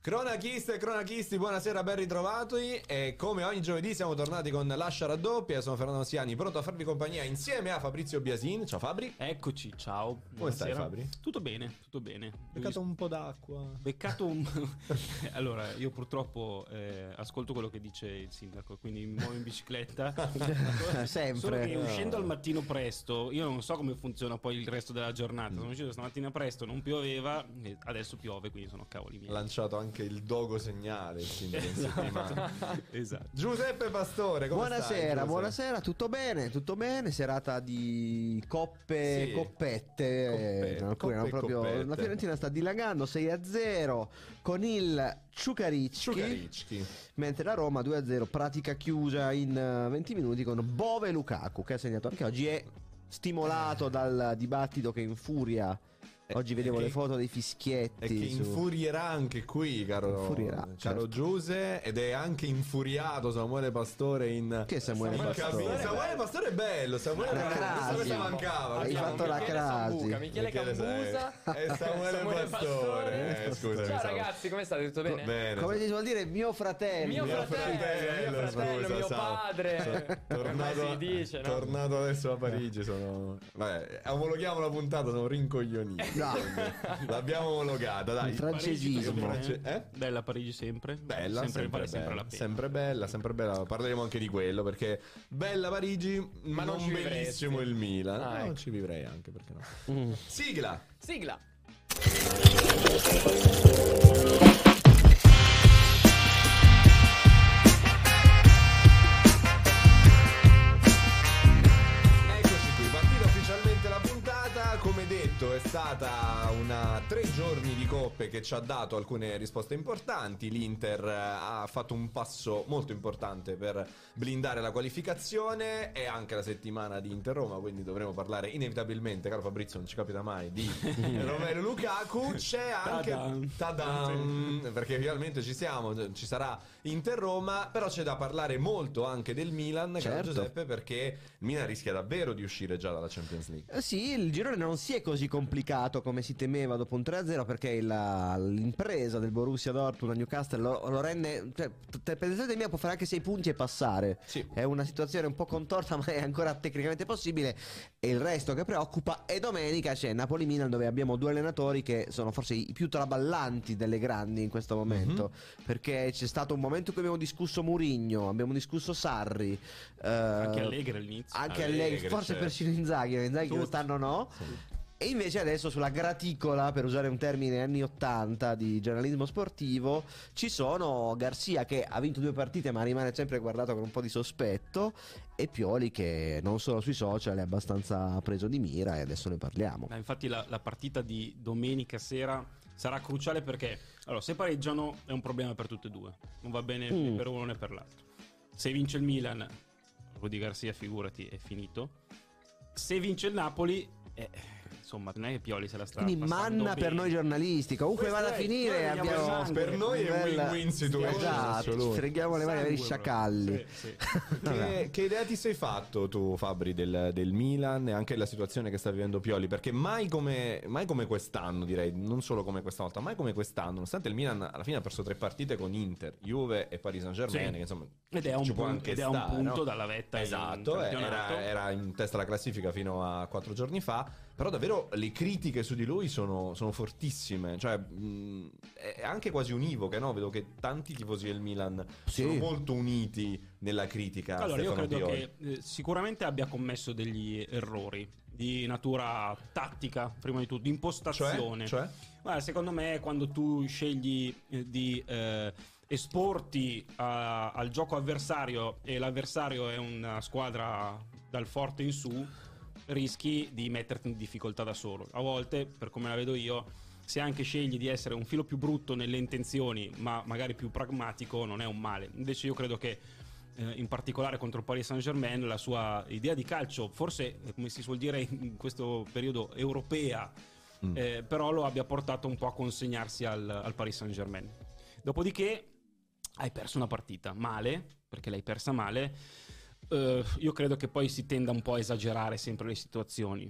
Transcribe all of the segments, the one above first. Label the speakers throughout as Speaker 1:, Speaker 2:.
Speaker 1: Cronachiste e cronachisti, buonasera, ben ritrovati. E come ogni giovedì siamo tornati con l'Ascia raddoppia. Sono Fernando Siani, pronto a farvi compagnia insieme a Fabrizio Biasin. Ciao Fabri.
Speaker 2: Eccoci, ciao.
Speaker 1: Come stai, Fabri?
Speaker 2: Tutto bene, tutto bene.
Speaker 1: Beccato un po' d'acqua.
Speaker 2: Beccato un... Allora, io purtroppo ascolto quello che dice il sindaco, quindi mi muovo in bicicletta.
Speaker 3: Sempre.
Speaker 2: Solo che uscendo al mattino presto, io non so come funziona poi il resto della giornata. Sono uscito stamattina presto, non pioveva, e adesso piove, quindi sono cavoli miei.
Speaker 1: Lanciato anche il dogo segnale il sindaco in settimana.
Speaker 2: Esatto.
Speaker 1: Giuseppe Pastore, come
Speaker 3: Buonasera,
Speaker 1: stai,
Speaker 3: buonasera, tutto bene, serata di coppe,
Speaker 1: Sì.
Speaker 3: coppette, alcune erano proprio,
Speaker 1: coppette.
Speaker 3: la Fiorentina sta dilagando 6-0 con il Ciucaricchi, mentre la Roma 2-0 pratica chiusa in 20 minuti con Bove Lukaku, che ha segnato anche oggi, è stimolato dal dibattito che infuria. Oggi vedevo le foto dei fischietti.
Speaker 1: E che infurierà anche qui, caro
Speaker 3: certo.
Speaker 1: Giuse. Ed è anche infuriato Samuele Pastore in...
Speaker 3: Che Samuele Pastore?
Speaker 1: Samuele Pastore è bello, Samuele
Speaker 3: La Crasi.
Speaker 1: Questa mancava.
Speaker 3: Hai fatto la crasi.
Speaker 4: Michele Cambusa
Speaker 1: e Samuele Pastore. Scusa.
Speaker 4: Ciao ragazzi, come state? Tutto bene?
Speaker 1: Bene.
Speaker 3: Come si vuol dire mio fratello?
Speaker 4: Mio fratello,
Speaker 1: scusa,
Speaker 4: mio
Speaker 1: Sal.
Speaker 4: padre.
Speaker 1: Tornato,
Speaker 4: Come si dice, no?
Speaker 1: tornato adesso a Parigi sono... Vabbè, omologhiamo la puntata, sono rincoglioniti.
Speaker 3: No.
Speaker 1: L'abbiamo omologata, dai.
Speaker 3: Il francesismo.
Speaker 2: Bella Parigi sempre.
Speaker 1: Bella,
Speaker 2: vale sempre
Speaker 1: bella,
Speaker 2: la pena.
Speaker 1: sempre bella. Parleremo anche di quello, perché bella Parigi, ma non
Speaker 4: ci
Speaker 1: bellissimo
Speaker 4: vivresti.
Speaker 1: il Milan.
Speaker 4: Ah,
Speaker 1: No,
Speaker 4: ecco.
Speaker 1: non ci vivrei anche, perché no. Sigla.
Speaker 4: Sigla.
Speaker 1: Eccoci qui, partita ufficialmente la puntata. Come detto, è stata una 3 giorni di coppe che ci ha dato alcune risposte importanti. L'Inter ha fatto un passo molto importante per blindare la qualificazione. È anche la settimana di Inter-Roma, quindi dovremo parlare inevitabilmente, caro Fabrizio, non ci capita mai, di Romelu Lukaku. C'è anche Tadam, perché finalmente ci siamo, ci sarà Inter-Roma, però c'è da parlare molto anche del Milan, caro
Speaker 3: Certo.
Speaker 1: Giuseppe, perché il Milan rischia davvero di uscire già dalla Champions League.
Speaker 3: Sì, il girone non si è così complicato come si temeva dopo un 3-0, perché l'impresa del Borussia Dortmund a Newcastle lo rende, cioè, per esempio mia può fare anche 6 punti e passare.
Speaker 1: Sì.
Speaker 3: È una situazione un po' contorta, ma è ancora tecnicamente possibile. E il resto che preoccupa è domenica c'è Napoli-Milan, dove abbiamo due allenatori che sono forse i più traballanti delle grandi in questo momento, perché c'è stato un momento in cui abbiamo discusso Mourinho, abbiamo discusso Sarri,
Speaker 2: Anche Allegri all'inizio.
Speaker 3: anche
Speaker 1: Allegri,
Speaker 3: Allegri, forse
Speaker 1: certo.
Speaker 3: persino Inzaghi quest'anno no. E invece adesso sulla graticola, per usare un termine anni 80 di giornalismo sportivo, ci sono Garcia, che ha vinto 2 partite ma rimane sempre guardato con un po' di sospetto, e Pioli, che non solo sui social è abbastanza preso di mira, e adesso ne parliamo.
Speaker 2: Infatti la partita di domenica sera sarà cruciale, perché allora, se pareggiano è un problema per tutte e due, non va bene né per uno né per l'altro. Se vince il Milan, Rudy Garcia figurati, è finito. Se vince il Napoli, insomma, non è che Pioli se la sta
Speaker 3: Quindi
Speaker 2: passando
Speaker 3: manna per
Speaker 2: bene.
Speaker 3: noi giornalisti, comunque
Speaker 2: Questo
Speaker 3: vada a
Speaker 2: è,
Speaker 3: finire,
Speaker 2: noi vogliamo
Speaker 3: abbiamo
Speaker 2: sangue.
Speaker 1: Per noi è un win-win situation.
Speaker 3: Esatto, ci freghiamo le mani ai veri
Speaker 2: Sangue,
Speaker 3: sciacalli.
Speaker 2: sì.
Speaker 1: Che idea ti sei fatto tu, Fabri, del Milan e anche della situazione che sta vivendo Pioli? Perché mai come quest'anno, direi, non solo come questa volta, mai come quest'anno, nonostante il Milan alla fine ha perso 3 partite con Inter, Juve e Paris Saint-Germain,
Speaker 2: Sì.
Speaker 1: che insomma
Speaker 2: Ed è un
Speaker 1: ci può
Speaker 2: punto,
Speaker 1: anche
Speaker 2: ed è un
Speaker 1: stare,
Speaker 2: punto
Speaker 1: no?
Speaker 2: dalla vetta.
Speaker 1: Esatto,
Speaker 2: in campionato.
Speaker 1: era in testa alla classifica fino a 4 giorni fa. Però davvero le critiche su di lui sono fortissime. Cioè è anche quasi univoche, no? Vedo che tanti tifosi del Milan sono molto uniti nella critica a
Speaker 2: Allora, io
Speaker 1: Stefano
Speaker 2: credo
Speaker 1: Pioli.
Speaker 2: che sicuramente abbia commesso degli errori di natura tattica, prima di tutto, di impostazione.
Speaker 1: Cioè?
Speaker 2: Guarda, secondo me, quando tu scegli di esporti al gioco avversario, e l'avversario è una squadra dal forte in su, rischi di metterti in difficoltà da solo. A volte, per come la vedo io, se anche scegli di essere un filo più brutto nelle intenzioni, ma magari più pragmatico, non è un male. Invece io credo che in particolare contro il Paris Saint-Germain la sua idea di calcio, forse come si suol dire in questo periodo, europea, però lo abbia portato un po' a consegnarsi al Paris Saint-Germain. Dopodiché hai perso una partita male, perché l'hai persa male. Io credo che poi si tenda un po' a esagerare sempre le situazioni.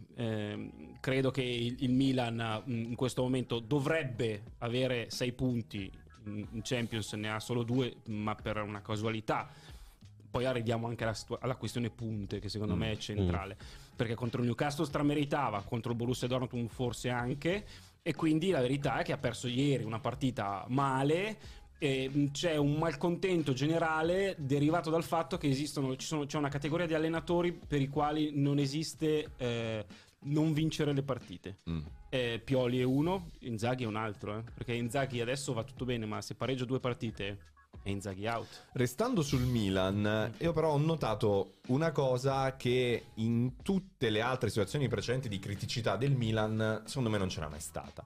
Speaker 2: Credo che il Milan in questo momento dovrebbe avere 6 punti in Champions ne ha solo 2, ma per una casualità. Poi arriviamo anche alla questione punte, che secondo me è centrale, perché contro il Newcastle strameritava, contro il Borussia Dortmund forse anche, e quindi la verità è che ha perso ieri una partita male. E c'è un malcontento generale derivato dal fatto che c'è una categoria di allenatori per i quali non esiste non vincere le partite. Pioli è uno, Inzaghi è un altro, perché Inzaghi adesso va tutto bene, ma se pareggia 2 partite è Inzaghi out.
Speaker 1: Restando sul Milan, io però ho notato una cosa che in tutte le altre situazioni precedenti di criticità del Milan secondo me non c'era mai stata.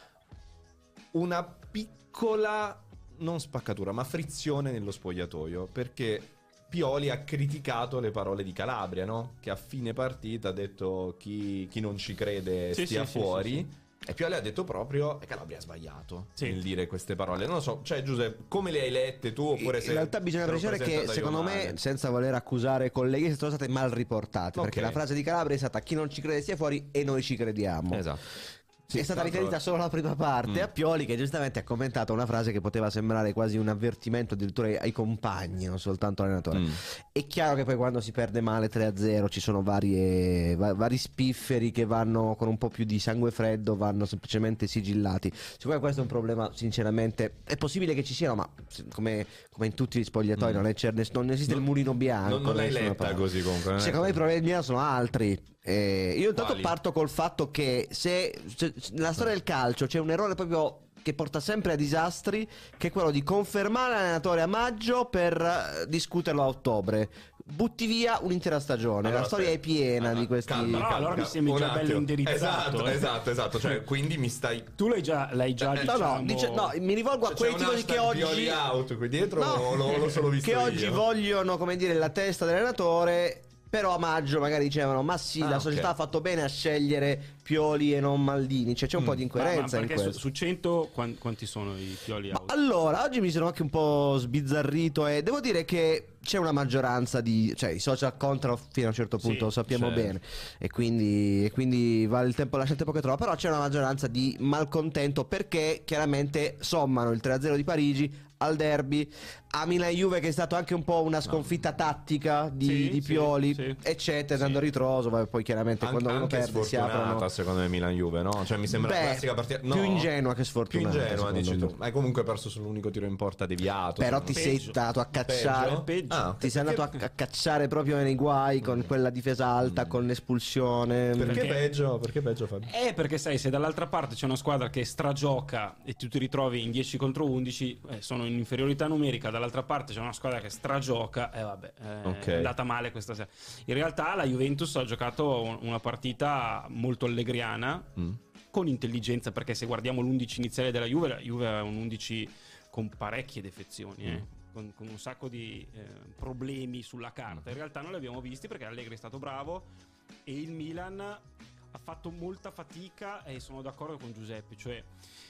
Speaker 1: Una piccola, non spaccatura, ma frizione nello spogliatoio, perché Pioli ha criticato le parole di Calabria, no? Che a fine partita ha detto chi non ci crede stia fuori. Sì. E Pioli ha detto proprio, e Calabria ha sbagliato nel dire queste parole. Non lo so, cioè Giuseppe, come le hai lette tu? Oppure
Speaker 3: in realtà bisogna precisare che secondo me, senza voler accusare colleghi, sono state mal riportate, perché la frase di Calabria è stata: chi non ci crede stia fuori e noi ci crediamo.
Speaker 1: Esatto.
Speaker 3: Sì, è stata riferita solo la prima parte a Pioli, che giustamente ha commentato una frase che poteva sembrare quasi un avvertimento addirittura ai compagni, non soltanto all'allenatore. È chiaro che poi quando si perde male 3-0 ci sono vari spifferi che vanno con un po' più di sangue freddo, vanno semplicemente sigillati. Secondo me questo è un problema, sinceramente. È possibile che ci siano, ma come in tutti gli spogliatoi non esiste il mulino bianco.
Speaker 1: Non l'hai letta così comunque.
Speaker 3: Secondo me i problemi sono altri. Io intanto parto col fatto che se nella storia del calcio c'è un errore proprio che porta sempre a disastri, che è quello di confermare l'allenatore a maggio per discuterlo a ottobre. Butti via un'intera stagione.
Speaker 1: Allora,
Speaker 3: la storia è piena di questi.
Speaker 2: Calma, allora mi sembri già bello indirizzato.
Speaker 1: Esatto. Cioè, quindi mi stai.
Speaker 2: Tu l'hai già diciamo...
Speaker 3: No, mi rivolgo a quei tifosi che oggi.
Speaker 1: Out qui dietro, l'ho solo visto
Speaker 3: che
Speaker 1: io.
Speaker 3: oggi vogliono, come dire, la testa dell'allenatore. Però a maggio magari dicevano: ma sì, la società ha fatto bene a scegliere Pioli e non Maldini. Cioè c'è un po' di incoerenza in questo.
Speaker 2: Su 100 quanti sono i Pioli out?
Speaker 3: Allora, oggi mi sono anche un po' sbizzarrito e devo dire che c'è una maggioranza cioè i social contano fino a un certo punto, lo sappiamo bene, e quindi vale lascia il tempo che trova. Però c'è una maggioranza di malcontento perché chiaramente sommano il 3-0 di Parigi al derby, a Milan Juve, che è stato anche un po' una sconfitta tattica di Pioli, eccetera, andando a ritroso. Poi chiaramente quando uno perde si aprono.
Speaker 1: Secondo me Milan Juve, no? Cioè mi sembra la classica partita più
Speaker 3: ingenua che sfortunata.
Speaker 1: Più ingenua, dici tu. Hai comunque perso sull'unico tiro in porta deviato.
Speaker 3: Però ti sei andato a cacciare. Ti sei andato a cacciare proprio nei guai con quella difesa alta, con l'espulsione.
Speaker 1: Perché peggio? Perché peggio, Fabio?
Speaker 2: Perché sai, se dall'altra parte c'è una squadra che stragioca e tu ti ritrovi in 10 contro 11, sono in inferiorità numerica, dall'altra parte c'è una squadra che stragioca e è andata male questa sera. In realtà la Juventus ha giocato una partita molto allegriana, con intelligenza, perché se guardiamo l'11 iniziale della Juve, la Juve ha un 11 con parecchie defezioni, con un sacco di problemi sulla carta. In realtà non li abbiamo visti perché Allegri è stato bravo e il Milan ha fatto molta fatica, e sono d'accordo con Giuseppe, cioè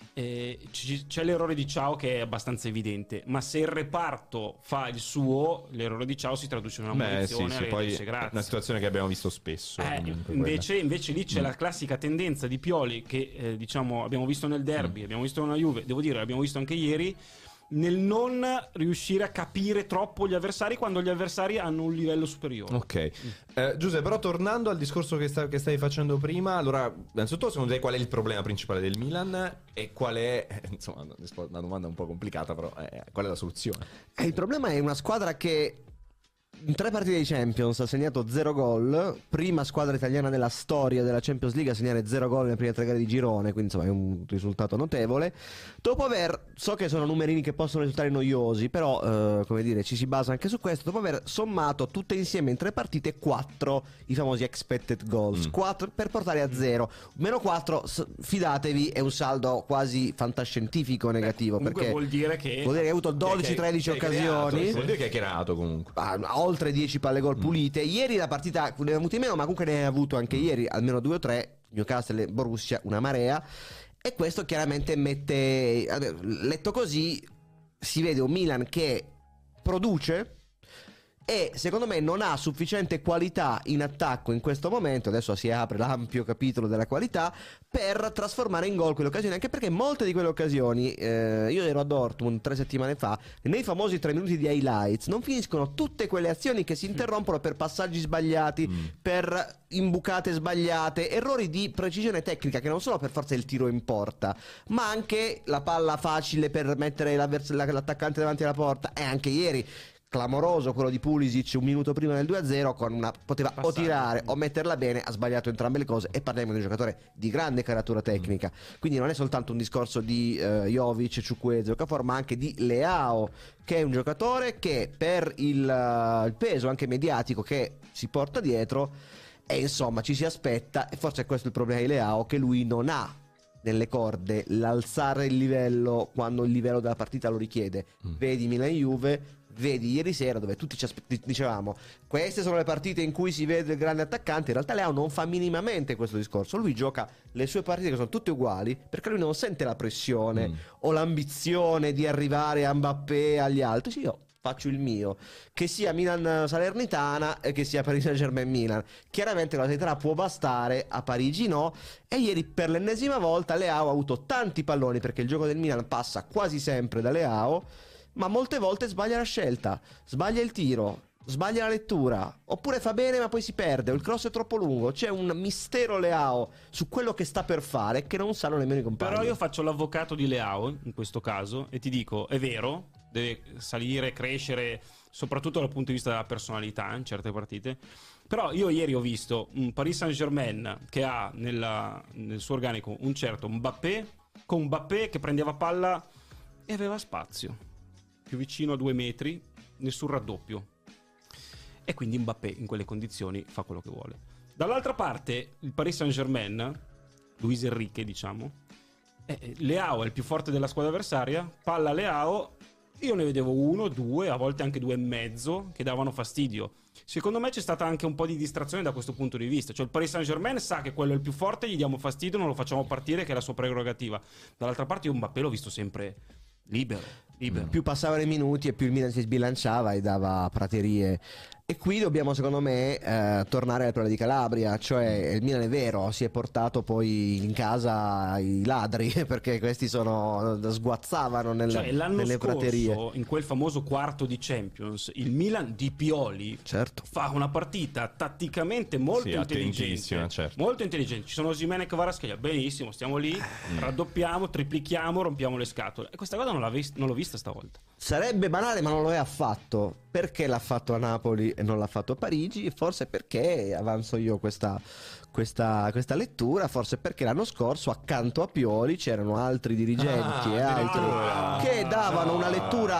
Speaker 2: c'è l'errore di Ciao che è abbastanza evidente, ma se il reparto fa il suo, l'errore di Ciao si traduce in una munizione.
Speaker 1: Poi è una situazione che abbiamo visto spesso.
Speaker 2: Invece lì c'è la classica tendenza di Pioli che diciamo abbiamo visto nel derby, abbiamo visto nella Juve, devo dire l'abbiamo visto anche ieri, nel non riuscire a capire troppo gli avversari quando gli avversari hanno un livello superiore.
Speaker 1: Ok. Giuseppe, però tornando al discorso che stavi facendo prima, allora innanzitutto secondo te qual è il problema principale del Milan e qual è, insomma, una domanda un po' complicata, però qual è la soluzione?
Speaker 3: Il problema è una squadra che in 3 partite di Champions ha segnato 0 gol, prima squadra italiana della storia della Champions League a segnare 0 gol nelle prime 3 gare di girone, quindi insomma è un risultato notevole. Dopo so che sono numerini che possono risultare noiosi, però come dire, ci si basa anche su questo. Dopo aver sommato tutte insieme in 3 partite 4 i famosi expected goals, 4 per portare a 0, meno 4, fidatevi, è un saldo quasi fantascientifico negativo, perché
Speaker 2: vuol dire che
Speaker 3: hai avuto 12-13 occasioni,
Speaker 1: vuol dire che hai creato comunque
Speaker 3: oltre 10 palle gol pulite. Ieri la partita ne ha avuti meno, ma comunque ne ha avuto anche ieri almeno 2 o 3, Newcastle e Borussia, una marea. E questo chiaramente letto così, si vede un Milan che produce, e secondo me non ha sufficiente qualità in attacco in questo momento, adesso si apre l'ampio capitolo della qualità, per trasformare in gol quelle occasioni, anche perché molte di quelle occasioni, io ero a Dortmund 3 settimane fa, nei famosi 3 minuti di highlights non finiscono tutte quelle azioni che si interrompono per passaggi sbagliati, per imbucate sbagliate, errori di precisione tecnica, che non solo per forza il tiro in porta, ma anche la palla facile per mettere l'attaccante davanti alla porta. E anche ieri clamoroso quello di Pulisic un minuto prima del 2-0, con poteva o tirare o metterla bene, ha sbagliato entrambe le cose, e parliamo di un giocatore di grande caratura tecnica, quindi non è soltanto un discorso di Jovic, Chukwueze, Okafor, ma anche di Leao, che è un giocatore che per il peso anche mediatico che si porta dietro, e insomma ci si aspetta, e forse è questo il problema di Leao, che lui non ha nelle corde l'alzare il livello quando il livello della partita lo richiede. Vedi Milan-Juve, vedi ieri sera, dove tutti dicevamo queste sono le partite in cui si vede il grande attaccante. In realtà Leao non fa minimamente questo discorso, lui gioca le sue partite che sono tutte uguali, perché lui non sente la pressione o l'ambizione di arrivare a Mbappé, agli altri. Sì, io faccio il mio, che sia Milan-Salernitana e che sia Paris Saint-Germain-Milan. Chiaramente la Salernitana può bastare, a Parigi no, e ieri per l'ennesima volta Leao ha avuto tanti palloni, perché il gioco del Milan passa quasi sempre da Leao, ma molte volte sbaglia la scelta, sbaglia il tiro, sbaglia la lettura, oppure fa bene ma poi si perde, o il cross è troppo lungo. C'è un mistero Leao su quello che sta per fare che non sanno nemmeno i compagni.
Speaker 2: Però io faccio l'avvocato di Leao in questo caso e ti dico, è vero, deve salire, crescere, soprattutto dal punto di vista della personalità in certe partite. Però io ieri ho visto un Paris Saint-Germain che ha nel suo organico un certo Mbappé, con Mbappé che prendeva palla e aveva spazio, più vicino a 2 metri, nessun raddoppio. E quindi Mbappé in quelle condizioni fa quello che vuole. Dall'altra parte il Paris Saint-Germain, Luis Enrique diciamo, Leao è il più forte della squadra avversaria, palla Leao, io ne vedevo 1, 2, a volte anche 2,5 che davano fastidio. Secondo me c'è stata anche un po' di distrazione da questo punto di vista, cioè il Paris Saint-Germain sa che quello è il più forte, gli diamo fastidio, non lo facciamo partire, che è la sua prerogativa. Dall'altra parte io Mbappé l'ho visto sempre libero.
Speaker 3: Più passavano i minuti e più il Milan si sbilanciava e dava praterie. E qui dobbiamo secondo me tornare al problema di Calabria, cioè il Milan è vero, si è portato poi in casa i ladri, perché questi sguazzavano nelle praterie.
Speaker 2: Scorso, in quel famoso quarto di Champions, il Milan di Pioli fa una partita tatticamente molto intelligente, molto intelligente. Ci sono Osimhen e Kvaratskhelia, benissimo, stiamo lì, raddoppiamo, triplichiamo, rompiamo le scatole. E questa cosa non l'ho vista stavolta.
Speaker 3: Sarebbe banale, ma non lo è affatto. Perché l'ha fatto a Napoli e non l'ha fatto a Parigi? Forse perché, avanzo io questa lettura, forse perché l'anno scorso accanto a Pioli c'erano altri dirigenti e altri che davano una lettura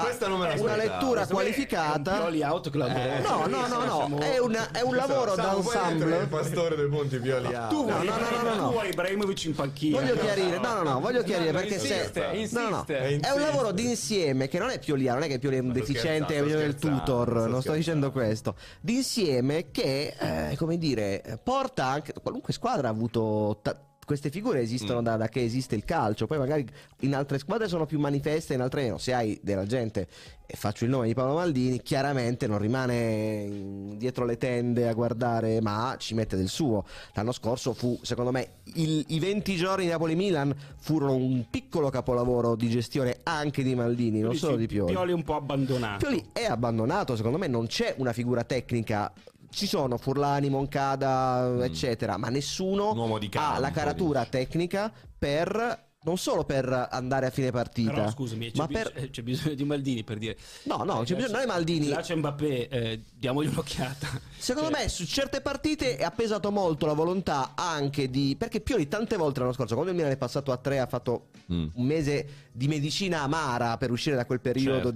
Speaker 3: qualificata.
Speaker 2: Pioli out clamoroso.
Speaker 3: No, è un lavoro d'ensemble.
Speaker 1: Il pastore dei Ponti Pioli out.
Speaker 2: Tu hai Ibrahimovic in panchina.
Speaker 3: Voglio chiarire perché
Speaker 4: insiste.
Speaker 3: è un lavoro d'insieme che non è Pioliano, non è che Pioli è un deficiente, è il tutor, non sto dicendo questo. D'insieme che, come dire, porta anche qualunque squadra ha avuto queste figure esistono da che esiste il calcio, poi magari in altre squadre sono più manifeste, in altre meno. Se hai della gente, e faccio il nome di Paolo Maldini, chiaramente non rimane dietro le tende a guardare, ma ci mette del suo. L'anno scorso fu, secondo me, i 20 giorni di Napoli-Milan furono un piccolo capolavoro di gestione anche di Maldini, non solo di Pioli.
Speaker 2: Pioli è un po' abbandonato.
Speaker 3: Pioli è abbandonato, secondo me non c'è una figura tecnica. Ci sono Furlani, Moncada, eccetera, ma nessuno ha la caratura tecnica per non solo per andare a fine partita.
Speaker 2: Però scusami, c'è bisogno di Maldini per dire.
Speaker 3: No, c'è bisogno, non è Maldini.
Speaker 2: Là c'è Mbappé, diamogli un'occhiata.
Speaker 3: Secondo me su certe partite ha pesato molto la volontà anche di, perché Pioli tante volte l'anno scorso, quando il Milan è passato a 3, ha fatto un mese di medicina amara per uscire da quel periodo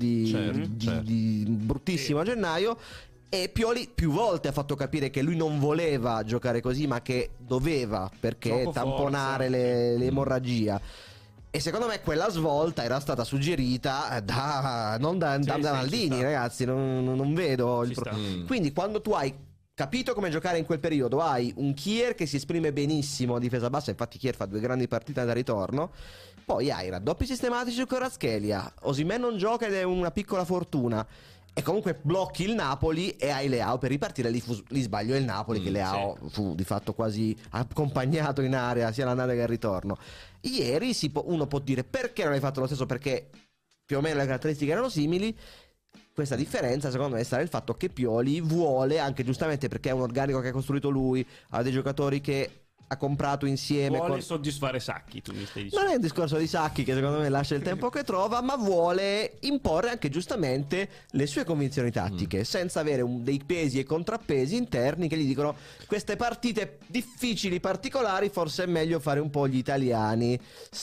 Speaker 3: di bruttissimo a gennaio. E Pioli più volte ha fatto capire che lui non voleva giocare così, ma che doveva, perché
Speaker 2: Troppo
Speaker 3: tamponare l'emorragia. E secondo me quella svolta era stata suggerita non da Maldini, ragazzi. Non vedo il Quindi quando tu hai capito come giocare in quel periodo, hai un Kier che si esprime benissimo a difesa bassa, infatti Kier fa 2 grandi partite da ritorno. Poi hai raddoppi sistematici su Kvaratskhelia, Osimhen non gioca ed è una piccola fortuna. e comunque blocchi il Napoli e hai Leao per ripartire. Lì sbagliò il Napoli, che Leao fu di fatto quasi accompagnato in area sia l'andata che il ritorno. Ieri uno può dire perché non hai fatto lo stesso, perché più o meno le caratteristiche erano simili. Questa differenza secondo me sarà il fatto che Pioli vuole, anche giustamente perché è un organico che ha costruito lui, ha dei giocatori che ha comprato insieme,
Speaker 2: vuole soddisfare Sacchi, tu mi stai dicendo.
Speaker 3: non è un discorso di Sacchi, che secondo me lascia il tempo che trova, ma vuole imporre anche giustamente le sue convinzioni tattiche, senza avere dei pesi e contrappesi interni che gli dicono queste partite difficili, particolari, forse è meglio fare un po' gli italiani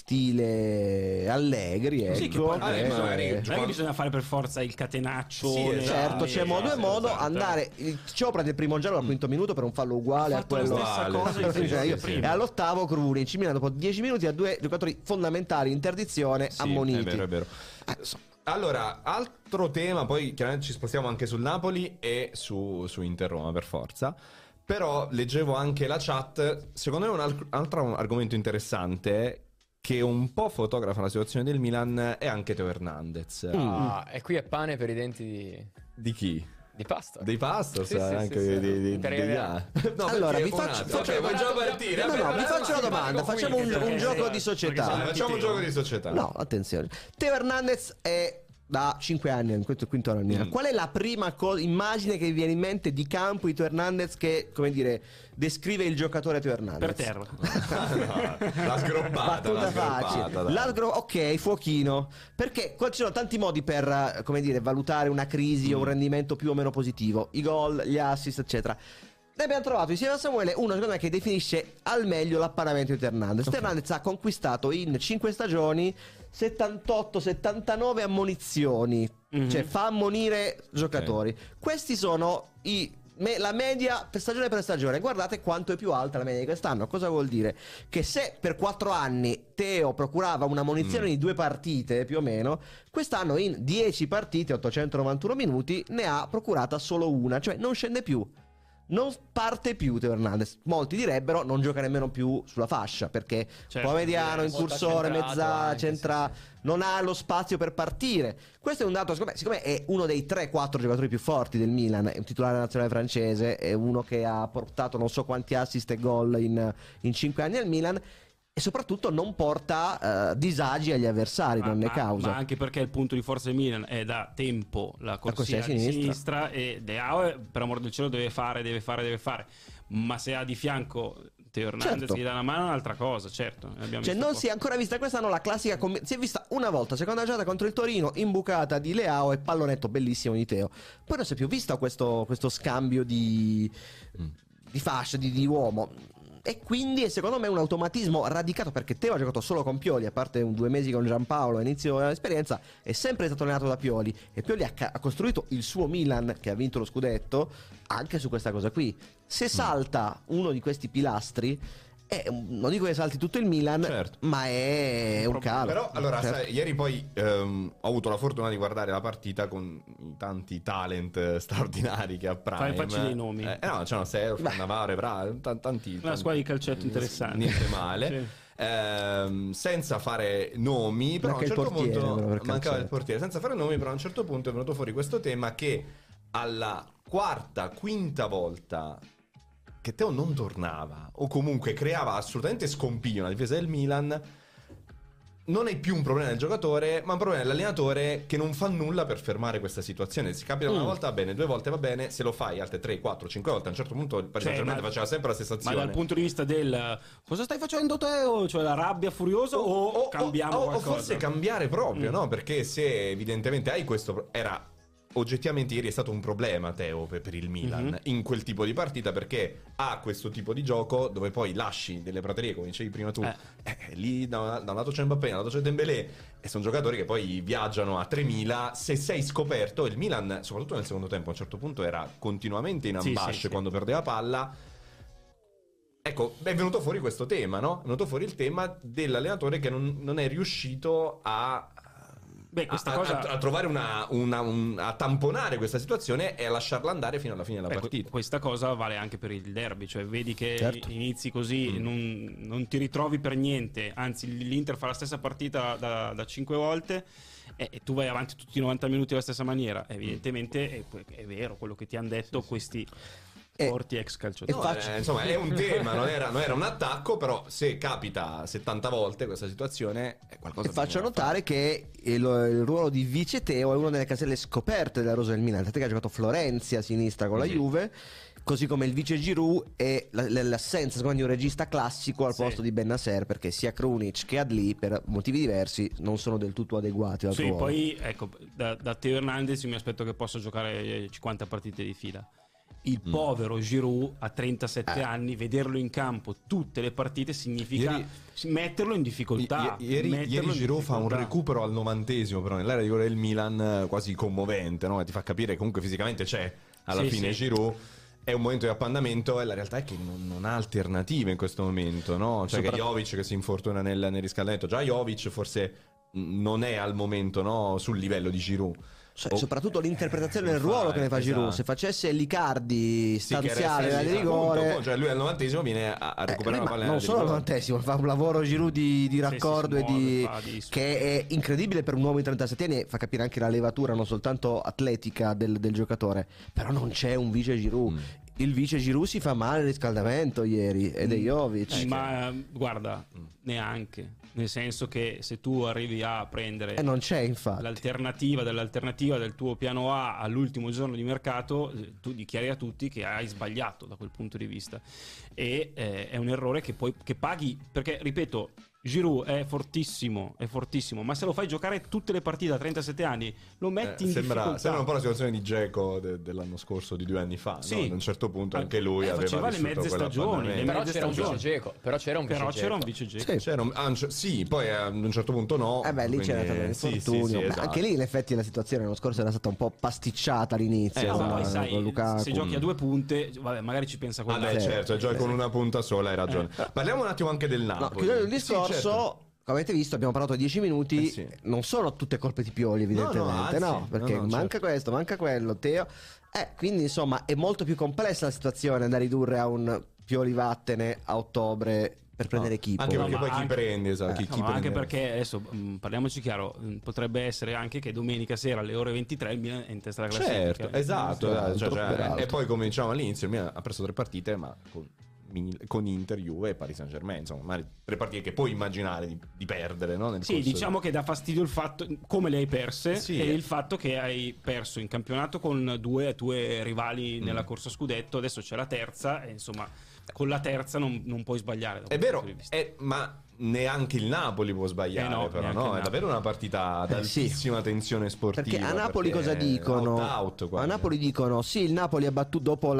Speaker 3: stile Allegri, ecco.
Speaker 2: Sì, che poi
Speaker 1: magari
Speaker 2: non è che bisogna fare per forza il catenaccio.
Speaker 1: Sì, esatto.
Speaker 3: Certo, c'è modo e modo. Andare Ciopra del primo giallo al quinto minuto per un fallo uguale a quello.
Speaker 2: La stessa cosa in
Speaker 3: Cioè, io-
Speaker 2: prima.
Speaker 3: e all'ottavo Krunic, Milan dopo 10 minuti ha due giocatori fondamentali, interdizione, ammoniti.
Speaker 1: È vero. Allora, altro tema, poi chiaramente ci spostiamo anche sul Napoli e su Inter-Roma per forza. Però leggevo anche la chat, secondo me un altro argomento interessante che un po' fotografa la situazione del Milan è anche Teo Hernandez.
Speaker 4: E qui è pane per i denti
Speaker 1: Di chi?
Speaker 4: di Pastor.
Speaker 1: Dei Pastor,
Speaker 4: Sì, sì,
Speaker 1: anche
Speaker 4: sì, sì.
Speaker 1: di
Speaker 4: Italiano.
Speaker 1: No,
Speaker 3: Allora,
Speaker 1: perché
Speaker 3: vi faccio-
Speaker 1: vuoi già partire?
Speaker 3: No,
Speaker 1: Vabbè,
Speaker 3: vi faccio una domanda, facciamo un gioco di società.
Speaker 1: Facciamo un gioco di società.
Speaker 3: No, attenzione. Teo Hernandez è da 5 anni, in questo quinto anno al Milan. Qual è la prima immagine che vi viene in mente di campo di Teo Hernandez che, come dire, descrive il giocatore Teo Hernandez?
Speaker 2: Per terra.
Speaker 1: No, la sgroppata.
Speaker 3: Battuta facile. Ok, fuochino. Perché qua ci sono tanti modi per, come dire, valutare una crisi o un rendimento più o meno positivo. I gol, gli assist, eccetera. Ne abbiamo trovato insieme a Samuele uno secondo me che definisce al meglio l'apparamento di Teo Hernandez. Teo Hernandez ha conquistato in 5 stagioni 78-79 ammonizioni. Cioè fa ammonire giocatori. Questi sono la media per stagione. Guardate quanto è più alta la media di quest'anno. Cosa vuol dire? Che se per 4 anni Teo procurava una ammonizione di 2 partite più o meno, quest'anno in 10 partite, 891 minuti, ne ha procurata solo una. Cioè non scende più. Non parte più Teo Hernandez. Molti direbbero non gioca nemmeno più sulla fascia, perché
Speaker 2: Certo,
Speaker 3: poi mediano, incursore,
Speaker 4: centrato
Speaker 3: mezzala,
Speaker 4: anche,
Speaker 3: centra, non ha lo spazio per partire. Questo è un dato, siccome è uno dei 3-4 giocatori più forti del Milan, è un titolare nazionale francese, è uno che ha portato non so quanti assist e gol in 5 anni al Milan, e soprattutto non porta disagi agli avversari, non ne causa.
Speaker 2: Ma anche perché il punto di forza del Milan è da tempo la corsia di sinistra e Leao, per amor del cielo, deve fare. Ma se ha di fianco Teo Hernandez,
Speaker 3: Certo.
Speaker 2: gli dà una mano, è un'altra cosa, certo.
Speaker 3: Cioè non si è ancora vista quest'anno la classica si è vista una volta, seconda giornata contro il Torino, imbucata di Leao e pallonetto bellissimo di Teo. Poi non si è più visto questo scambio di fascia, di uomo. E quindi secondo me è un automatismo radicato, perché Teo ha giocato solo con Pioli, a parte 2 mesi con Giampaolo a inizio dell'esperienza, è sempre stato allenato da Pioli, e Pioli ha costruito il suo Milan, che ha vinto lo scudetto, anche su questa cosa qui. Se salta uno di questi pilastri, non dico che salti tutto il Milan,
Speaker 1: Certo.
Speaker 3: ma è un calo.
Speaker 1: Però allora,
Speaker 3: Certo.
Speaker 1: sai, ieri poi ho avuto la fortà di guardare la partita con i tanti talent straordinari che ha Prime.
Speaker 2: Facci dei nomi.
Speaker 1: No, c'erano Serf, Navarre, tanti.
Speaker 2: Una squadra di calcetto interessante.
Speaker 1: Niente male.
Speaker 2: Sì.
Speaker 1: Senza fare nomi, però a un
Speaker 3: Manca il
Speaker 1: certo
Speaker 3: portiere,
Speaker 1: punto
Speaker 3: però, per
Speaker 1: mancava il
Speaker 3: calcetto.
Speaker 1: portiere. Senza fare nomi, però a un certo punto è venuto fuori questo tema che alla quarta, quinta volta che Teo non tornava o comunque creava assolutamente scompiglio nella difesa del Milan, non è più un problema del giocatore, ma un problema dell'allenatore che non fa nulla per fermare questa situazione. Si capita una volta va bene, 2 volte va bene, se lo fai altre 3, 4, 5 volte, a un certo punto il Paris Saint-Germain faceva sempre la stessa azione.
Speaker 2: Ma dal punto di vista del cosa stai facendo Teo? Cioè la rabbia furiosa o cambiamo qualcosa?
Speaker 1: O forse cambiare proprio, no? Perché se evidentemente hai questo... Era oggettivamente ieri è stato un problema Teo per il Milan in quel tipo di partita, perché ha questo tipo di gioco dove poi lasci delle praterie, come dicevi prima tu, lì da un lato c'è Mbappé, dall'altro c'è Dembélé, e sono giocatori che poi viaggiano a 3000. Se sei scoperto, il Milan soprattutto nel secondo tempo a un certo punto era continuamente in ambasce quando perdeva palla. Ecco, è venuto fuori questo tema, no? È venuto fuori il tema dell'allenatore che non è riuscito a trovare a tamponare questa situazione e a lasciarla andare fino alla fine della partita.
Speaker 2: Questa cosa vale anche per il derby, cioè vedi che
Speaker 3: Certo.
Speaker 2: inizi così, non ti ritrovi per niente, anzi l'Inter fa la stessa partita da 5 volte e tu vai avanti tutti i 90 minuti alla stessa maniera, evidentemente è vero quello che ti hanno detto questi forti ex calciatori.
Speaker 1: No, insomma, è un tema, non era un attacco, però se capita 70 volte questa situazione è qualcosa.
Speaker 3: E faccio notare che il ruolo di Vice Teo è una delle caselle scoperte della rosa del Milan, tant'è che ha giocato Florenzi a sinistra con la Juve, così come il Vice Giroud e l'assenza secondo me di un regista classico al posto di Bennacer, perché sia Krunic che Adli per motivi diversi non sono del tutto adeguati al ruolo.
Speaker 2: Poi ecco, da Teo Hernandez mi aspetto che possa giocare 50 partite di fila. Il povero Giroud a 37 anni, vederlo in campo tutte le partite significa metterlo in difficoltà.
Speaker 1: Ieri Giroud fa un recupero al 90esimo, però nell'area di rigore del Milan quasi commovente, no? Ti fa capire che comunque fisicamente c'è alla fine Giroud. È un momento di appannamento e la realtà è che non ha alternative in questo momento, no? Cioè che Jovic che si infortuna nel riscaldamento, già Jovic forse non è al momento, no, sul livello di Giroud.
Speaker 3: Soprattutto l'interpretazione del ruolo che ne fa Giroud. Se facesse l'Icardi stanziale da rigore,
Speaker 1: appunto, cioè lui al 90esimo viene a recuperare la palla.
Speaker 3: Non solo al 90esimo, fa un lavoro Giroud di raccordo che è incredibile per un uomo di 37 anni, fa capire anche la levatura non soltanto atletica del giocatore. Però non c'è un vice Giroud. Il vice Giroud si fa male al riscaldamento ieri ed è Jovic.
Speaker 2: Ma guarda, neanche. Nel senso che se tu arrivi a prendere
Speaker 3: non c'è, infatti,
Speaker 2: l'alternativa del tuo piano A all'ultimo giorno di mercato, tu dichiari a tutti che hai sbagliato da quel punto di vista. E è un errore che paghi, perché ripeto, Giroud è fortissimo, ma se lo fai giocare tutte le partite a 37 anni lo metti in difficoltà.
Speaker 1: Sembra un po' la situazione di Dzeko dell'anno scorso, di 2 anni fa, no? Ad un certo punto anche lui
Speaker 2: faceva le mezze stagioni,
Speaker 4: però c'era un vice Dzeko.
Speaker 1: Sì, poi ad un certo punto no.
Speaker 3: Lì c'era stato l'infortunio.
Speaker 1: Esatto.
Speaker 3: Anche lì in effetti la situazione l'anno scorso era stata un po' pasticciata all'inizio.
Speaker 2: Poi sai, se giochi a 2 punte, magari ci pensa quello.
Speaker 1: Certo, giochi con una punta sola, hai ragione. Parliamo un attimo anche del Napoli.
Speaker 3: Chiudendo il discorso, come avete visto abbiamo parlato 10 minuti, non sono tutte colpe di Pioli evidentemente, perché manca questo, manca quello, Teo. Quindi insomma è molto più complessa la situazione da ridurre a un Pioli vattene a ottobre per prendere Chipo.
Speaker 1: Anche perché poi chi prende, chi prende.
Speaker 2: Anche perché adesso parliamoci chiaro, potrebbe essere anche che domenica sera alle ore 23 il Milan è in testa alla classifica.
Speaker 1: Certo, esatto. E poi come diciamo all'inizio il Milan ha perso 3 partite, ma con Inter, Juve e Paris Saint-Germain, insomma 3 partite che puoi immaginare di perdere, no?
Speaker 2: Diciamo che dà fastidio il fatto come le hai perse e il fatto che hai perso in campionato con 2 tue rivali nella corsa scudetto, adesso c'è la terza e insomma con la terza non puoi sbagliare.
Speaker 1: È vero, ma neanche il Napoli può sbagliare, però no? È davvero una partita ad altissima tensione sportiva.
Speaker 3: Perché a Napoli cosa dicono? A Napoli dicono il Napoli ha battuto dopo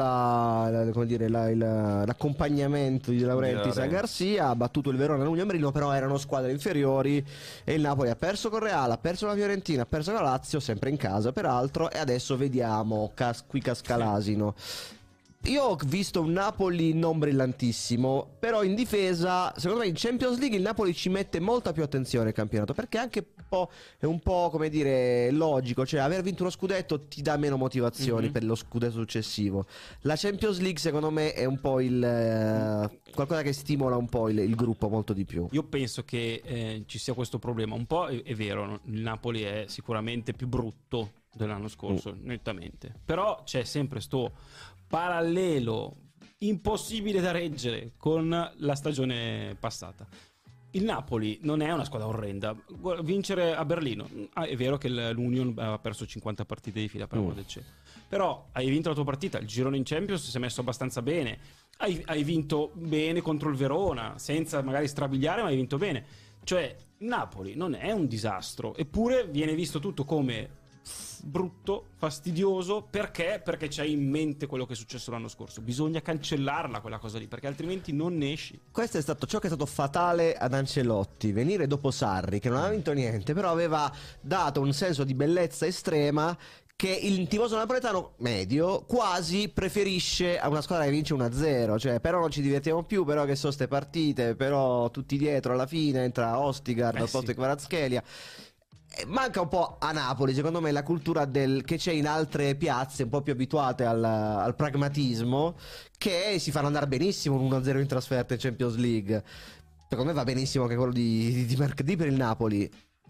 Speaker 3: l'accompagnamento di Laurentiis a Garcia, ha battuto il Verona all'Unione Merino, però erano squadre inferiori e il Napoli ha perso con Real, ha perso la Fiorentina, ha perso la Lazio, sempre in casa peraltro, e adesso vediamo qui casca l'asino. Io ho visto un Napoli non brillantissimo, però in difesa, secondo me in Champions League il Napoli ci mette molta più attenzione al campionato, perché anche è un po' come dire logico, cioè aver vinto uno scudetto ti dà meno motivazioni per lo scudetto successivo. La Champions League secondo me è un po' qualcosa che stimola un po' il gruppo molto di più.
Speaker 2: Io penso che ci sia questo problema, un po' è vero, il Napoli è sicuramente più brutto dell'anno scorso, nettamente, però c'è sempre sto parallelo impossibile da reggere con la stagione passata. Il Napoli non è una squadra orrenda. Vincere a Berlino, è vero che l'Union ha perso 50 partite di fila per amor del cielo, però hai vinto la tua partita, il girone in Champions si è messo abbastanza bene, hai vinto bene contro il Verona senza magari strabiliare, ma hai vinto bene. Cioè il Napoli non è un disastro, eppure viene visto tutto come brutto, fastidioso. Perché c'hai in mente quello che è successo l'anno scorso. Bisogna cancellarla quella cosa lì, perché altrimenti non ne esci.
Speaker 3: Questo è stato ciò che è stato fatale ad Ancelotti, venire dopo Sarri che non aveva vinto niente, però aveva dato un senso di bellezza estrema che il tifoso napoletano medio quasi preferisce a una squadra che vince 1-0, cioè però non ci divertiamo più, però che sono ste partite, però tutti dietro alla fine, entra Ostigar al posto di Kvaratskhelia. Manca un po' a Napoli, secondo me, la cultura che c'è in altre piazze un po' più abituate al pragmatismo, che si fanno andare benissimo un 1-0 in trasferta in Champions League. Secondo me va benissimo anche quello di mercoledì per il Napoli.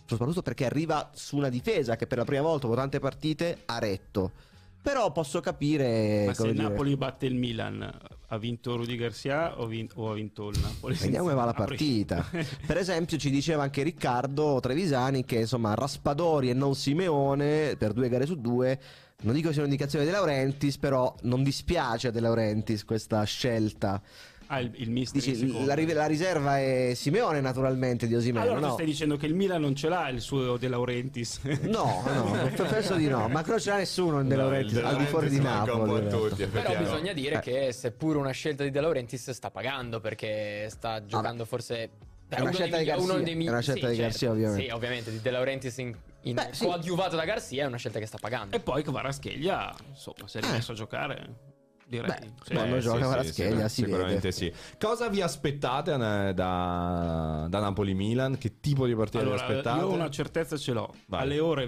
Speaker 3: soprattutto perché arriva su una difesa che per la prima volta dopo tante partite ha retto. Però posso capire.
Speaker 2: Ma se il Napoli batte il Milan, ha vinto Rudy Garcia o ha vinto il Napoli?
Speaker 3: Vediamo come va la partita. Per esempio ci diceva anche Riccardo Trevisani che insomma Raspadori e non Simeone per 2 gare su 2, non dico sia un'indicazione De Laurentiis, però non dispiace a De Laurentiis questa scelta.
Speaker 2: Il mister.
Speaker 3: Dici, la riserva è Simeone naturalmente di Osimhen.
Speaker 2: Allora
Speaker 3: no?
Speaker 2: tu stai dicendo che il Milan non ce l'ha il suo De Laurentiis?
Speaker 3: No, penso di no. Ma non ce l'ha nessuno in De Laurentiis al di fuori di Napoli.
Speaker 4: Però bisogna dire che seppure una scelta di De Laurentiis sta pagando, perché sta giocando forse.
Speaker 3: È una scelta di Garcia. È una scelta di Garcia, ovviamente.
Speaker 4: Sì, ovviamente di De Laurentiis coadiuvato da Garcia è una scelta che sta pagando.
Speaker 2: E poi Kvaratskhelia, insomma, si è rimesso a giocare. Direi.
Speaker 3: Quando gioca Kvaratskhelia si
Speaker 1: sicuramente
Speaker 3: vede.
Speaker 1: Sì. Cosa vi aspettate da Napoli-Milan? Che tipo di partita vi aspettate?
Speaker 2: Io una certezza ce l'ho.
Speaker 1: Vai.
Speaker 2: Alle ore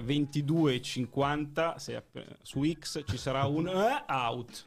Speaker 2: 22:50 su X ci sarà un out.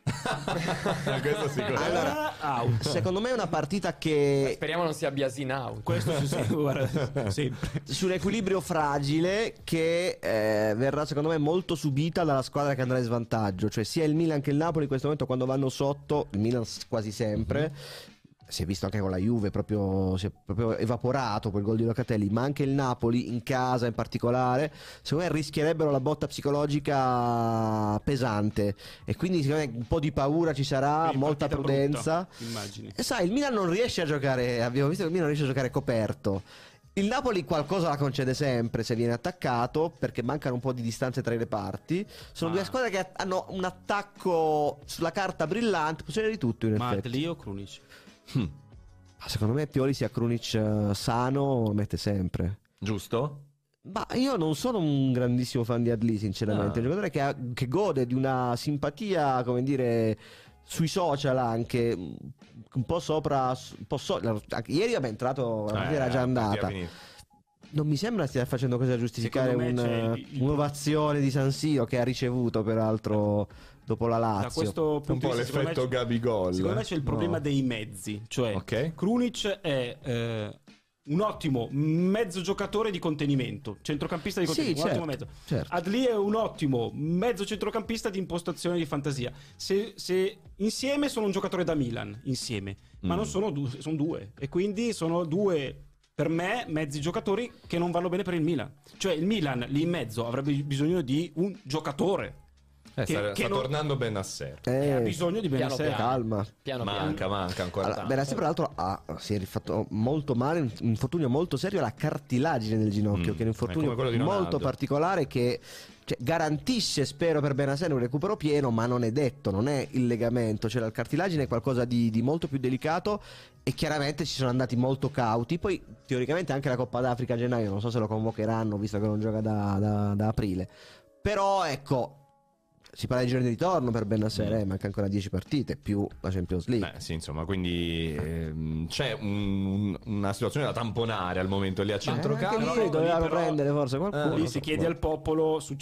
Speaker 1: Questo sicuramente.
Speaker 3: Allora,
Speaker 2: out.
Speaker 3: Secondo me è una partita che
Speaker 4: Speriamo non sia Biasin out.
Speaker 2: Questo sì, guarda, sempre.
Speaker 3: su un equilibrio fragile che verrà secondo me molto subita dalla squadra che andrà in svantaggio, cioè sia il Milan che il Napoli in questo momento quando vanno sotto, il Milan quasi sempre, si è visto anche con la Juve, si è proprio evaporato quel gol di Locatelli, ma anche il Napoli in casa in particolare secondo me rischierebbero la botta psicologica pesante, e quindi secondo me un po' di paura ci sarà,
Speaker 2: Quindi
Speaker 3: molta prudenza
Speaker 2: brutta, immagini.
Speaker 3: e sai, il Milan non riesce a giocare, abbiamo visto che il Milan non riesce a giocare coperto. Il Napoli qualcosa la concede sempre se viene attaccato, perché mancano un po' di distanze tra le parti. Sono due squadre che hanno un attacco sulla carta brillante, possiamo dire di tutto in effetti.
Speaker 2: Adli o Krunic?
Speaker 3: Secondo me Pioli sia Krunic sano lo mette sempre.
Speaker 1: Giusto?
Speaker 3: Ma io non sono un grandissimo fan di Adli, sinceramente. È un giocatore che gode di una simpatia, come dire, sui social anche un po' sopra, ieri vabbè, è entrato, la partita era già andata. Non mi sembra stia facendo cosa a giustificare un'ovazione di San Siro che ha ricevuto peraltro dopo la Lazio.
Speaker 2: Da questo punto
Speaker 1: un po' l'effetto Gabigol.
Speaker 2: Secondo me c'è il problema dei mezzi, cioè Krunic è un ottimo mezzo giocatore di contenimento, centrocampista di contenimento, un ottimo mezzo.
Speaker 3: Certo.
Speaker 2: Adli è un ottimo mezzo centrocampista di impostazione di fantasia. Se insieme sono un giocatore da Milan, insieme, ma non sono due, e quindi sono due per me mezzi giocatori che non vanno bene per il Milan. Cioè il Milan lì in mezzo avrebbe bisogno di un giocatore.
Speaker 1: Sta tornando Bennacer.
Speaker 2: Ha bisogno di Bennacer.
Speaker 3: Calma.
Speaker 1: Manca ancora tanto.
Speaker 3: Bennacer peraltro si è rifatto molto male, un infortunio molto serio alla cartilagine del ginocchio, che è un infortunio molto particolare che garantisce, spero per Bennacer, un recupero pieno, ma non è detto, non è il legamento, cioè la cartilagine è qualcosa di molto più delicato, e chiaramente ci sono andati molto cauti. Poi teoricamente anche la Coppa d'Africa a gennaio non so se lo convocheranno, visto che non gioca da aprile, però ecco, si parla di giorni di ritorno per Bennacer, manca ancora 10 partite più la Champions League.
Speaker 1: Sì, insomma, quindi c'è una situazione da tamponare al momento lì a centrocampo.
Speaker 3: Lì dovevano prendere forse qualcuno.
Speaker 2: Lì si chiede al popolo su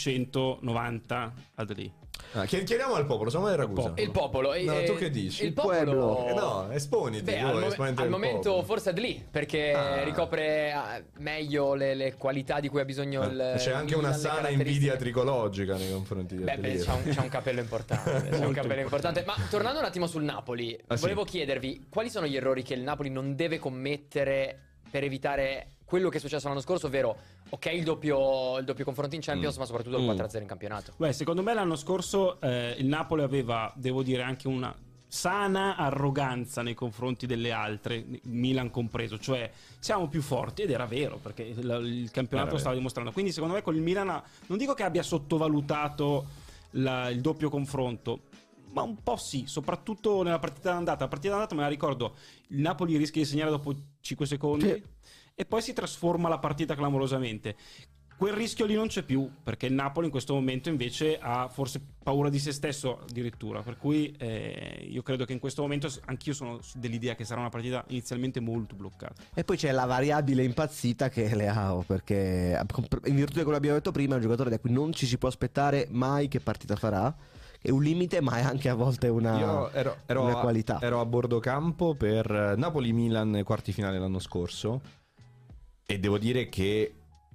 Speaker 2: 190 Adli.
Speaker 1: Chiediamo al popolo, siamo del Ragusa.
Speaker 4: Il popolo.
Speaker 1: Tu che dici?
Speaker 4: Il popolo.
Speaker 1: No, esponiti.
Speaker 4: Al momento forse Adli, perché ricopre meglio le qualità di cui ha bisogno il
Speaker 1: c'è anche una sana invidia tricologica nei confronti di Adli.
Speaker 4: C'è un capello importante. Ma tornando un attimo sul Napoli, volevo chiedervi quali sono gli errori che il Napoli non deve commettere per evitare quello che è successo l'anno scorso, ovvero il doppio confronto in Champions, ma soprattutto il 4-0 in campionato.
Speaker 2: Secondo me l'anno scorso il Napoli aveva, devo dire, anche una sana arroganza nei confronti delle altre, Milan compreso, cioè siamo più forti, ed era vero, perché il campionato stava dimostrando. Quindi secondo me con il Milan non dico che abbia sottovalutato il doppio confronto, ma un po' sì, soprattutto nella partita d'andata. La partita d'andata me la ricordo, il Napoli rischia di segnare dopo 5 secondi e poi si trasforma la partita clamorosamente. Quel rischio lì non c'è più, perché il Napoli in questo momento invece ha forse paura di se stesso addirittura, per cui io credo che in questo momento anch'io sono dell'idea che sarà una partita inizialmente molto bloccata.
Speaker 3: E poi c'è la variabile impazzita che è Leao, perché in virtù di quello che abbiamo detto prima è un giocatore da cui non ci si può aspettare mai che partita farà. È un limite, ma è anche a volte una qualità.
Speaker 1: Ero a bordo campo per Napoli-Milan quarti finale l'anno scorso, e devo dire che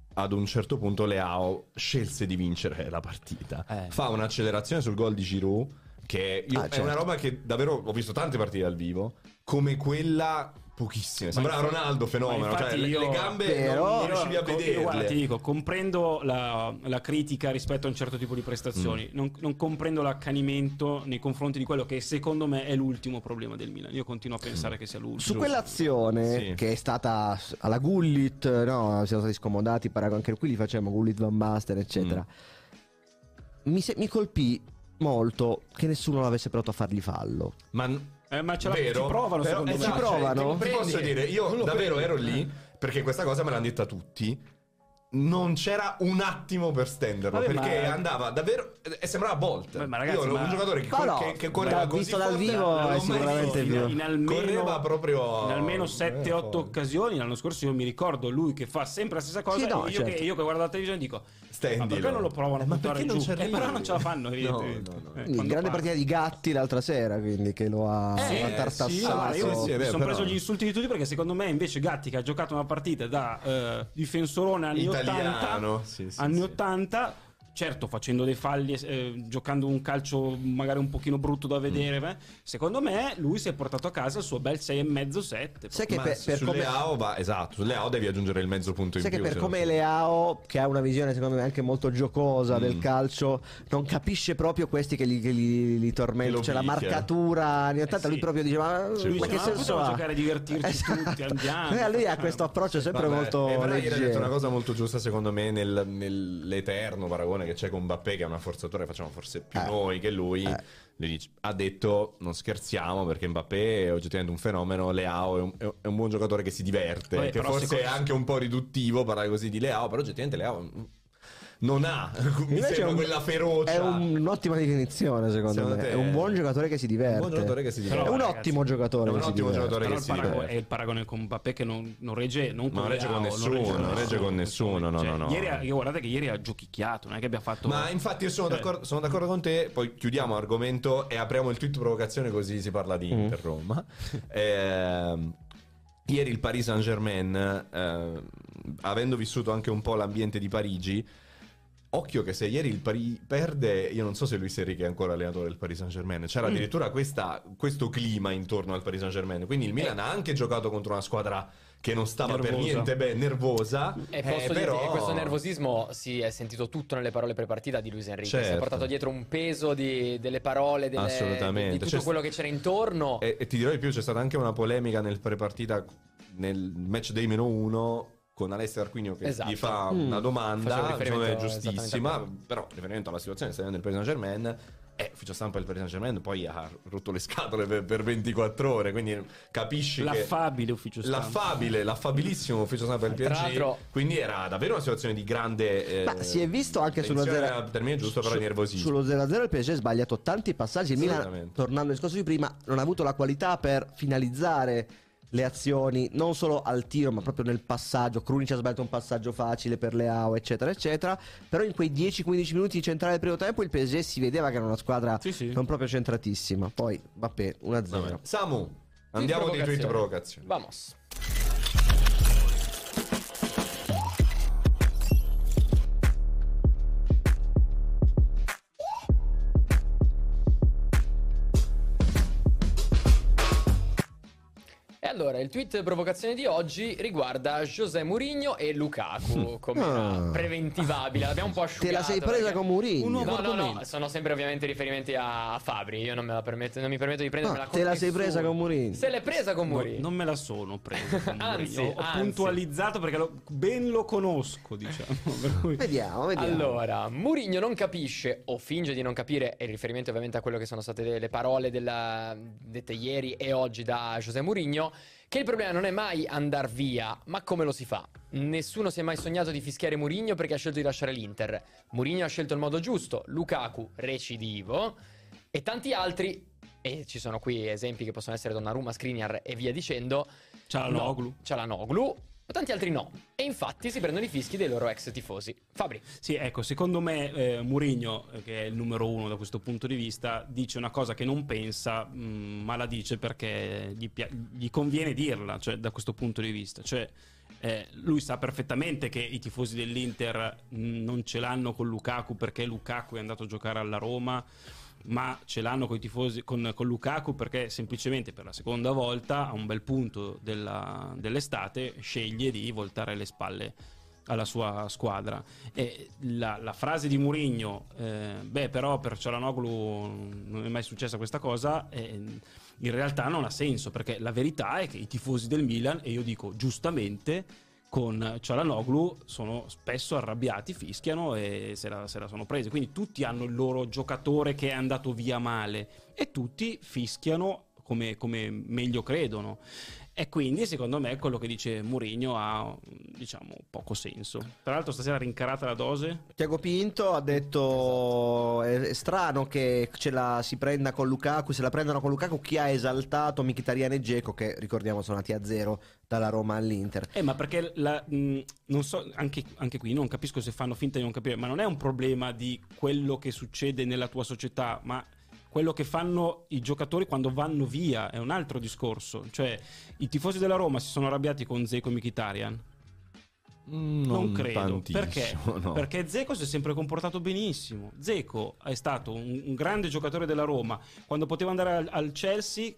Speaker 1: ad un certo punto Leao scelse di vincere la partita. Fa un'accelerazione sul gol di Giroud che è una roba che davvero ho visto tante partite dal vivo, come quella pochissime. Sembrava Ronaldo fenomeno, cioè le gambe non riuscivi a vederle.
Speaker 2: Guarda, ti dico, comprendo la critica rispetto a un certo tipo di prestazioni, non comprendo l'accanimento nei confronti di quello che secondo me è l'ultimo problema del Milan. Io continuo a pensare che sia l'ultimo.
Speaker 3: Su quell'azione che è stata alla Gullit, no, siamo stati scomodati, anche qui li facciamo Gullit, Van Basten eccetera. Mi colpì molto che nessuno l'avesse provato a fargli fallo.
Speaker 2: Ma ci provano, secondo me.
Speaker 3: Ci provano?
Speaker 1: Ti posso dire, io davvero ero lì perché questa cosa me l'hanno detta tutti. Non c'era un attimo per stenderlo, perché andava davvero e sembrava Bolt.
Speaker 2: Ma ragazzi,
Speaker 1: io un giocatore che correva così
Speaker 3: visto dal vivo è sicuramente
Speaker 1: correva proprio
Speaker 2: in almeno 7-8 occasioni l'anno scorso. Io mi ricordo lui che fa sempre la stessa cosa, io che guardo la televisione dico ma perché non lo provano a buttare giù? Però non ce la fanno, evidentemente.
Speaker 3: Grande partita di Gatti l'altra sera, quindi che lo ha tartassato.
Speaker 2: Io mi sono preso gli insulti di tutti, perché secondo me invece Gatti, che ha giocato una partita da difensorone anni 80, certo facendo dei falli, giocando un calcio magari un pochino brutto da vedere, secondo me lui si è portato a casa il suo bel 6,5-7.
Speaker 3: Sai che
Speaker 1: su Leao su Leao devi aggiungere il mezzo punto in più.
Speaker 3: Sai che per come Leao, che ha una visione secondo me anche molto giocosa del calcio, non capisce proprio questi che li tormentano. C'è la marcatura anni 80, lui proprio dice ma che senso ha?
Speaker 2: Giocare, divertirci tutti, andiamo.
Speaker 3: Lui ha questo approccio sempre molto
Speaker 1: leggero. Ieri ha detto una
Speaker 3: leggero.
Speaker 1: cosa molto giusta secondo me nell'eterno paragone che c'è con Mbappé, che è una forzatura che facciamo forse più noi che lui. Lui ha detto non scherziamo, perché Mbappé è oggettivamente un fenomeno, Leao è un buon giocatore che si diverte, che forse è anche un po' riduttivo parlare così di Leao, però oggettivamente Leao non ha quella ferocia.
Speaker 3: È un'ottima definizione secondo me. È un buon giocatore che si diverte.
Speaker 1: Un buon giocatore che si diverte.
Speaker 3: È un ottimo giocatore.
Speaker 1: È un ottimo giocatore che si diverte.
Speaker 2: È il paragone con Mbappé che non regge
Speaker 1: con nessuno. No.
Speaker 2: Ieri, guardate che ieri ha giochicchiato, non è che abbia fatto.
Speaker 1: Ma infatti io sono d'accordo con te. Poi chiudiamo l'argomento e apriamo il tweet provocazione, così si parla di Inter Roma. Ieri il Paris Saint-Germain, avendo vissuto anche un po' l'ambiente di Parigi, occhio che se ieri il Paris perde, io non so se Luis Enrique è ancora allenatore del Paris Saint-Germain. C'era addirittura questo clima intorno al Paris Saint-Germain. Quindi il Milan ha anche giocato contro una squadra che non stava per niente bene, nervosa.
Speaker 4: E posso dire che questo nervosismo si è sentito tutto nelle parole prepartita di Luis Enrique. Si è portato dietro un peso delle parole, di tutto quello che c'era intorno.
Speaker 1: E ti dirò di più, c'è stata anche una polemica nel prepartita, nel match day -1, con Alessio Arquinio che gli fa una domanda, secondo me giustissima, però riferimento alla situazione che sta vivendo il Paris Saint-Germain, ufficio stampa del Paris Saint-Germain poi ha rotto le scatole per 24 ore, quindi capisci
Speaker 2: l'affabile ufficio stampa,
Speaker 1: l'affabilissimo ufficio stampa del PSG, quindi era davvero una situazione di grande
Speaker 3: ma si è visto anche sullo 0-0,
Speaker 1: termine giusto, però nervosismo.
Speaker 3: Sullo 0-0 il PSG ha sbagliato tanti passaggi, il Milan, tornando al discorso di prima, non ha avuto la qualità per finalizzare le azioni, non solo al tiro ma proprio nel passaggio. Krunic ha sbagliato un passaggio facile per Leao eccetera eccetera, però in quei 10-15 minuti centrali del primo tempo il PSG si vedeva che era una squadra non proprio centratissima. Poi vabbè, 1-0.
Speaker 1: Samu, andiamo di tweet provocazione.
Speaker 4: Vamos. Allora, il tweet provocazione di oggi riguarda José Mourinho e Lukaku come preventivabile. L'abbiamo un po' asciugato.
Speaker 3: Te la sei presa con Mourinho?
Speaker 4: No, sono sempre ovviamente riferimenti a Fabri. Io non mi permetto di prendermela con
Speaker 3: te la sei presa con Mourinho?
Speaker 4: Se l'è presa con Mourinho?
Speaker 2: Non me la sono presa con
Speaker 4: anzi,
Speaker 2: ho puntualizzato perché ben lo conosco, diciamo. Per cui...
Speaker 3: Vediamo.
Speaker 4: Allora, Mourinho non capisce o finge di non capire, e riferimento ovviamente a quello che sono state le parole dette ieri e oggi da José Mourinho, che il problema non è mai andar via, ma come lo si fa. Nessuno si è mai sognato di fischiare Mourinho perché ha scelto di lasciare l'Inter. Mourinho ha scelto il modo giusto, Lukaku recidivo e tanti altri, e ci sono qui esempi che possono essere Donnarumma, Skriniar e via dicendo, Çalhanoğlu, ma tanti altri no. E infatti si prendono i fischi dei loro ex tifosi. Fabri.
Speaker 2: Sì, ecco, secondo me Mourinho, che è il numero uno da questo punto di vista, dice una cosa che non pensa, ma la dice perché gli conviene dirla, cioè da questo punto di vista. Cioè Lui sa perfettamente che i tifosi dell'Inter non ce l'hanno con Lukaku perché Lukaku è andato a giocare alla Roma, ma ce l'hanno con i tifosi con Lukaku perché semplicemente per la seconda volta a un bel punto dell'estate sceglie di voltare le spalle alla sua squadra. E la frase di Mourinho, però per Çalhanoğlu non è mai successa questa cosa, in realtà non ha senso, perché la verità è che i tifosi del Milan, e io dico giustamente, con Çalhanoğlu sono spesso arrabbiati, fischiano e se la sono presi. Quindi tutti hanno il loro giocatore che è andato via male e tutti fischiano come meglio credono. E quindi secondo me quello che dice Mourinho ha, diciamo, poco senso. Tra l'altro stasera rincarata la dose.
Speaker 3: Tiago Pinto ha detto è strano che si prenda con Lukaku, se la prendono con Lukaku, chi ha esaltato Mkhitaryan e Dzeko, che ricordiamo sono andati a 0 dalla Roma all'Inter.
Speaker 2: Ma perché non so, anche qui non capisco se fanno finta di non capire, ma non è un problema di quello che succede nella tua società, ma quello che fanno i giocatori quando vanno via è un altro discorso. Cioè, i tifosi della Roma si sono arrabbiati con Dzeko e Mkhitaryan? Non credo. Perché?
Speaker 1: No.
Speaker 2: Perché Dzeko si è sempre comportato benissimo. Dzeko è stato un grande giocatore della Roma. Quando poteva andare al Chelsea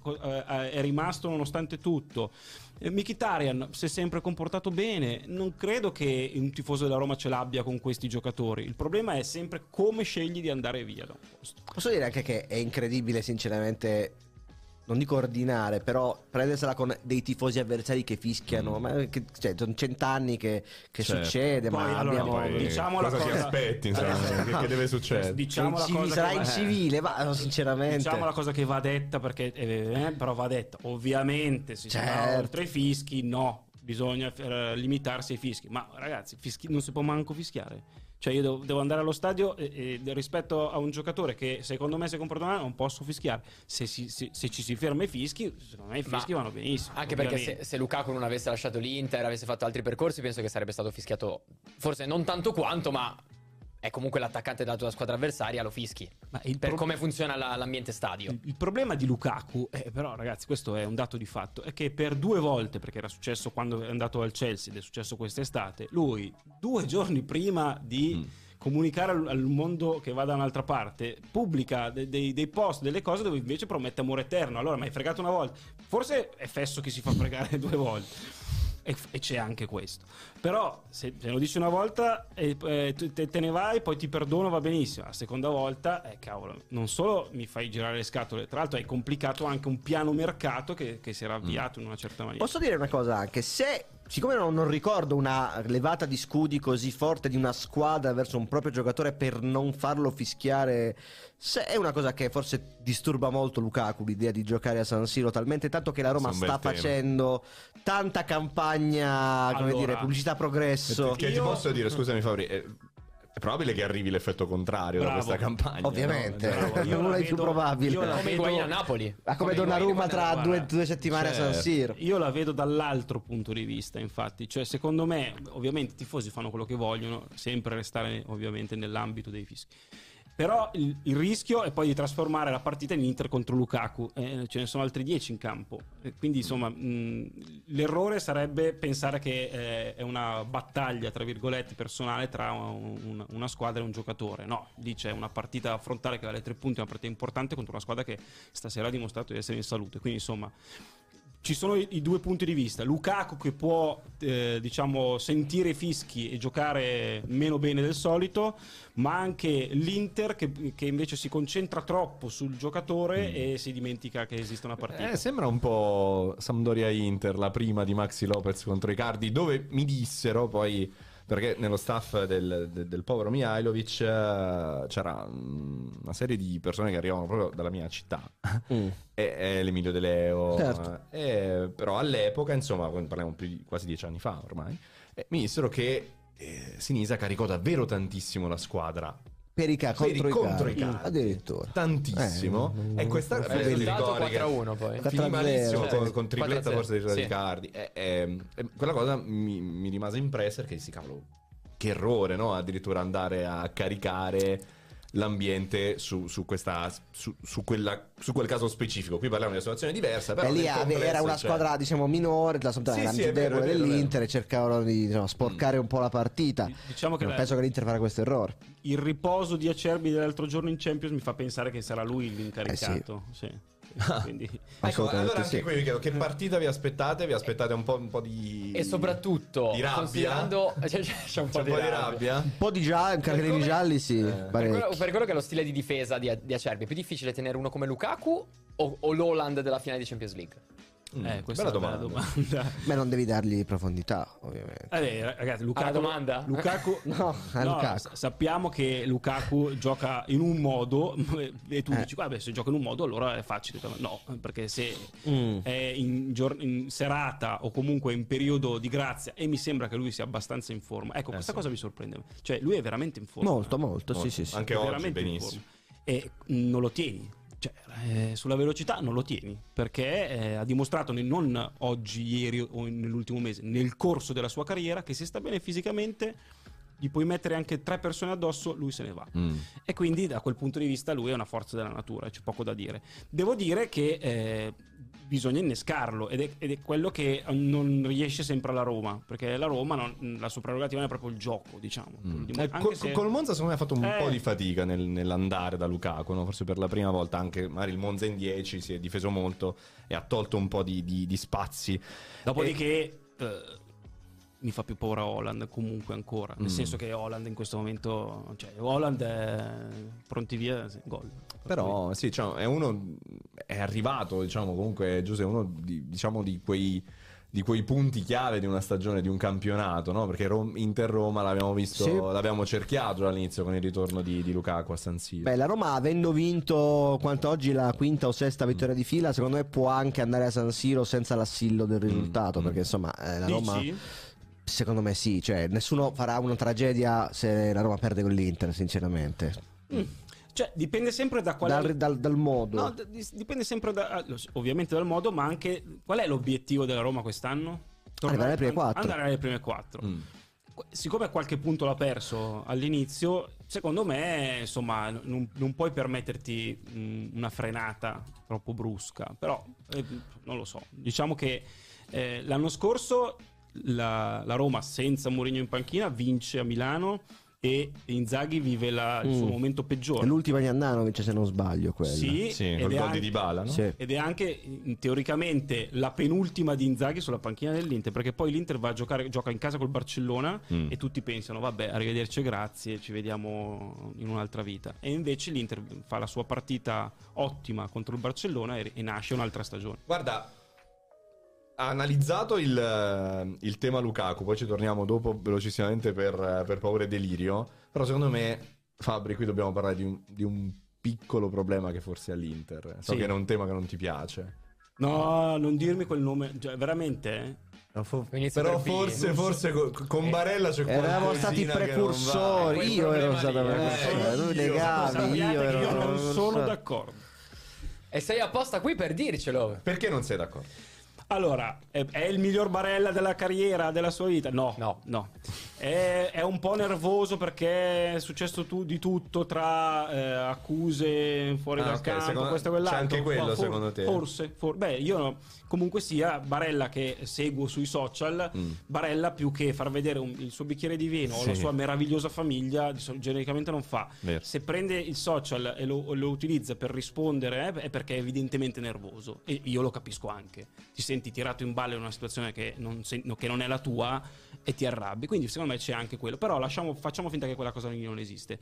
Speaker 2: è rimasto nonostante tutto. Mkhitaryan si è sempre comportato bene. Non credo che un tifoso della Roma ce l'abbia con questi giocatori. Il problema è sempre come scegli di andare via da un posto.
Speaker 3: Posso dire anche che è incredibile, sinceramente, non dico ordinare, però prendersela con dei tifosi avversari che fischiano, ma cioè, sono 100 anni che
Speaker 1: Certo.
Speaker 3: succede,
Speaker 2: Poi,
Speaker 3: ma
Speaker 2: allora,
Speaker 3: abbiamo...
Speaker 2: poi, diciamo la
Speaker 1: cosa ti
Speaker 2: cosa-
Speaker 1: aspetti, insomma, che deve succedere?
Speaker 2: Diciamo la cosa
Speaker 3: sarà
Speaker 2: che va-
Speaker 3: incivile, ma sinceramente...
Speaker 2: Diciamo la cosa che va detta, perché però va detta. Ovviamente se si va
Speaker 3: Certo.
Speaker 2: oltre i fischi, no, bisogna limitarsi ai fischi. Ma ragazzi, non si può manco fischiare. Cioè io devo andare allo stadio e rispetto a un giocatore che secondo me si comporta male non posso fischiare. Se ci si ferma i fischi, secondo me i fischi vanno benissimo.
Speaker 4: Anche
Speaker 2: ovviamente.
Speaker 4: perché se Lukaku non avesse lasciato l'Inter, avesse fatto altri percorsi, penso che sarebbe stato fischiato, forse non tanto quanto, ma è comunque l'attaccante della tua squadra avversaria, lo fischi.
Speaker 2: Ma il
Speaker 4: Per come funziona l'ambiente stadio.
Speaker 2: Il problema di Lukaku, però ragazzi, questo è un dato di fatto, è che per 2 volte, perché era successo quando è andato al Chelsea ed è successo quest'estate, lui 2 giorni prima di comunicare al mondo che va da un'altra parte, pubblica dei post, delle cose dove invece promette amore eterno. Allora, mi hai fregato una volta, forse è fesso che si fa fregare 2 volte. E c'è anche questo. Però se lo dici una volta te ne vai, poi ti perdono, va benissimo. La seconda volta, cavolo, non solo mi fai girare le scatole, tra l'altro hai complicato anche un piano mercato che si era avviato in una certa maniera.
Speaker 3: Posso dire una cosa anche, siccome non ricordo una levata di scudi così forte di una squadra verso un proprio giocatore per non farlo fischiare, se è una cosa che forse disturba molto Lukaku, l'idea di giocare a San Siro, talmente tanto che la Roma
Speaker 1: Questo è un
Speaker 3: sta
Speaker 1: bel tema.
Speaker 3: facendo tanta campagna, come
Speaker 2: Allora,
Speaker 3: dire, pubblicità progresso.
Speaker 1: Che ti posso dire, scusami Fabri, è probabile che arrivi l'effetto contrario da
Speaker 2: Bravo.
Speaker 1: questa campagna.
Speaker 3: Ovviamente,
Speaker 1: no?
Speaker 3: è uno dei più probabili.
Speaker 2: io la
Speaker 4: Come
Speaker 2: vedo-
Speaker 4: Higuain a Napoli.
Speaker 3: Ma come Donnarumma tra
Speaker 2: guarda,
Speaker 3: due settimane a San
Speaker 1: certo.
Speaker 3: Siro.
Speaker 2: Io la vedo dall'altro punto di vista, infatti, cioè secondo me, ovviamente i tifosi fanno quello che vogliono, sempre restare ovviamente nell'ambito dei fischi. Però il rischio è poi di trasformare la partita in Inter contro Lukaku, ce ne sono altri 10 in campo, quindi insomma l'errore sarebbe pensare che è una battaglia tra virgolette personale tra una squadra e un giocatore. No, lì c'è una partita da affrontare che vale 3 punti, una partita importante contro una squadra che stasera ha dimostrato di essere in salute, quindi insomma ci sono i 2 punti di vista. Lukaku che può diciamo sentire i fischi e giocare meno bene del solito, ma anche l'Inter che invece si concentra troppo sul giocatore e si dimentica che esiste una partita.
Speaker 1: Sembra un po' Sampdoria-Inter, la prima di Maxi Lopez contro Icardi, dove mi dissero poi, perché nello staff del povero Mihajlovic c'era una serie di persone che arrivavano proprio dalla mia città, e l'Emilio De Leo,
Speaker 3: Certo.
Speaker 1: però all'epoca, insomma, parliamo più di quasi 10 anni fa ormai, mi dissero che Sinisa caricò davvero tantissimo la squadra.
Speaker 3: Perica contro
Speaker 1: contro
Speaker 3: i
Speaker 1: Icardi.
Speaker 3: addirittura.
Speaker 1: Tantissimo. E questa
Speaker 4: Il risultato 4-1 poi.
Speaker 1: finì malissimo
Speaker 3: 4-0.
Speaker 1: con tripletta
Speaker 4: 4-0.
Speaker 1: forse di
Speaker 4: Sì.
Speaker 1: Icardi. Quella cosa mi rimase impressa, perché si cavolo, che errore, no? Addirittura andare a caricare l'ambiente su quel caso specifico. Qui parliamo di una situazione diversa, però
Speaker 3: lì
Speaker 1: nel complesso,
Speaker 3: era una
Speaker 1: cioè-
Speaker 3: squadra, diciamo, minore, la Sampdoria era
Speaker 1: Sì,
Speaker 3: più
Speaker 1: è vero,
Speaker 3: debole
Speaker 1: è vero,
Speaker 3: dell'Inter e cercavano di, diciamo, sporcare un po' la partita.
Speaker 2: Diciamo che
Speaker 3: Non penso che l'Inter farà questo errore.
Speaker 2: il riposo di Acerbi dell'altro giorno in Champions mi fa pensare che sarà lui l'incaricato. Sì. Quindi
Speaker 1: Ecco,
Speaker 3: Assolutamente
Speaker 1: allora anche
Speaker 3: sì.
Speaker 1: qui vi chiedo che partita vi aspettate? Vi aspettate un po' di...
Speaker 4: E soprattutto,
Speaker 1: di rabbia?
Speaker 4: considerando... c'è un po' di rabbia.
Speaker 1: rabbia?
Speaker 3: Un po' di cartellini
Speaker 4: come-
Speaker 3: gialli, sì,
Speaker 4: Per
Speaker 3: parecchi.
Speaker 4: quello che è lo stile di difesa di Acerbi, è più difficile tenere uno come Lukaku o l'Haaland della finale di Champions League?
Speaker 2: questa
Speaker 1: bella
Speaker 2: è una bella domanda.
Speaker 3: Beh, non devi dargli profondità, ovviamente.
Speaker 2: Ragazzi,
Speaker 4: la domanda?
Speaker 2: Lukaku,
Speaker 3: No, a Lukaku.
Speaker 2: sappiamo che Lukaku gioca in un modo e tu dici, vabbè, se gioca in un modo allora è facile. No, perché se è in serata o comunque in periodo di grazia, e mi sembra che lui sia abbastanza in forma. Ecco, questa cosa mi sorprende. Cioè, lui è veramente in forma.
Speaker 3: Molto, sì.
Speaker 1: Anche
Speaker 2: È
Speaker 1: oggi
Speaker 2: veramente in
Speaker 1: benissimo.
Speaker 2: forma. E non lo tieni. Cioè, sulla velocità non lo tieni, perché ha dimostrato non oggi, ieri o nell'ultimo mese, nel corso della sua carriera, che se sta bene fisicamente gli puoi mettere anche 3 persone addosso, lui se ne va. E quindi da quel punto di vista lui è una forza della natura, c'è poco da dire. Devo dire che bisogna innescarlo ed è quello che non riesce sempre alla Roma, perché la Roma la sua prerogativa non è proprio il gioco, diciamo. Anche se-
Speaker 1: Col Monza secondo me ha fatto un po' di fatica nell'andare da Lukaku, no? Forse per la prima volta anche magari il Monza in 10 si è difeso molto e ha tolto un po' di spazi.
Speaker 2: Dopodiché mi fa più paura Haaland comunque ancora, nel senso che Haaland in questo momento, cioè Haaland è pronti via, gol.
Speaker 1: Però sì, diciamo, è arrivato, diciamo, comunque Giuseppe, uno di quei punti chiave di una stagione, di un campionato, no? Perché Inter-Roma l'abbiamo visto,
Speaker 3: Sì.
Speaker 1: l'abbiamo cerchiato all'inizio con il ritorno di Lukaku a San Siro.
Speaker 3: Beh, la Roma, avendo vinto quanto oggi la quinta o sesta vittoria di fila, secondo me può anche andare a San Siro senza l'assillo del risultato, perché insomma la Roma...
Speaker 2: Dici?
Speaker 3: Secondo me sì, cioè nessuno farà una tragedia se la Roma perde con l'Inter, sinceramente.
Speaker 2: Cioè dipende sempre da quale...
Speaker 3: Dal modo.
Speaker 2: No, dipende sempre ovviamente dal modo, ma anche qual è l'obiettivo della Roma quest'anno?
Speaker 3: Arrivare alle prime 4.
Speaker 2: Andare alle prime 4. Siccome qualche punto l'ha perso all'inizio, secondo me, insomma, non puoi permetterti una frenata troppo brusca. Però, non lo so. Diciamo che l'anno scorso la Roma senza Mourinho in panchina vince a Milano e Inzaghi vive il suo momento peggiore.
Speaker 3: È l'ultima di Andanovic, se non sbaglio, quella.
Speaker 2: Sì,
Speaker 1: Sì,
Speaker 2: ed
Speaker 1: col
Speaker 2: è
Speaker 1: gol
Speaker 2: anche-
Speaker 1: di Dybala, no?
Speaker 3: Sì.
Speaker 2: ed è anche teoricamente la penultima di Inzaghi sulla panchina dell'Inter, perché poi l'Inter gioca in casa col Barcellona e tutti pensano vabbè, arrivederci e grazie, ci vediamo in un'altra vita, e invece l'Inter fa la sua partita ottima contro il Barcellona e nasce un'altra stagione.
Speaker 1: Guarda, ha analizzato il tema Lukaku, poi ci torniamo dopo velocissimamente per paura e delirio, però secondo me, Fabri, qui dobbiamo parlare di un piccolo problema che forse ha l'Inter. So
Speaker 2: Sì.
Speaker 1: che è un tema che non ti piace.
Speaker 2: No, non dirmi quel nome, cioè, veramente.
Speaker 4: Inizio
Speaker 1: Però
Speaker 4: per B.
Speaker 1: forse con Barella c'è qualcosina
Speaker 3: Eravamo stati
Speaker 1: che non va.
Speaker 3: precursori,
Speaker 4: Quel
Speaker 3: io ero
Speaker 4: problema
Speaker 3: stato
Speaker 4: lì,
Speaker 3: precursore, lui negavi,
Speaker 2: Sappiate
Speaker 3: io
Speaker 2: che
Speaker 3: ero
Speaker 2: io non sono
Speaker 3: precursore.
Speaker 2: d'accordo.
Speaker 4: E sei apposta qui per dircelo.
Speaker 1: Perché non sei d'accordo?
Speaker 2: Allora, è il miglior Barella della carriera, della sua vita? No.
Speaker 4: No.
Speaker 2: È un po' nervoso perché è successo di tutto tra accuse fuori dal
Speaker 1: ok,
Speaker 2: campo, questo e quell'altro.
Speaker 1: c'è anche quello,
Speaker 2: Ma
Speaker 1: secondo te?
Speaker 2: Forse. Beh, io no. Comunque sia, Barella che seguo sui social, Barella più che far vedere il suo bicchiere di vino o la sua meravigliosa famiglia, genericamente non fa.
Speaker 1: Vero.
Speaker 2: Se prende il social e lo utilizza per rispondere è perché è evidentemente nervoso, e io lo capisco anche. Ti senti tirato in ballo in una situazione che non è la tua e ti arrabbi, quindi secondo me c'è anche quello, però facciamo finta che quella cosa non esiste.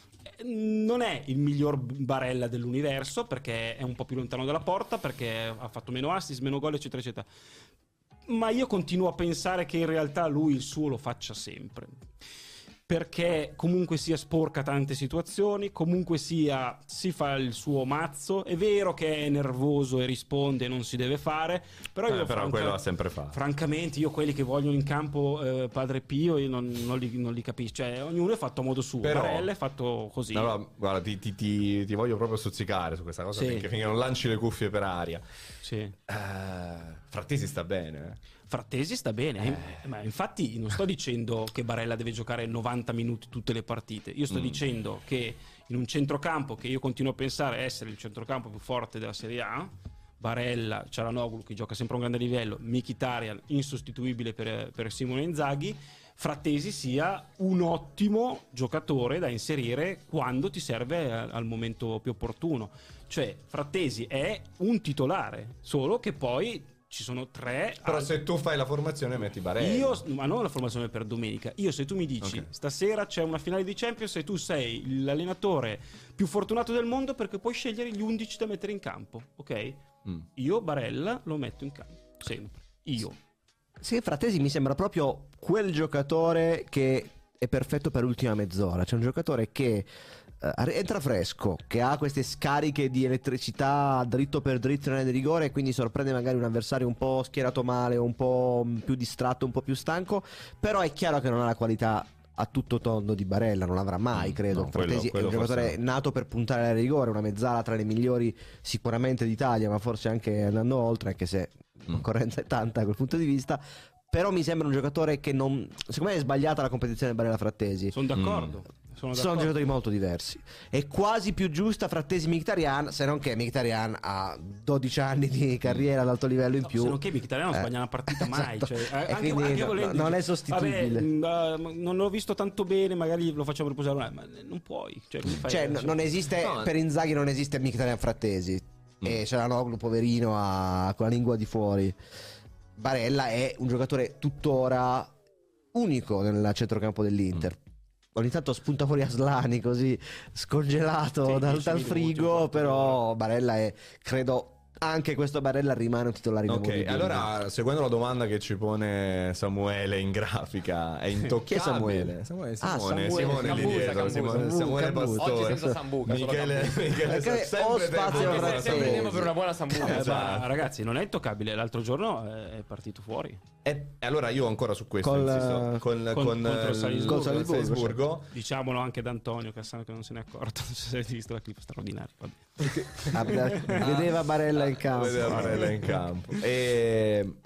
Speaker 2: Non è il miglior Barella dell'universo perché è un po' più lontano dalla porta, perché ha fatto meno assist, meno gol, eccetera eccetera, ma io continuo a pensare che in realtà lui il suo lo faccia sempre, perché comunque sia sporca tante situazioni, comunque sia si fa il suo mazzo. È vero che è nervoso e risponde, non si deve fare, però io
Speaker 1: Però quello l'ha sempre fatto.
Speaker 2: francamente io quelli che vogliono in campo Padre Pio io non li capisco, cioè ognuno è fatto a modo suo.
Speaker 1: Però-
Speaker 2: Barella è fatto così.
Speaker 1: Allora, guarda, ti voglio proprio stuzzicare su questa cosa,
Speaker 2: Sì.
Speaker 1: finché non lanci le cuffie per aria.
Speaker 2: Sì.
Speaker 1: Frattesi sta bene.
Speaker 2: Frattesi sta bene, ma infatti non sto dicendo che Barella deve giocare 90 minuti tutte le partite, io sto dicendo che in un centrocampo che io continuo a pensare essere il centrocampo più forte della Serie A, Barella, Çalhanoğlu che gioca sempre a un grande livello, Mkhitaryan insostituibile per Simone Inzaghi, Frattesi sia un ottimo giocatore da inserire quando ti serve al momento più opportuno. Cioè Frattesi è un titolare, solo che poi ci sono 3.
Speaker 1: Però se tu fai la formazione metti Barella.
Speaker 2: Ma non la formazione per domenica. Io se tu mi dici stasera c'è una finale di Champions e tu sei l'allenatore più fortunato del mondo perché puoi scegliere gli 11 da mettere in campo, ok? Io Barella lo metto in campo sempre. Io.
Speaker 3: Sì, Frattesi mi sembra proprio quel giocatore che è perfetto per l'ultima mezz'ora. C'è un giocatore che entra fresco, che ha queste scariche di elettricità dritto per dritto nel rigore e quindi sorprende magari un avversario un po' schierato male, un po' più distratto, un po' più stanco, però è chiaro che non ha la qualità a tutto tondo di Barella, non l'avrà mai, credo.
Speaker 1: No,
Speaker 3: Frattesi
Speaker 1: quello
Speaker 3: è un giocatore
Speaker 1: forse
Speaker 3: nato per puntare al rigore, una mezzala tra le migliori sicuramente d'Italia, ma forse anche andando oltre, anche se la concorrenza è tanta da quel punto di vista. Però mi sembra un giocatore che non, secondo me è sbagliata la competizione Barella-Frattesi.
Speaker 2: Sono d'accordo.
Speaker 3: Sono giocatori molto diversi. È quasi più giusta Frattesi-Mkhitaryan, se non che Mkhitaryan ha 12 anni di carriera ad alto livello in più.
Speaker 2: Se non che Mkhitaryan non sbaglia una partita mai.
Speaker 3: Esatto.
Speaker 2: Cioè,
Speaker 3: anche volendo, non è sostituibile.
Speaker 2: Vabbè, non l'ho visto tanto bene, magari lo facciamo riposare, ma non puoi.
Speaker 3: Non esiste, per Inzaghi non esiste Mkhitaryan-Frattesi. E Çalhanoğlu poverino con la lingua di fuori. Barella è un giocatore tuttora unico nel centrocampo dell'Inter. Ogni tanto spunta fuori Aslani così scongelato dal frigo, però Barella è, credo, anche questo Barella rimane un titolare inamovibile.
Speaker 1: Ok, allora seguendo la domanda che ci pone Samuele in grafica, è intoccabile.
Speaker 3: Chi è Samuele?
Speaker 1: Simone lì dietro, Samuele Pastore.
Speaker 4: Oggi senza Sambuca,
Speaker 1: Michele
Speaker 3: ho spazio per
Speaker 4: sempre andiamo per una buona Sambuca.
Speaker 2: Ma ragazzi, non è intoccabile. L'altro giorno è partito fuori.
Speaker 1: E allora io ancora su questo insisto.
Speaker 2: Contro il
Speaker 1: Salisburgo.
Speaker 2: Diciamolo anche ad Antonio Cassano che non se ne è accorto. Non so se avete visto la clip straordinaria.
Speaker 3: Vedeva Barella in campo.
Speaker 1: E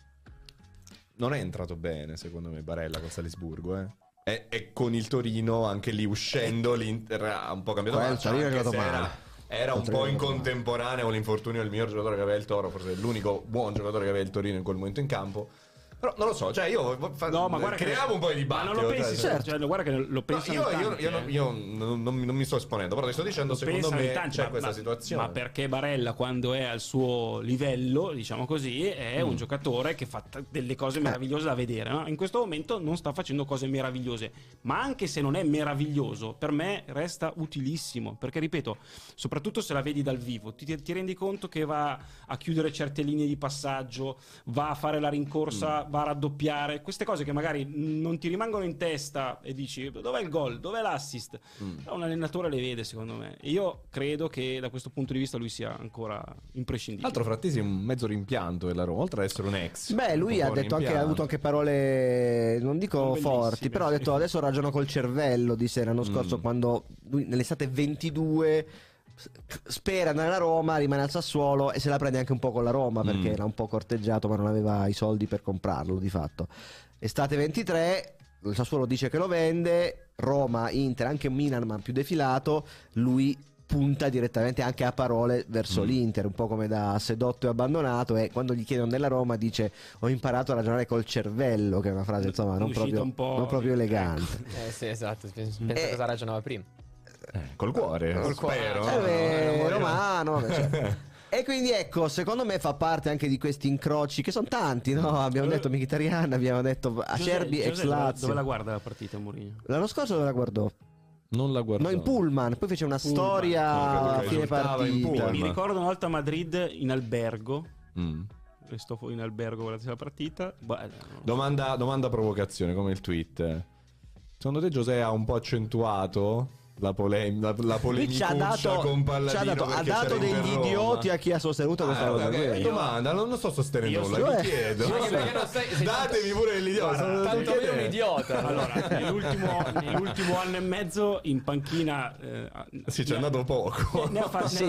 Speaker 1: non è entrato bene secondo me Barella con Salisburgo, e con il Torino anche lì uscendo l'Inter ha un po' cambiato marcia, anche se era un po' in contemporanea con l'infortunio del miglior giocatore che aveva il Toro, forse l'unico buon giocatore che aveva il Torino in quel momento in campo. Però non lo so, cioè io creiamo un po' di dibattito.
Speaker 2: Ma non lo pensi, certo. Guarda che lo penso.
Speaker 1: Io non mi sto esponendo, però ti sto dicendo, secondo me c'è questa situazione.
Speaker 2: Ma perché Barella, quando è al suo livello, diciamo così, è un giocatore che fa delle cose meravigliose da vedere, no? In questo momento non sta facendo cose meravigliose, ma anche se non è meraviglioso, per me resta utilissimo, perché ripeto, soprattutto se la vedi dal vivo, ti rendi conto che va a chiudere certe linee di passaggio, va a fare la rincorsa, va a raddoppiare, queste cose che magari non ti rimangono in testa e dici dov'è il gol, dov'è l'assist, un allenatore le vede, secondo me. Io credo che da questo punto di vista lui sia ancora imprescindibile.
Speaker 1: L'altro Frattesi è un mezzo rimpianto della Roma, oltre ad essere un ex.
Speaker 3: Beh, lui ha detto anche, ha avuto anche parole, non dico forti, però ha detto adesso ragiono col cervello, disse l'anno scorso, quando lui nell'estate 22 spera andare alla Roma, rimane al Sassuolo e se la prende anche un po' con la Roma perché era un po' corteggiato ma non aveva i soldi per comprarlo di fatto. Estate 23 il Sassuolo dice che lo vende, Roma, Inter, anche Milan ma più defilato, lui punta direttamente anche a parole verso l'Inter, un po' come da sedotto e abbandonato, e quando gli chiedono della Roma dice ho imparato a ragionare col cervello, che è una frase insomma non proprio elegante.
Speaker 4: Sì, esatto, pensa cosa ragionava prima.
Speaker 1: Col cuore, spero.
Speaker 3: È romano. E quindi ecco, secondo me fa parte anche di questi incroci che sono tanti, no? Abbiamo detto Mkhitaryan, abbiamo detto Acerbi ex Lazio.
Speaker 2: Dove la guarda la partita Mourinho?
Speaker 3: L'anno scorso dove la guardò?
Speaker 1: Non la guardò.
Speaker 3: No, in pullman, poi fece una storia a fine partita.
Speaker 2: Mi ricordo una volta a Madrid in albergo. Sto in albergo guardate la partita.
Speaker 1: Domanda provocazione, come il tweet. Secondo te Giuseppe ha un po' accentuato la polemicuccia con Palladino,
Speaker 3: ha dato degli idioti a chi ha sostenuto questa cosa?
Speaker 1: Domanda, non sto sostenendo nulla, vi chiedo. Datemi pure dell'idiota.
Speaker 4: Tanto io un idiota.
Speaker 2: Allora, nell'ultimo anno e mezzo in panchina
Speaker 1: sì, c'è andato poco.
Speaker 2: Ne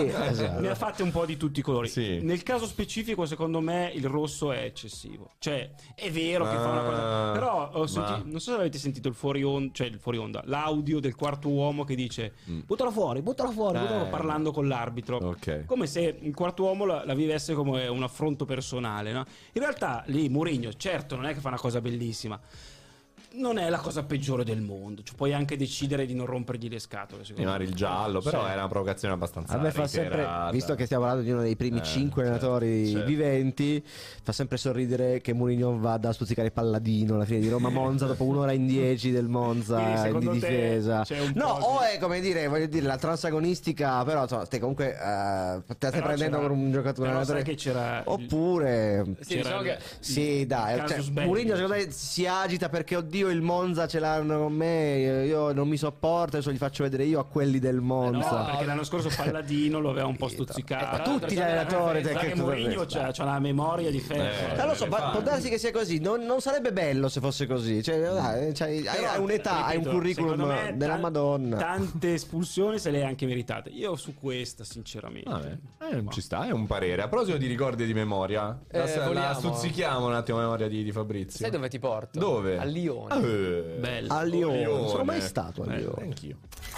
Speaker 2: ha fatte un po' di tutti i colori.
Speaker 1: Sì.
Speaker 2: Nel caso specifico, secondo me, il rosso è eccessivo. Cioè, è vero che fa una cosa. Però non so se avete sentito il fuori onda, l'audio del quarto uomo che dice buttalo fuori, parlando con l'arbitro.
Speaker 1: Ok.
Speaker 2: Come se il quarto uomo la vivesse come un affronto personale, no? In realtà lì Mourinho, certo, non è che fa una cosa bellissima, non è la cosa peggiore del mondo, cioè, puoi anche decidere di non rompergli le scatole, secondo me.
Speaker 1: Il giallo, però
Speaker 2: Sì.
Speaker 1: era una provocazione abbastanza
Speaker 3: A me fa sempre,
Speaker 1: reiterata.
Speaker 3: visto che stiamo parlando di uno dei primi 5 allenatori
Speaker 1: certo.
Speaker 3: viventi, fa sempre sorridere che Mourinho vada a stuzzicare Palladino alla fine di Roma-Monza dopo 1 ora in 10 del
Speaker 2: Quindi,
Speaker 3: Monza
Speaker 2: secondo
Speaker 3: di
Speaker 2: te
Speaker 3: difesa.
Speaker 2: c'è un
Speaker 3: No,
Speaker 2: po'
Speaker 3: o è come dire, voglio dire, la transagonistica, però insomma, te comunque te la stai prendendo per un giocatore, un
Speaker 2: però sai
Speaker 3: allenatore.
Speaker 2: che c'era
Speaker 3: Oppure
Speaker 4: Sì,
Speaker 2: c'era
Speaker 4: diciamo che
Speaker 3: sì, dai,
Speaker 2: il
Speaker 3: cioè,
Speaker 2: casus belli.
Speaker 3: Mourinho secondo me si agita perché oddio il Monza ce l'hanno con me, io non mi sopporto, adesso gli faccio vedere io a quelli del Monza.
Speaker 2: No, perché l'anno scorso Palladino lo aveva un po' stuzzicato.
Speaker 3: Ma tutti gli allenatori
Speaker 2: Sai che Mourinho c'ha la memoria di ferro.
Speaker 3: Lo so, può darsi che sia così, non sarebbe bello se fosse così, cioè, dai, hai un'età, hai un
Speaker 2: Ripeto,
Speaker 3: curriculum
Speaker 2: secondo me,
Speaker 3: della Madonna.
Speaker 2: Tante espulsioni se le ha anche meritate. Io su questa sinceramente
Speaker 1: Vabbè, ci sta, è un parere. A proposito di ricordi e di memoria, la
Speaker 4: vogliamo.
Speaker 1: stuzzichiamo un attimo la memoria di Fabrizio.
Speaker 4: sai dove ti porto?
Speaker 1: Dove?
Speaker 4: A Lione.
Speaker 2: bello.
Speaker 3: A Lione, non sono mai
Speaker 1: Lione.
Speaker 3: stato a Lione.
Speaker 1: Anch'io.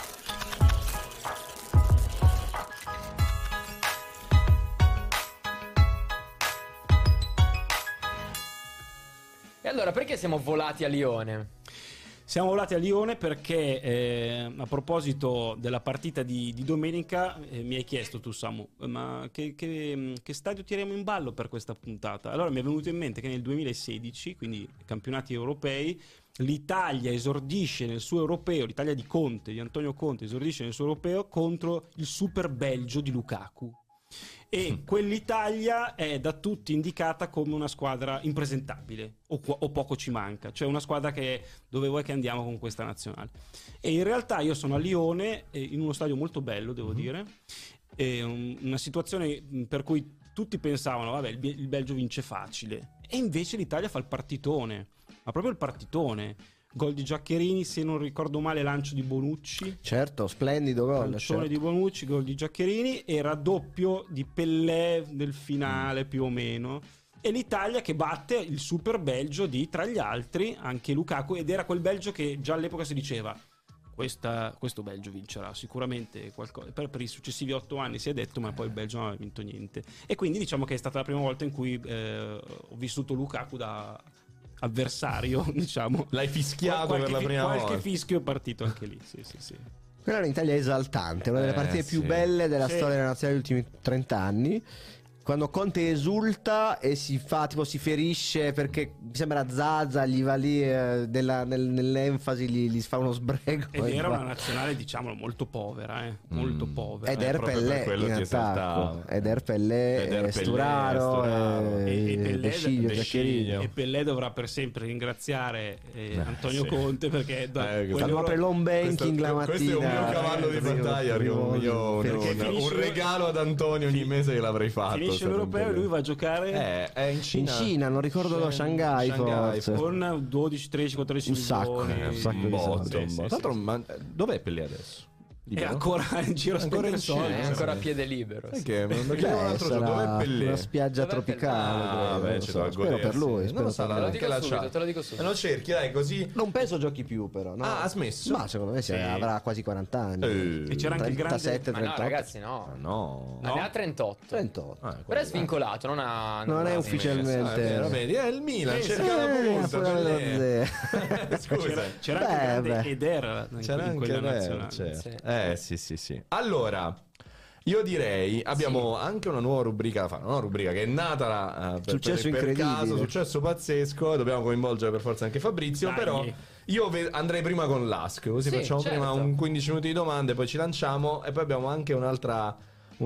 Speaker 4: E allora, perché siamo volati a Lione?
Speaker 2: Siamo volati a Lione perché a proposito della partita di domenica mi hai chiesto tu, Samu, ma che stadio tiriamo in ballo per questa puntata? Allora mi è venuto in mente che nel 2016, quindi campionati europei, l'Italia esordisce nel suo europeo, l'Italia di Conte, di Antonio Conte, esordisce nel suo europeo contro il Super Belgio di Lukaku. E quell'Italia è da tutti indicata come una squadra impresentabile o poco ci manca, cioè una squadra che dove vuoi che andiamo con questa nazionale. E in realtà io sono a Lione, in uno stadio molto bello devo dire, una situazione per cui tutti pensavano vabbè il Belgio vince facile e invece l'Italia fa il partitone, ma proprio il partitone. Gol di Giaccherini, se non ricordo male lancio di Bonucci,
Speaker 3: Certo, splendido gol.
Speaker 2: lancione
Speaker 3: Certo.
Speaker 2: di Bonucci, gol di Giaccherini e raddoppio di Pellè nel finale più o meno, e l'Italia che batte il Super Belgio di, tra gli altri, anche Lukaku, ed era quel Belgio che già all'epoca si diceva questo Belgio vincerà sicuramente qualcosa. Per i successivi 8 anni si è detto, ma poi il Belgio non aveva vinto niente, e quindi diciamo che è stata la prima volta in cui ho vissuto Lukaku da avversario, diciamo.
Speaker 1: L'hai fischiato per la prima volta.
Speaker 2: Qualche fischio è partito anche lì, sì.
Speaker 3: Quella è un'Italia esaltante, una delle partite più
Speaker 1: sì.
Speaker 3: belle della
Speaker 2: Sì.
Speaker 3: storia nazionale degli ultimi 30 anni. Quando Conte esulta e si ferisce perché mi sembra Zaza gli va lì nell'enfasi gli fa uno sbrego
Speaker 2: Ed
Speaker 3: e
Speaker 2: era
Speaker 3: va.
Speaker 2: una nazionale, diciamo, molto povera, molto povera.
Speaker 3: Ed er
Speaker 1: proprio per
Speaker 3: Pellè
Speaker 1: quello
Speaker 3: in
Speaker 1: ti
Speaker 3: attacco,
Speaker 1: esaltava.
Speaker 3: ed er Pellè,
Speaker 1: Ed er Pellè,
Speaker 3: Sturaro,
Speaker 1: Sturaro.
Speaker 2: E Pellè-
Speaker 3: De Sciglio,
Speaker 1: De
Speaker 3: Giaccherini.
Speaker 1: Sciglio.
Speaker 2: E Pellè dovrà per sempre ringraziare Antonio
Speaker 1: sì.
Speaker 2: Conte perché
Speaker 3: Quando apre l'home banking la mattina.
Speaker 1: Questo è un mio cavallo di battaglia,
Speaker 3: Perché
Speaker 1: un regalo ad Antonio ogni mese che l'avrei fatto.
Speaker 2: finisce l'europeo e lui va a a giocare
Speaker 1: è in
Speaker 3: in
Speaker 1: Cina.
Speaker 3: Cina, non ricordo lo Shanghai forse.
Speaker 2: con 12, 13, 14
Speaker 3: Un sacco,
Speaker 2: milioni.
Speaker 3: un sacco di soldi.
Speaker 1: Sì, sì. Tra l'altro, ma dov'è Pellè adesso?
Speaker 2: È
Speaker 1: Libero?
Speaker 2: ancora in giro a
Speaker 1: Ancora
Speaker 2: spendere
Speaker 1: in Cina,
Speaker 2: soldi.
Speaker 4: È ancora a piede libero.
Speaker 1: Sai
Speaker 4: sì.
Speaker 1: che me lo chiedevo l'altro giorno,
Speaker 3: sarà
Speaker 1: dov'è Pellè?
Speaker 3: una spiaggia
Speaker 4: Dov'è
Speaker 3: tropicale.
Speaker 1: Ah,
Speaker 3: credo,
Speaker 1: beh,
Speaker 3: non
Speaker 1: c'è
Speaker 3: so.
Speaker 1: da
Speaker 3: Spero per
Speaker 1: godersi.
Speaker 3: lui.
Speaker 1: Non
Speaker 3: spero
Speaker 1: lo
Speaker 3: per
Speaker 1: sarà,
Speaker 3: lui.
Speaker 4: lo
Speaker 1: anche
Speaker 4: dico
Speaker 1: la
Speaker 4: subito,
Speaker 1: chat.
Speaker 4: te lo dico subito.
Speaker 1: E lo cerchi, dai, così.
Speaker 3: Non penso giochi più, però. No.
Speaker 1: Ah, ha smesso?
Speaker 3: Ma secondo me
Speaker 2: Sì.
Speaker 3: avrà quasi 40 anni.
Speaker 2: E c'era anche il grande
Speaker 3: 37,
Speaker 4: Ma no,
Speaker 3: 38.
Speaker 4: ragazzi, no.
Speaker 1: No.
Speaker 4: Ne ha 38.
Speaker 3: 38.
Speaker 4: Però è svincolato, non ha...
Speaker 3: Non è
Speaker 4: ha
Speaker 3: ufficialmente.
Speaker 1: Vero, vedi, è il Milan,
Speaker 2: Sì,
Speaker 1: cerca
Speaker 2: sì.
Speaker 1: la punta.
Speaker 3: fuori dallo
Speaker 1: Pellè.
Speaker 3: zero.
Speaker 1: Scusa.
Speaker 2: C'era anche il grande
Speaker 3: beh.
Speaker 2: ed era
Speaker 1: C'era
Speaker 2: in
Speaker 1: anche
Speaker 2: quella
Speaker 1: Vero,
Speaker 2: nazionale.
Speaker 1: certo. Sì. Allora, io direi abbiamo anche una nuova rubrica da fare, una nuova rubrica che è nata
Speaker 3: Successo
Speaker 1: per
Speaker 3: incredibile.
Speaker 1: caso, successo pazzesco, dobbiamo coinvolgere per forza anche Fabrizio,
Speaker 2: Dai.
Speaker 1: però io andrei prima con l'Ask, così
Speaker 4: Sì,
Speaker 1: facciamo
Speaker 4: certo.
Speaker 1: prima un 15 minuti di domande, poi ci lanciamo e poi abbiamo anche un'altra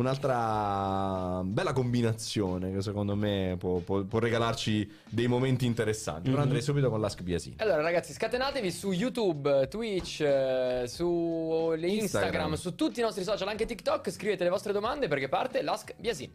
Speaker 1: bella combinazione che secondo me può regalarci dei momenti interessanti. Però andrei subito con l'Ask Biasini.
Speaker 4: Allora ragazzi, scatenatevi su YouTube, Twitch, su Instagram, su tutti i nostri social, anche TikTok. Scrivete le vostre domande perché parte l'Ask Biasin.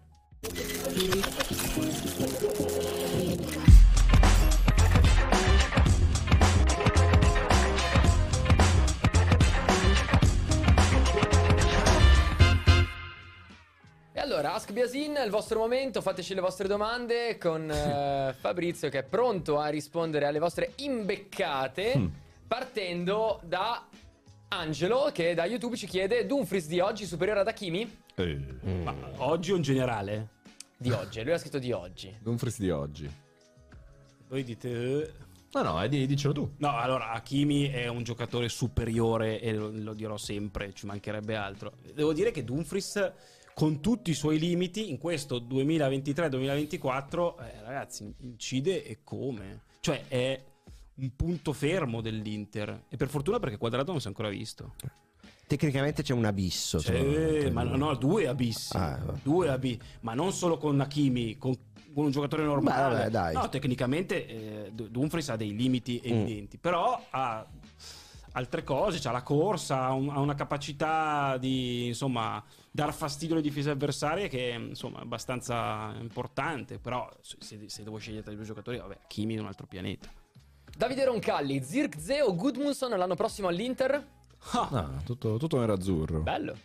Speaker 4: E allora, Ask Biasin, è il vostro momento, fateci le vostre domande con Fabrizio che è pronto a rispondere alle vostre imbeccate, partendo da Angelo, che da YouTube ci chiede: Dumfries di oggi superiore ad Hakimi?
Speaker 2: Ma oggi o in generale?
Speaker 4: Di oggi, lui ha scritto di oggi.
Speaker 1: Dumfries di oggi.
Speaker 2: Voi dite...
Speaker 1: No, dicelo tu.
Speaker 2: No, allora Hakimi è un giocatore superiore e lo dirò sempre, ci mancherebbe altro. Devo dire che Dumfries, con tutti i suoi limiti, in questo 2023-2024, ragazzi, incide e come. Cioè è un punto fermo dell'Inter. E per fortuna, perché Quadrato non si è ancora visto.
Speaker 3: Tecnicamente c'è un abisso. secondo me.
Speaker 2: Ma no, due abissi. Ma non solo con Hakimi, con un giocatore normale.
Speaker 3: Vabbè, dai.
Speaker 2: No, tecnicamente Dumfries ha dei limiti evidenti, però ha altre cose, c'ha la corsa, ha una capacità di, insomma, dar fastidio alle difese avversarie che, insomma, è abbastanza importante. Però se devo scegliere tra i due giocatori, vabbè, Hakimi è un altro pianeta.
Speaker 4: Davide Roncalli, Zirkzee o Gudmundsson l'anno prossimo all'Inter?
Speaker 1: No, tutto nerazzurro.
Speaker 4: Bello.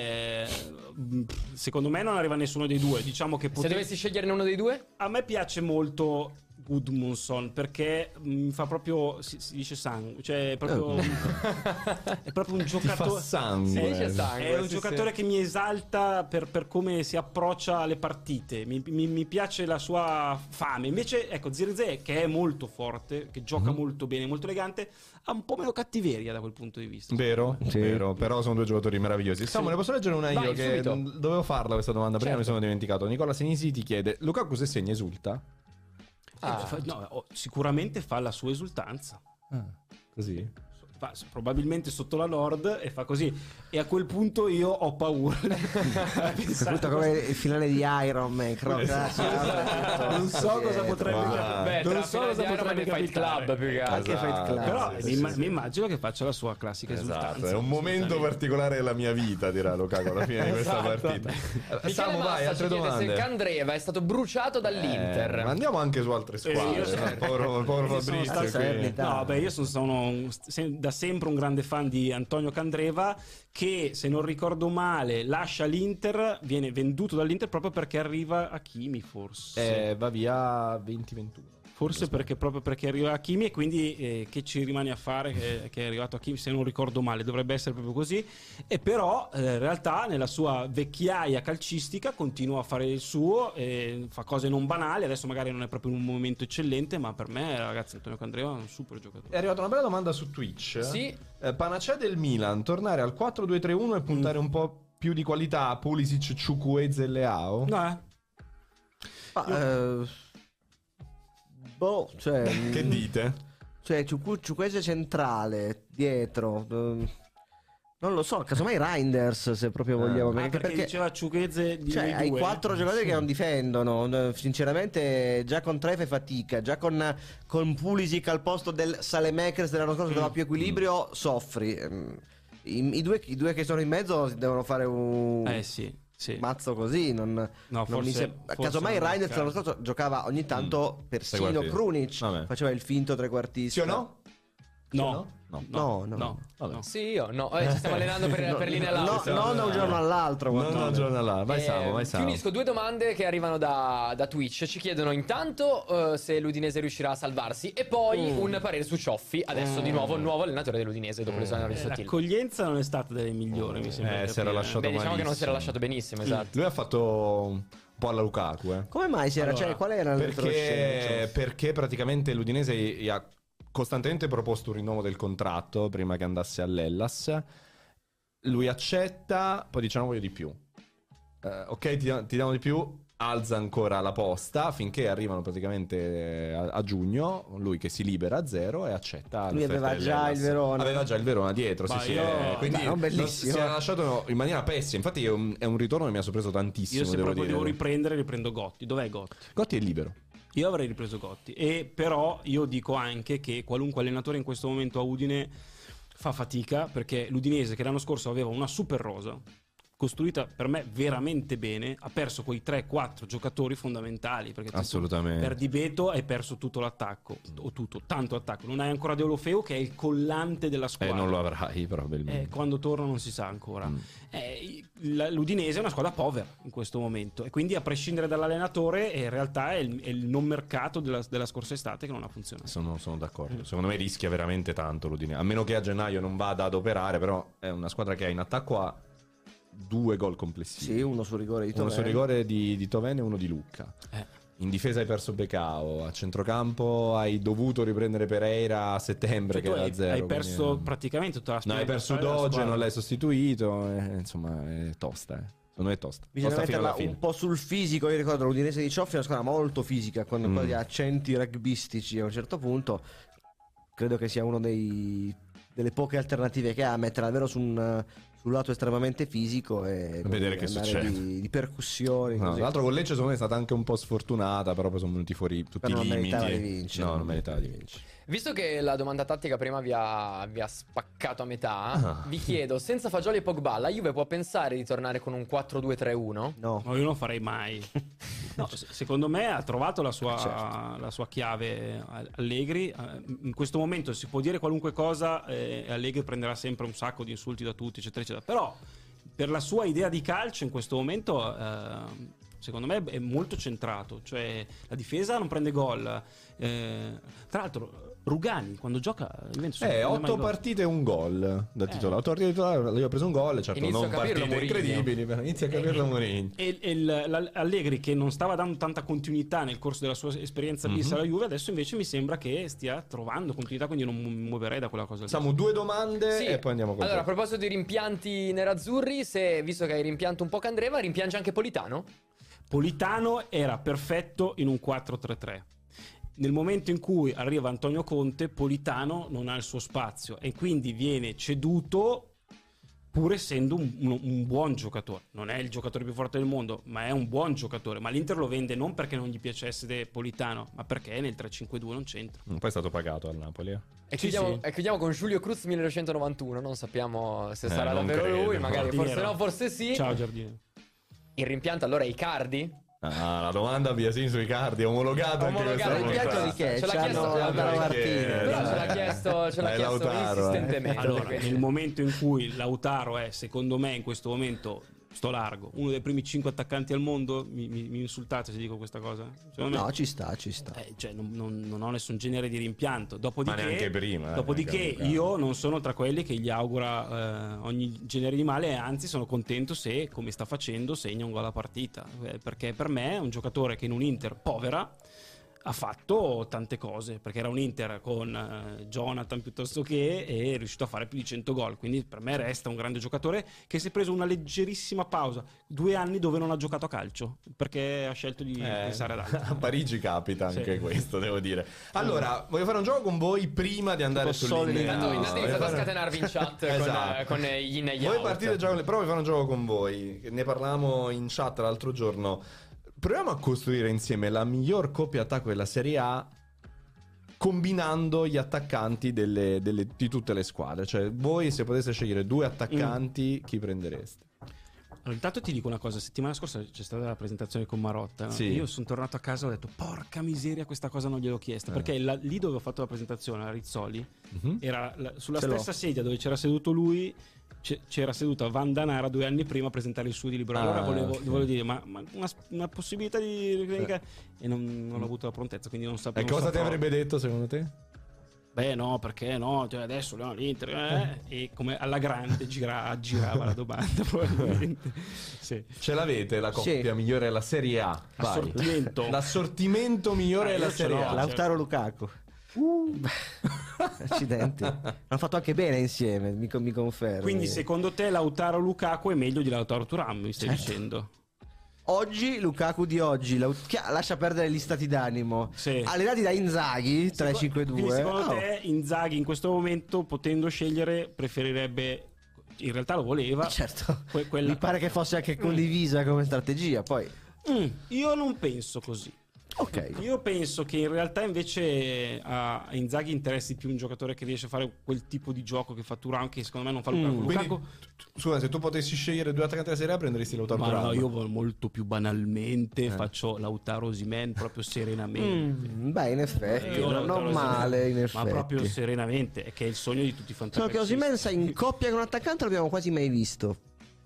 Speaker 2: Secondo me non arriva nessuno dei due. Diciamo che
Speaker 4: Se dovessi sceglierne uno dei due?
Speaker 2: a me piace molto Gudmundsson perché fa proprio si dice sangue, cioè è proprio è proprio un giocatore.
Speaker 1: sangue.
Speaker 4: Dice sangue,
Speaker 2: È un
Speaker 4: sì,
Speaker 2: giocatore
Speaker 4: sì.
Speaker 2: che mi esalta per come si approccia alle partite. Mi piace la sua fame. Invece, ecco, Zirkzee, che è molto forte, che gioca molto bene, molto elegante, ha un po' meno cattiveria da quel punto di vista.
Speaker 1: Vero,
Speaker 3: Sì.
Speaker 1: vero, però sono due giocatori meravigliosi. Samuele, posso leggere una
Speaker 4: Vai,
Speaker 1: io che
Speaker 4: subito.
Speaker 1: dovevo farla questa domanda, prima
Speaker 4: Certo.
Speaker 1: mi sono dimenticato. Nicola Senisi ti chiede: Lukaku se segna esulta?
Speaker 2: Sicuramente fa la sua esultanza.
Speaker 1: Così?
Speaker 2: Probabilmente sotto la Nord e fa così, e a quel punto io ho paura.
Speaker 3: Soprattutto come il finale di Iron Man.
Speaker 2: Non so cosa potrebbe
Speaker 4: Beh,
Speaker 2: non
Speaker 4: tra
Speaker 2: so
Speaker 4: finale
Speaker 2: cosa
Speaker 4: di Iron Man
Speaker 2: potrebbe
Speaker 4: e Fight
Speaker 2: capitare.
Speaker 4: Club più che altro.
Speaker 3: Anche Fight Club.
Speaker 2: Però
Speaker 1: sì,
Speaker 2: mi immagino che faccia la sua classica esultanza.
Speaker 1: Esatto, è un momento particolare della mia vita, dirà Lukaku alla fine di questa partita.
Speaker 4: Michele
Speaker 1: Samu, vai,
Speaker 4: Massa
Speaker 1: altre
Speaker 4: ci chiede se
Speaker 1: domande.
Speaker 4: Candreva è stato bruciato dall'Inter.
Speaker 1: Ma andiamo anche su altre squadre.
Speaker 2: io sono-
Speaker 1: Povero
Speaker 2: io sono
Speaker 1: Fabrizio.
Speaker 2: stato-
Speaker 1: qui.
Speaker 2: No, beh, io sono da sempre un grande fan di Antonio Candreva, che se non ricordo male lascia l'Inter, viene venduto dall'Inter proprio perché arriva Hakimi, forse.
Speaker 1: Va via 2021.
Speaker 2: Forse proprio perché arriva Hakimi, e quindi che ci rimane a fare che è arrivato Hakimi, se non ricordo male, dovrebbe essere proprio così. E però in realtà nella sua vecchiaia calcistica continua a fare il suo, fa cose non banali. Adesso magari non è proprio in un momento eccellente, ma per me, ragazzi, Antonio Candreva è un super giocatore.
Speaker 1: È arrivata una bella domanda su Twitch.
Speaker 4: Sì.
Speaker 1: Panacea del Milan, tornare al 4-2-3-1 e puntare un po' più di qualità a Pulisic, Chukwueze e Leao?
Speaker 2: No,
Speaker 3: Cioè,
Speaker 1: Che dite?
Speaker 3: cioè Chukwueze centrale dietro. Non lo so, casomai Reinders, se proprio vogliamo.
Speaker 2: perché diceva Chukwueze di
Speaker 3: cioè,
Speaker 2: noi
Speaker 3: hai
Speaker 2: due.
Speaker 3: 4 giocatori che non difendono. Sinceramente, già con 3 fai fatica. Già con Pulisic al posto del Saelemaekers dell'anno scorso, che dava più equilibrio, soffri. I due che sono in mezzo devono fare un
Speaker 2: Sì.
Speaker 3: mazzo così. Non mi casomai
Speaker 2: non è
Speaker 3: Reinders
Speaker 2: il
Speaker 3: l'anno
Speaker 2: caso.
Speaker 3: scorso giocava ogni tanto persino
Speaker 1: Trequartista.
Speaker 3: Krunic.
Speaker 1: Vabbè.
Speaker 3: Faceva il finto trequartista.
Speaker 1: Sì o no?
Speaker 2: No.
Speaker 3: No.
Speaker 1: Vabbè.
Speaker 4: Sì, io no. Ci stiamo allenando per linea
Speaker 3: No,
Speaker 4: lausa.
Speaker 3: non da un giorno all'altro.
Speaker 1: Non
Speaker 3: quantomeno.
Speaker 1: da un giorno all'altro. Vai Samu, vai Samu.
Speaker 4: Finisco 2 domande che arrivano da Twitch. Ci chiedono intanto se l'Udinese riuscirà a salvarsi, e poi un parere su Cioffi. Adesso di nuovo il nuovo allenatore dell'Udinese dopo l'esonero di Sottil.
Speaker 2: L'accoglienza non è stata delle migliori, mi sembra.
Speaker 1: si era lasciato
Speaker 4: Beh, diciamo che non si era
Speaker 1: malissimo.
Speaker 4: lasciato benissimo, esatto.
Speaker 1: Lui ha fatto un po' alla Lukaku,
Speaker 3: Come mai si era?
Speaker 2: Allora,
Speaker 3: Cioè, qual era il retroscena?
Speaker 1: perché praticamente l'Udinese gli ha costantemente proposto un rinnovo del contratto prima che andasse all'Hellas. Lui accetta, poi dice: no, voglio di più. Ok, ti diamo di più. Alza ancora la posta finché arrivano praticamente a giugno. Lui che si libera a zero e accetta.
Speaker 3: Lui
Speaker 1: l'offerta
Speaker 3: aveva già
Speaker 1: dell'Hellas.
Speaker 3: il Verona.
Speaker 1: Aveva già il Verona dietro.
Speaker 2: Ma
Speaker 1: Sì,
Speaker 2: io-
Speaker 1: quindi
Speaker 3: Beh, non bellissimo.
Speaker 1: si era lasciato in maniera pessima. Infatti, è un ritorno che mi ha sorpreso tantissimo.
Speaker 2: Io se
Speaker 1: devo
Speaker 2: proprio
Speaker 1: dire.
Speaker 2: devo riprendo Gotti. Dov'è Gotti?
Speaker 1: Gotti è libero.
Speaker 2: Io avrei ripreso Gotti. E però io dico anche che qualunque allenatore in questo momento a Udine fa fatica, perché l'Udinese, che l'anno scorso aveva una super rosa, costruita per me veramente bene, ha perso quei 3-4 giocatori fondamentali, perché
Speaker 1: assolutamente
Speaker 2: per Di Beto hai perso tutto l'attacco, o tutto, tanto attacco, non hai ancora Deulofeu che è il collante della squadra,
Speaker 1: non lo avrai probabilmente,
Speaker 2: quando torna non si sa ancora. L'Udinese è una squadra povera in questo momento, e quindi a prescindere dall'allenatore in realtà è il non mercato della scorsa estate che non ha funzionato.
Speaker 1: sono d'accordo, secondo me rischia veramente tanto l'Udinese, a meno che a gennaio non vada ad operare, però è una squadra che ha in attacco a 2 gol complessivi.
Speaker 3: Sì, uno sul rigore di Tovene.
Speaker 1: Uno sul rigore di Tovene e uno di Lucca. In difesa hai perso Becao, a centrocampo hai dovuto riprendere Pereira a settembre, che era a 0.
Speaker 2: Hai perso praticamente tutta la
Speaker 1: No, hai perso Doge, non l'hai sostituito, insomma è tosta. Secondo me è tosta.
Speaker 3: Bisogna
Speaker 1: Tosta fino alla
Speaker 3: metterla
Speaker 1: fine.
Speaker 3: un po' sul fisico. Io ricordo l'Udinese di Cioffi è una squadra molto fisica, con quegli accenti rugbyistici a un certo punto. Credo che sia uno delle poche alternative che ha, a mettere davvero sul lato estremamente fisico e
Speaker 1: vedere che succede
Speaker 3: di percussioni.
Speaker 1: No,
Speaker 3: così.
Speaker 1: tra l'altro con Lecce secondo me è stata anche un po' sfortunata, però poi sono venuti fuori tutti
Speaker 3: Però
Speaker 1: i
Speaker 3: non
Speaker 1: limiti.
Speaker 3: meritava di vincere.
Speaker 1: No, non meritava di vincere.
Speaker 4: Visto che la domanda tattica prima vi ha spaccato a metà, vi chiedo, senza Fagioli e Pogba, la Juve può pensare di tornare con un 4-2-3-1?
Speaker 3: No.
Speaker 2: No, io non farei mai. No, secondo me ha trovato la sua chiave Allegri. In questo momento si può dire qualunque cosa, Allegri prenderà sempre un sacco di insulti da tutti, eccetera, eccetera. Però per la sua idea di calcio in questo momento secondo me è molto centrato, cioè la difesa non prende gol. Tra l'altro Rugani quando gioca Juventus
Speaker 1: 8 partite e un gol da titolare. 8 partite titolare, io ho preso un gol, certo.
Speaker 4: Inizio
Speaker 1: non
Speaker 4: a capirlo,
Speaker 1: partite
Speaker 4: Mourinho.
Speaker 1: incredibili, però inizia a capirlo Mourinho.
Speaker 2: E Allegri, che non stava dando tanta continuità nel corso della sua esperienza bis alla Juve, adesso invece mi sembra che stia trovando continuità, quindi non mi muoverei da quella cosa.
Speaker 1: Facciamo 2 domande
Speaker 4: Sì.
Speaker 1: e poi andiamo con
Speaker 4: Allora, a
Speaker 1: te.
Speaker 4: proposito di rimpianti nerazzurri, visto che hai rimpianto un po' Candreva, rimpiange anche Politano?
Speaker 2: Politano era perfetto in un 4-3-3. Nel momento in cui arriva Antonio Conte, Politano non ha il suo spazio e quindi viene ceduto, pur essendo un buon giocatore. Non è il giocatore più forte del mondo, ma è un buon giocatore. Ma l'Inter lo vende non perché non gli piacesse Politano, ma perché nel 3-5-2 non c'entra.
Speaker 1: Poi è stato pagato al Napoli.
Speaker 4: E
Speaker 2: Sì,
Speaker 4: chiudiamo con Giulio Cruz 1991, non sappiamo se sarà
Speaker 1: non
Speaker 4: davvero
Speaker 1: credo,
Speaker 4: lui,
Speaker 1: no.
Speaker 4: magari forse
Speaker 2: Giardiniero.
Speaker 4: no, forse sì.
Speaker 2: Ciao Giardino.
Speaker 4: Il rimpianto allora è Icardi?
Speaker 1: La domanda via sì su Icardi, omologato anche
Speaker 4: Omologato.
Speaker 1: questa
Speaker 3: Il piatto
Speaker 1: puntata.
Speaker 3: di che?
Speaker 4: Ce l'ha
Speaker 3: C'hanno
Speaker 4: chiesto
Speaker 3: Lautaro
Speaker 1: perché-
Speaker 3: Martinez.
Speaker 4: Però ce l'ha chiesto
Speaker 1: Lautaro,
Speaker 4: insistentemente.
Speaker 2: Allora,
Speaker 4: quindi-
Speaker 2: nel momento in cui Lautaro è, secondo me, in questo momento, sto largo, uno dei primi 5 attaccanti al mondo, mi insultate se dico questa cosa? Secondo me,
Speaker 3: No, ci sta.
Speaker 2: cioè, non ho nessun genere di rimpianto. Dopodiché,
Speaker 1: neanche prima,
Speaker 2: dopodiché
Speaker 1: neanche
Speaker 2: io non sono tra quelli che gli augura ogni genere di male, e anzi sono contento se, come sta facendo, segna un gol a partita. Perché per me è un giocatore che in un Inter povera ha fatto tante cose, perché era un Inter con Jonathan piuttosto che, e è riuscito a fare più di 100 gol, quindi per me resta un grande giocatore che si è preso una leggerissima pausa, 2 anni dove non ha giocato a calcio perché ha scelto di pensare ad altro.
Speaker 1: A Parigi capita anche
Speaker 2: Sì.
Speaker 1: questo, devo dire. Allora, voglio fare un gioco con voi prima di andare
Speaker 3: Tipo
Speaker 1: sull'linea.
Speaker 4: Intanto iniziate a
Speaker 1: Voglio fare-
Speaker 4: scatenarvi in chat
Speaker 1: Esatto.
Speaker 4: con gli in e gli
Speaker 1: Voi
Speaker 4: out.
Speaker 1: partite già con le prove, fare un gioco con voi. Ne parlavamo in chat l'altro giorno. Proviamo a costruire insieme la miglior coppia attacco della Serie A, combinando gli attaccanti di tutte le squadre. Cioè, voi se poteste scegliere 2 attaccanti, chi prendereste?
Speaker 2: Allora, intanto ti dico una cosa, settimana scorsa c'è stata la presentazione con Marotta, no?
Speaker 1: Sì.
Speaker 2: Io sono tornato a casa e ho detto porca miseria, questa cosa non gliel'ho chiesta, perché lì dove ho fatto la presentazione a Rizzoli era sulla
Speaker 3: Ce l'ho.
Speaker 2: stessa sedia dove c'era seduto lui, c'era seduta Vandanara 2 anni prima a presentare il suo di libro. Allora volevo dire, ma una possibilità di... E non ho avuto la prontezza, quindi non sapevo.
Speaker 1: E cosa ti avrebbe detto secondo te?
Speaker 2: Beh no, perché no, cioè adesso l'Inter e come alla grande girava la domanda probabilmente. Sì.
Speaker 1: Ce l'avete la coppia
Speaker 3: Sì.
Speaker 1: migliore della Serie A? Vai.
Speaker 2: Assortimento.
Speaker 1: L'assortimento migliore
Speaker 2: Io
Speaker 1: della
Speaker 2: ce
Speaker 1: Serie
Speaker 2: l'ho.
Speaker 1: A.
Speaker 3: Lautaro Lukaku. Accidenti. Hanno fatto anche bene insieme, mi confermo.
Speaker 2: Quindi secondo te Lautaro Lukaku è meglio di Lautaro Thuram, mi stai dicendo?
Speaker 3: Oggi Lukaku di oggi lascia perdere gli stati d'animo.
Speaker 2: Sì.
Speaker 3: Allenati da Inzaghi 3-5-2.
Speaker 2: Quindi secondo
Speaker 3: Oh.
Speaker 2: te Inzaghi in questo momento, potendo scegliere, preferirebbe, in realtà lo voleva,
Speaker 3: Certo.
Speaker 2: quella...
Speaker 3: Mi pare che fosse anche condivisa come strategia. Poi
Speaker 2: Io non penso così.
Speaker 3: Ok.
Speaker 2: Io penso che in realtà invece a Inzaghi interessi più un giocatore che riesce a fare quel tipo di gioco che fa Thuram, che secondo me non fa Lukaku.
Speaker 1: Quindi, scusa, se tu potessi scegliere 2 attaccanti della Serie A, prenderesti Lautaro
Speaker 2: Ma
Speaker 1: Thuram?
Speaker 2: no, io molto più banalmente faccio Lautaro Osimhen proprio serenamente.
Speaker 3: Beh, in effetti,
Speaker 2: Io
Speaker 3: non
Speaker 2: Lautaro
Speaker 3: male, in
Speaker 2: Osimhen,
Speaker 3: effetti.
Speaker 2: ma proprio serenamente, è che è il sogno di tutti i
Speaker 3: Solo
Speaker 2: fantastici.
Speaker 3: che Osimhen, sai, in coppia con un attaccante l'abbiamo quasi mai visto.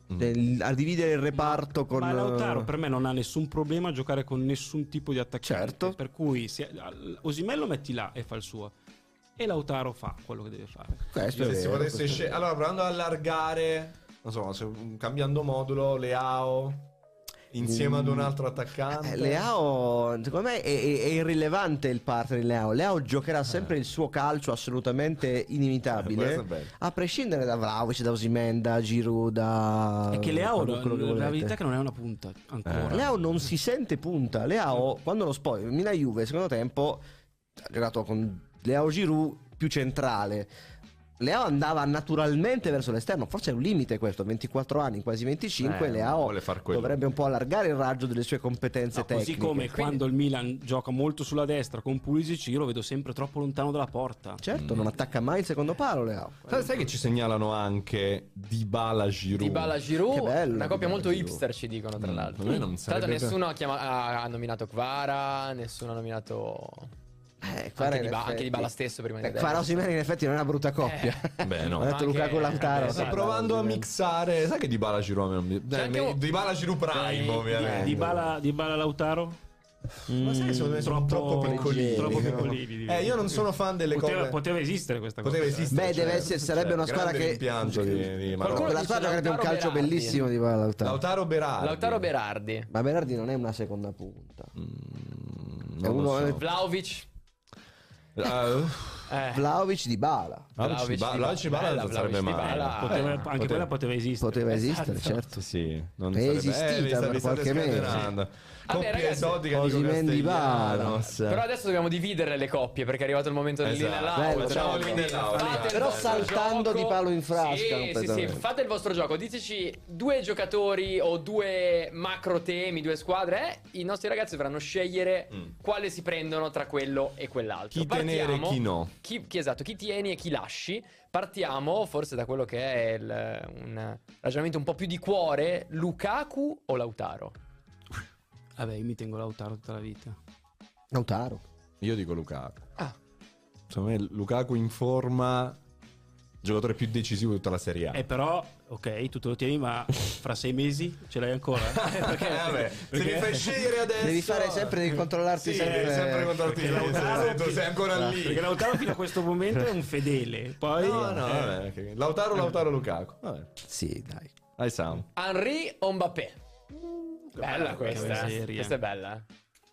Speaker 3: A dividere il reparto con...
Speaker 2: Ma Lautaro per me non ha nessun problema a giocare con nessun tipo di attaccante.
Speaker 3: Certo.
Speaker 2: Per cui Osimhen lo metti là e fa il suo. E Lautaro fa quello che deve fare.
Speaker 3: Questo è
Speaker 1: Se si
Speaker 3: vero,
Speaker 1: potesse
Speaker 3: questo è vero.
Speaker 1: Allora, provando ad allargare, non so, cambiando modulo, Leao insieme ad un altro attaccante.
Speaker 3: Leao, secondo me è irrilevante il partner di Leao. Leao giocherà sempre il suo calcio assolutamente inimitabile,
Speaker 1: Questo è bello.
Speaker 3: a prescindere da Vlahovic, da Osimhen, da Giroud, da...
Speaker 2: È che Leao,
Speaker 3: quello che
Speaker 2: la
Speaker 3: volete.
Speaker 2: verità è che non è una punta ancora.
Speaker 3: Leao non si sente punta. Leao, quando lo spoglio, Milan-Juve, secondo tempo, ha giocato con Leao Giroud più centrale. Leao andava naturalmente verso l'esterno, forse è un limite questo, 24 anni, quasi 25, Leao
Speaker 1: vuole far quello.
Speaker 3: dovrebbe un po' allargare il raggio delle sue competenze
Speaker 2: No,
Speaker 3: tecniche.
Speaker 2: così come quando il Milan gioca molto sulla destra con Pulisic, io lo vedo sempre troppo lontano dalla porta.
Speaker 3: Certo, non attacca mai il secondo palo Leao.
Speaker 1: Sai che ci segnalano anche Dybala Giroud?
Speaker 4: Dybala Giroud,
Speaker 3: Che bello,
Speaker 4: una coppia
Speaker 3: Dybala
Speaker 4: molto
Speaker 3: Giroud.
Speaker 4: hipster ci dicono tra l'altro.
Speaker 1: a me non
Speaker 4: Tra l'altro
Speaker 1: sarebbe-
Speaker 4: nessuno ha nominato Kvara, nessuno ha nominato
Speaker 3: Kvara in
Speaker 4: anche
Speaker 3: effetti.
Speaker 4: Dybala stesso prima di
Speaker 3: Kvara
Speaker 4: adesso.
Speaker 3: Osimhen in effetti non è una brutta coppia.
Speaker 1: Beh, no.
Speaker 3: Ho detto
Speaker 4: anche-
Speaker 3: Lukaku Lautaro.
Speaker 4: Sto
Speaker 1: Sto
Speaker 4: Esatto.
Speaker 1: provando a mixare. Sai che Dybala Giroud
Speaker 4: anche un-
Speaker 1: Dybala Giroud Prime, ovviamente.
Speaker 2: Dybala Lautaro?
Speaker 1: Ma sai che secondo me sono troppo piccolini.
Speaker 2: Troppo
Speaker 3: no?
Speaker 2: piccolini.
Speaker 1: Io non sono fan delle cose.
Speaker 2: Poteva esistere questa cosa.
Speaker 1: Poteva esistere.
Speaker 3: Beh, deve essere- sarebbe una squadra
Speaker 1: grande
Speaker 3: che-
Speaker 1: rimpianto di
Speaker 4: Qualcuno
Speaker 1: Marotta.
Speaker 3: Quella
Speaker 4: dice
Speaker 3: squadra crebbe un
Speaker 4: Lautaro
Speaker 3: calcio
Speaker 4: Berardi.
Speaker 3: bellissimo di Lautaro.
Speaker 1: Lautaro Berardi.
Speaker 4: Lautaro Berardi,
Speaker 3: Ma Berardi non è una seconda punta.
Speaker 1: Non lo so.
Speaker 4: Vlahovic,
Speaker 3: Vlahovic di Bala.
Speaker 1: Vlahovic Dybala
Speaker 4: Bella,
Speaker 1: sarebbe
Speaker 4: Vlahovic
Speaker 1: male.
Speaker 4: Dybala.
Speaker 2: Anche quella poteva esistere.
Speaker 3: Poteva esistere,
Speaker 4: Esatto.
Speaker 3: certo.
Speaker 1: Sì, non
Speaker 3: È
Speaker 1: sarebbe-
Speaker 3: esistita
Speaker 1: vi
Speaker 3: per
Speaker 1: state
Speaker 3: qualche mese.
Speaker 1: scatenando.
Speaker 4: Vabbè,
Speaker 1: Coppia
Speaker 4: ragazzi,
Speaker 1: esotica di
Speaker 3: Osimhen Dybala.
Speaker 1: Castellanos.
Speaker 4: Però adesso dobbiamo dividere le coppie perché è arrivato il momento del
Speaker 1: Esatto.
Speaker 4: linea
Speaker 3: Bello,
Speaker 4: out.
Speaker 3: facciamo
Speaker 1: il linea out.
Speaker 4: Fate il
Speaker 3: Però
Speaker 4: vostro
Speaker 3: saltando
Speaker 4: gioco.
Speaker 3: di palo in frasca
Speaker 4: Sì, sì,
Speaker 3: completamente.
Speaker 4: fate il vostro gioco. Diteci 2 giocatori o 2 macro temi, 2 squadre. I nostri ragazzi dovranno scegliere quale si prendono tra quello e quell'altro.
Speaker 1: Chi tenere e chi no.
Speaker 4: Esatto, chi tieni e chi lasci. Partiamo forse da quello che è un ragionamento un po' più di cuore. Lukaku o Lautaro?
Speaker 2: Vabbè, io mi tengo Lautaro tutta la vita.
Speaker 3: Lautaro.
Speaker 1: Io dico Lukaku.
Speaker 4: Ah.
Speaker 1: Secondo me Lukaku in forma, giocatore più decisivo di tutta la Serie A.
Speaker 2: Però, ok, tu te lo tieni, ma fra 6 mesi ce l'hai ancora? Perché,
Speaker 1: Vabbè, se mi fai scegliere adesso
Speaker 3: Devi fare sempre, devi controllarti
Speaker 1: Sì,
Speaker 3: sempre.
Speaker 1: devi sempre controllarti
Speaker 2: Lautaro-
Speaker 1: tu sei ancora lì.
Speaker 2: Perché Lautaro fino a questo momento è un fedele. Poi
Speaker 1: No, vabbè, ok. Lautaro Lukaku. Vabbè.
Speaker 3: Sì, dai.
Speaker 1: Dai Sam.
Speaker 4: Henry o Mbappé? Bella questa.
Speaker 2: seria.
Speaker 4: Questa è bella.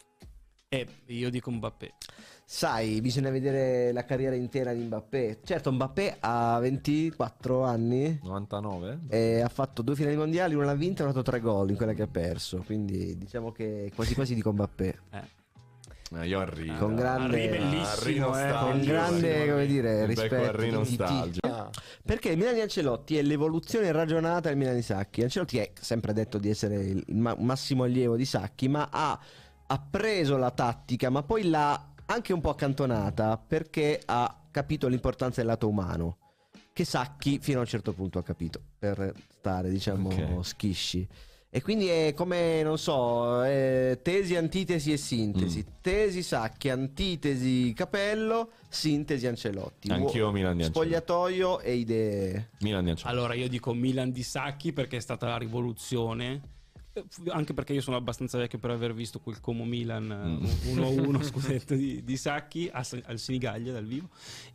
Speaker 2: io dico Mbappé.
Speaker 3: Sai, bisogna vedere la carriera intera di Mbappé. Certo, Mbappé ha 24 anni
Speaker 1: 99?
Speaker 3: e ha fatto 2 finali mondiali, una l'ha vinta e ha fatto 3 gol in quella che ha perso. Quindi diciamo che quasi quasi dico Mbappé.
Speaker 1: Io Henry.
Speaker 3: Con grande-
Speaker 2: Henry bellissimo,
Speaker 3: Con grande, come dire,
Speaker 1: Il becco
Speaker 3: rispetto.
Speaker 1: Henry
Speaker 3: di-
Speaker 1: nostalgico.
Speaker 4: Ah.
Speaker 3: Perché il Milan di Ancelotti è l'evoluzione ragionata del Milan di Sacchi. Ancelotti è sempre detto di essere il massimo allievo di Sacchi, ma ha preso la tattica, ma poi l'ha anche un po' accantonata perché ha capito l'importanza del lato umano, che Sacchi fino a un certo punto ha capito, per stare, diciamo,
Speaker 1: Ok.
Speaker 3: schisci. E quindi è come, non so, tesi, antitesi e sintesi. Tesi Sacchi, antitesi Capello, sintesi Ancelotti.
Speaker 1: Anch'io Milan di Ancelotti.
Speaker 3: Spogliatoio e idee.
Speaker 1: Milan di Ancelotti.
Speaker 2: Allora io dico Milan di Sacchi perché è stata la rivoluzione. Anche perché io sono abbastanza vecchio per aver visto quel Como Milan 1-1 scudetto di Sacchi al Sinigaglia dal vivo,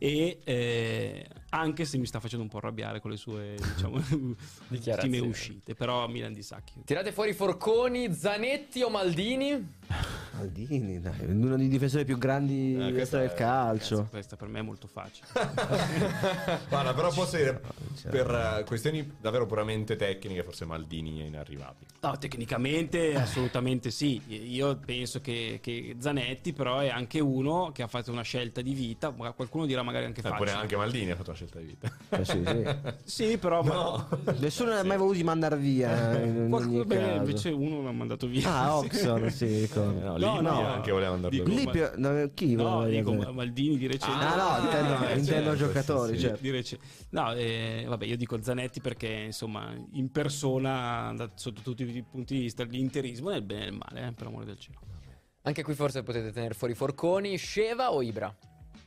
Speaker 2: e anche se mi sta facendo un po' arrabbiare con le sue, diciamo, ultime uscite, però Milan di Sacchi.
Speaker 4: Tirate fuori forconi, Zanetti o Maldini?
Speaker 3: Maldini, dai, uno dei difensori più grandi della
Speaker 1: questa
Speaker 3: storia del
Speaker 1: è-
Speaker 3: calcio.
Speaker 2: Questa per me è molto facile.
Speaker 1: Guarda, però posso dire, per questioni davvero puramente tecniche, forse Maldini è inarrivabile.
Speaker 2: No, tecnicamente assolutamente sì. Io penso che Zanetti però è anche uno che ha fatto una scelta di vita, ma qualcuno dirà magari anche
Speaker 1: Pure
Speaker 2: facile.
Speaker 1: anche Maldini ha fatto una scelta di vita.
Speaker 3: Sì, sì.
Speaker 2: Sì, però
Speaker 3: Nessuno ne ha mai voluto mandare via in ogni
Speaker 2: beh,
Speaker 3: caso.
Speaker 2: invece uno l'ha mandato via.
Speaker 3: Ah,
Speaker 2: Sì.
Speaker 3: Oxford, sì, ricordo.
Speaker 1: No, Maldini
Speaker 2: no,
Speaker 1: anche voleva andare
Speaker 2: dico,
Speaker 1: via.
Speaker 3: Chi
Speaker 2: No,
Speaker 3: voleva
Speaker 2: dico
Speaker 3: vedere?
Speaker 2: Maldini di recente.
Speaker 3: Intendo
Speaker 1: certo,
Speaker 3: giocatori,
Speaker 1: sì.
Speaker 3: certo.
Speaker 2: Di No, vabbè, io dico Zanetti perché insomma in persona, sotto tutti i punti di vista, l'interismo nel bene e nel male, per amore del cielo.
Speaker 4: Anche qui forse potete tenere fuori Forconi, Sheva o Ibra?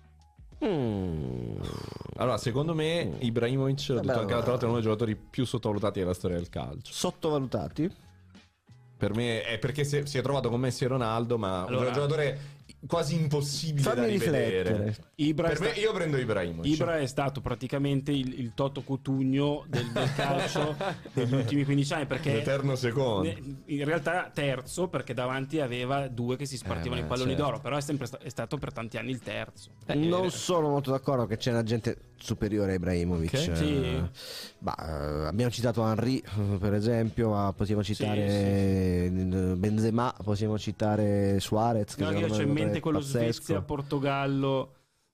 Speaker 1: Allora, secondo me Ibrahimovic, l'ho detto anche l'altra volta, è uno dei giocatori più sottovalutati della storia del calcio.
Speaker 3: Sottovalutati?
Speaker 1: Per me è perché si è trovato con Messi e Ronaldo, ma
Speaker 2: Allora,
Speaker 1: un giocatore quasi impossibile da
Speaker 3: Fammi
Speaker 1: rivedere.
Speaker 3: riflettere.
Speaker 2: Ibra,
Speaker 1: Per me, io prendo Ibrahimovic.
Speaker 2: Ibra è stato praticamente il Toto Cutugno del calcio degli ultimi 15 anni, perché
Speaker 1: L'eterno secondo.
Speaker 2: in realtà terzo, perché davanti aveva due che si spartivano i palloni
Speaker 1: certo.
Speaker 2: d'oro, però è sempre è stato per tanti anni il terzo.
Speaker 3: Non sono molto d'accordo che c'è una gente superiore a Ibrahimovic.
Speaker 2: Ok. Sì.
Speaker 3: Abbiamo citato Henry, per esempio, ma possiamo citare Benzema, possiamo citare Suarez. Che
Speaker 2: No, io
Speaker 3: secondo
Speaker 2: c'ho
Speaker 3: me
Speaker 2: in mente
Speaker 3: è
Speaker 2: quello
Speaker 3: pazzesco.
Speaker 2: Svezia, Portogallo.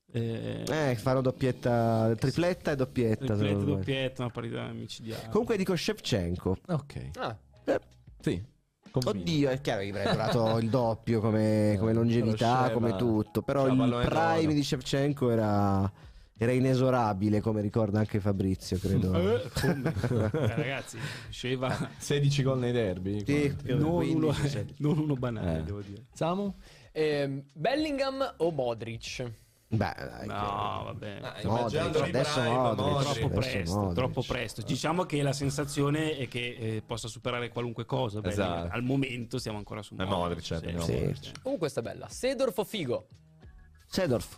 Speaker 3: Fanno doppietta, tripletta e doppietta.
Speaker 2: Tripletta,
Speaker 3: secondo me.
Speaker 2: doppietta, una partita micidiale.
Speaker 3: Comunque dico Shevchenko.
Speaker 1: Ok.
Speaker 4: Ah,
Speaker 1: Sì. Convinto.
Speaker 3: Oddio, è chiaro che avrei durato il doppio come longevità,
Speaker 1: Però
Speaker 3: come
Speaker 1: Sheva-
Speaker 3: tutto. Però
Speaker 1: c'ha
Speaker 3: il
Speaker 1: pallone
Speaker 3: prime
Speaker 1: d'oro.
Speaker 3: di Shevchenko era inesorabile, come ricorda anche Fabrizio, credo.
Speaker 2: Come? Ragazzi, Sheva
Speaker 1: 16 gol nei derby.
Speaker 3: Sì,
Speaker 2: non
Speaker 3: 15,
Speaker 2: uno,
Speaker 3: sì.
Speaker 2: non uno banale,
Speaker 1: Eh.
Speaker 2: devo dire.
Speaker 1: Samu?
Speaker 4: Bellingham o Modric?
Speaker 3: Beh, dai,
Speaker 2: No, vabbè.
Speaker 1: Immaginando
Speaker 3: Modric, adesso
Speaker 1: Ibrahim,
Speaker 3: Modric.
Speaker 2: Troppo
Speaker 3: Adesso
Speaker 2: presto,
Speaker 3: Modric.
Speaker 2: troppo presto. Diciamo che la sensazione è che possa superare qualunque cosa.
Speaker 1: Esatto.
Speaker 2: Al momento siamo ancora su
Speaker 1: Modric, prendiamo
Speaker 3: Sì.
Speaker 1: Modric.
Speaker 4: Questa è bella. Seedorf o Figo?
Speaker 3: Sedorf.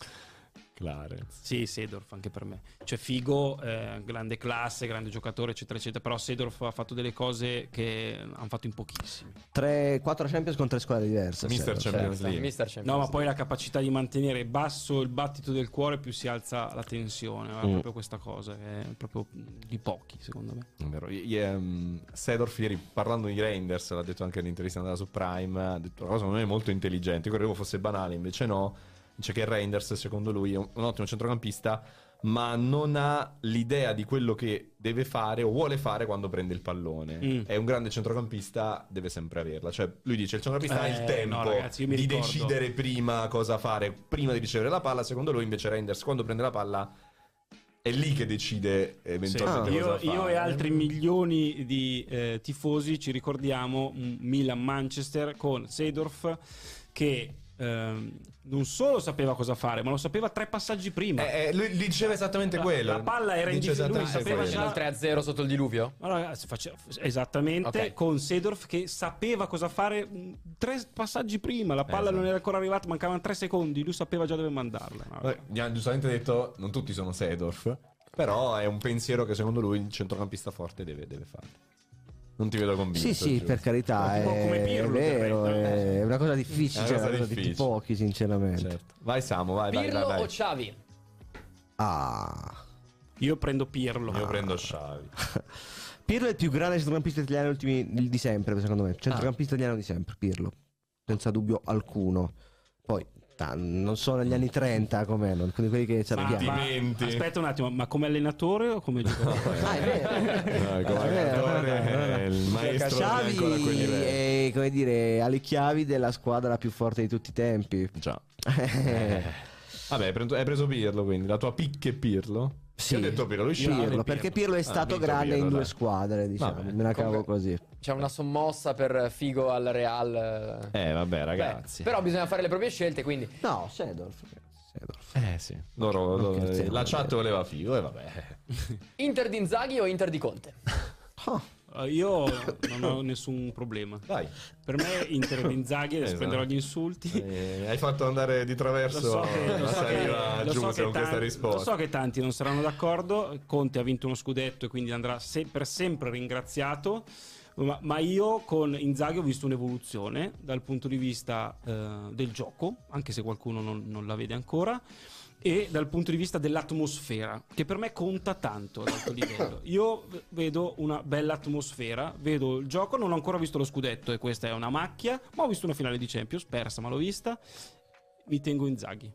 Speaker 1: Clarence.
Speaker 2: Sì, Seedorf anche per me. Cioè Figo, grande classe, grande giocatore, eccetera, eccetera. Però Seedorf ha fatto delle cose che hanno fatto in pochissimi.
Speaker 3: 4 Champions con 3 squadre diverse.
Speaker 1: Mister
Speaker 3: Sedorf.
Speaker 1: Champions League.
Speaker 4: Mister Champions
Speaker 2: No, ma
Speaker 4: League.
Speaker 2: poi la capacità di mantenere basso il battito del cuore, più si alza la tensione. È proprio questa cosa, che è proprio di pochi, secondo me.
Speaker 1: È vero. Seedorf ieri parlando di Reinders, l'ha detto anche nell'intervista andata su Prime, ha detto una cosa secondo me molto intelligente. Io credevo fosse banale, invece no. Dice che Reinders secondo lui è un ottimo centrocampista, ma non ha l'idea di quello che deve fare o vuole fare quando prende il pallone. È un grande centrocampista, deve sempre averla. Cioè lui dice il centrocampista ha il tempo
Speaker 2: no, ragazzi, io mi
Speaker 1: di
Speaker 2: ricordo.
Speaker 1: decidere prima cosa fare, prima di ricevere la palla. Secondo lui invece Reinders quando prende la palla è lì che decide eventualmente cosa fare.
Speaker 2: Io e altri milioni di tifosi ci ricordiamo un Milan-Manchester con Seedorf che non solo sapeva cosa fare, ma lo sapeva 3 passaggi prima.
Speaker 1: Lui diceva esattamente quello.
Speaker 2: La palla era in
Speaker 1: Dice
Speaker 2: difesa, lui
Speaker 1: esattamente
Speaker 2: sapeva
Speaker 1: quello.
Speaker 2: già.
Speaker 4: Il 3-0 sotto il diluvio?
Speaker 2: Ma ragazzi, esattamente
Speaker 4: Ok.
Speaker 2: con Seedorf che sapeva cosa fare 3 passaggi prima. La palla non era ancora arrivata, mancavano 3 secondi. Lui sapeva già dove mandarla. No,
Speaker 1: Gli hanno giustamente detto non tutti sono Seedorf, però è un pensiero che secondo lui il centrocampista forte deve fare. Non ti vedo convinto.
Speaker 3: Sì,
Speaker 1: Giù.
Speaker 3: per carità,
Speaker 2: Tipo come
Speaker 3: è
Speaker 2: Pirlo,
Speaker 3: vero,
Speaker 2: del resto.
Speaker 3: è una cosa difficile,
Speaker 1: È
Speaker 3: cioè,
Speaker 1: una cosa
Speaker 3: una cosa di
Speaker 1: difficile.
Speaker 3: pochi, sinceramente.
Speaker 1: Certo. Vai Samu, vai.
Speaker 4: Pirlo o Xavi?
Speaker 2: io prendo Pirlo.
Speaker 1: Io prendo Xavi.
Speaker 3: Pirlo è il più grande centrocampista italiano di sempre, secondo me. Centrocampista italiano di sempre, Pirlo. Senza dubbio alcuno. Poi, non sono negli anni 30 come non, quindi quelli che
Speaker 2: Ma
Speaker 1: Sentimenti.
Speaker 2: aspetta un attimo, ma come allenatore o come giocatore?
Speaker 3: è vero.
Speaker 1: No, come allenatore, il maestro non è ancora a quel
Speaker 3: Xavi
Speaker 1: livello.
Speaker 3: è, come dire, alle chiavi della squadra più forte di tutti i tempi.
Speaker 1: Già. Vabbè, hai preso Pirlo, quindi la tua picca è Pirlo?
Speaker 3: Sì,
Speaker 1: Io ho detto Pirlo, lui
Speaker 3: Pirlo, perché Pirlo è stato
Speaker 1: vinto
Speaker 3: grande
Speaker 1: Pirlo,
Speaker 3: in 2
Speaker 1: dai.
Speaker 3: squadre, diciamo.
Speaker 1: Vabbè.
Speaker 3: Me la cavo
Speaker 4: Comunque-
Speaker 3: così.
Speaker 4: C'è una sommossa per Figo al Real.
Speaker 1: Vabbè,
Speaker 4: Beh,
Speaker 1: ragazzi.
Speaker 4: però bisogna fare le proprie scelte, quindi
Speaker 3: No, Sedorf.
Speaker 1: Sì. Loro,
Speaker 3: scherziamo.
Speaker 1: la chat voleva figo e vabbè.
Speaker 4: Inter di Inzaghi o Inter di Conte?
Speaker 2: Io non ho nessun problema.
Speaker 1: Vai.
Speaker 2: Per me Inter di Inzaghi, adesso
Speaker 1: Esatto.
Speaker 2: prenderò gli insulti.
Speaker 1: Hai fatto andare di traverso la saliva giù con questa risposta.
Speaker 2: Lo so che tanti non saranno d'accordo. Conte ha vinto uno scudetto e quindi andrà per sempre ringraziato. Ma io con Inzaghi ho visto un'evoluzione dal punto di vista del gioco, anche se qualcuno non la vede ancora, e dal punto di vista dell'atmosfera, che per me conta tanto ad alto livello. Io vedo una bella atmosfera, vedo il gioco, non ho ancora visto lo scudetto e questa è una macchia, ma ho visto una finale di Champions, persa ma l'ho vista, mi tengo Inzaghi.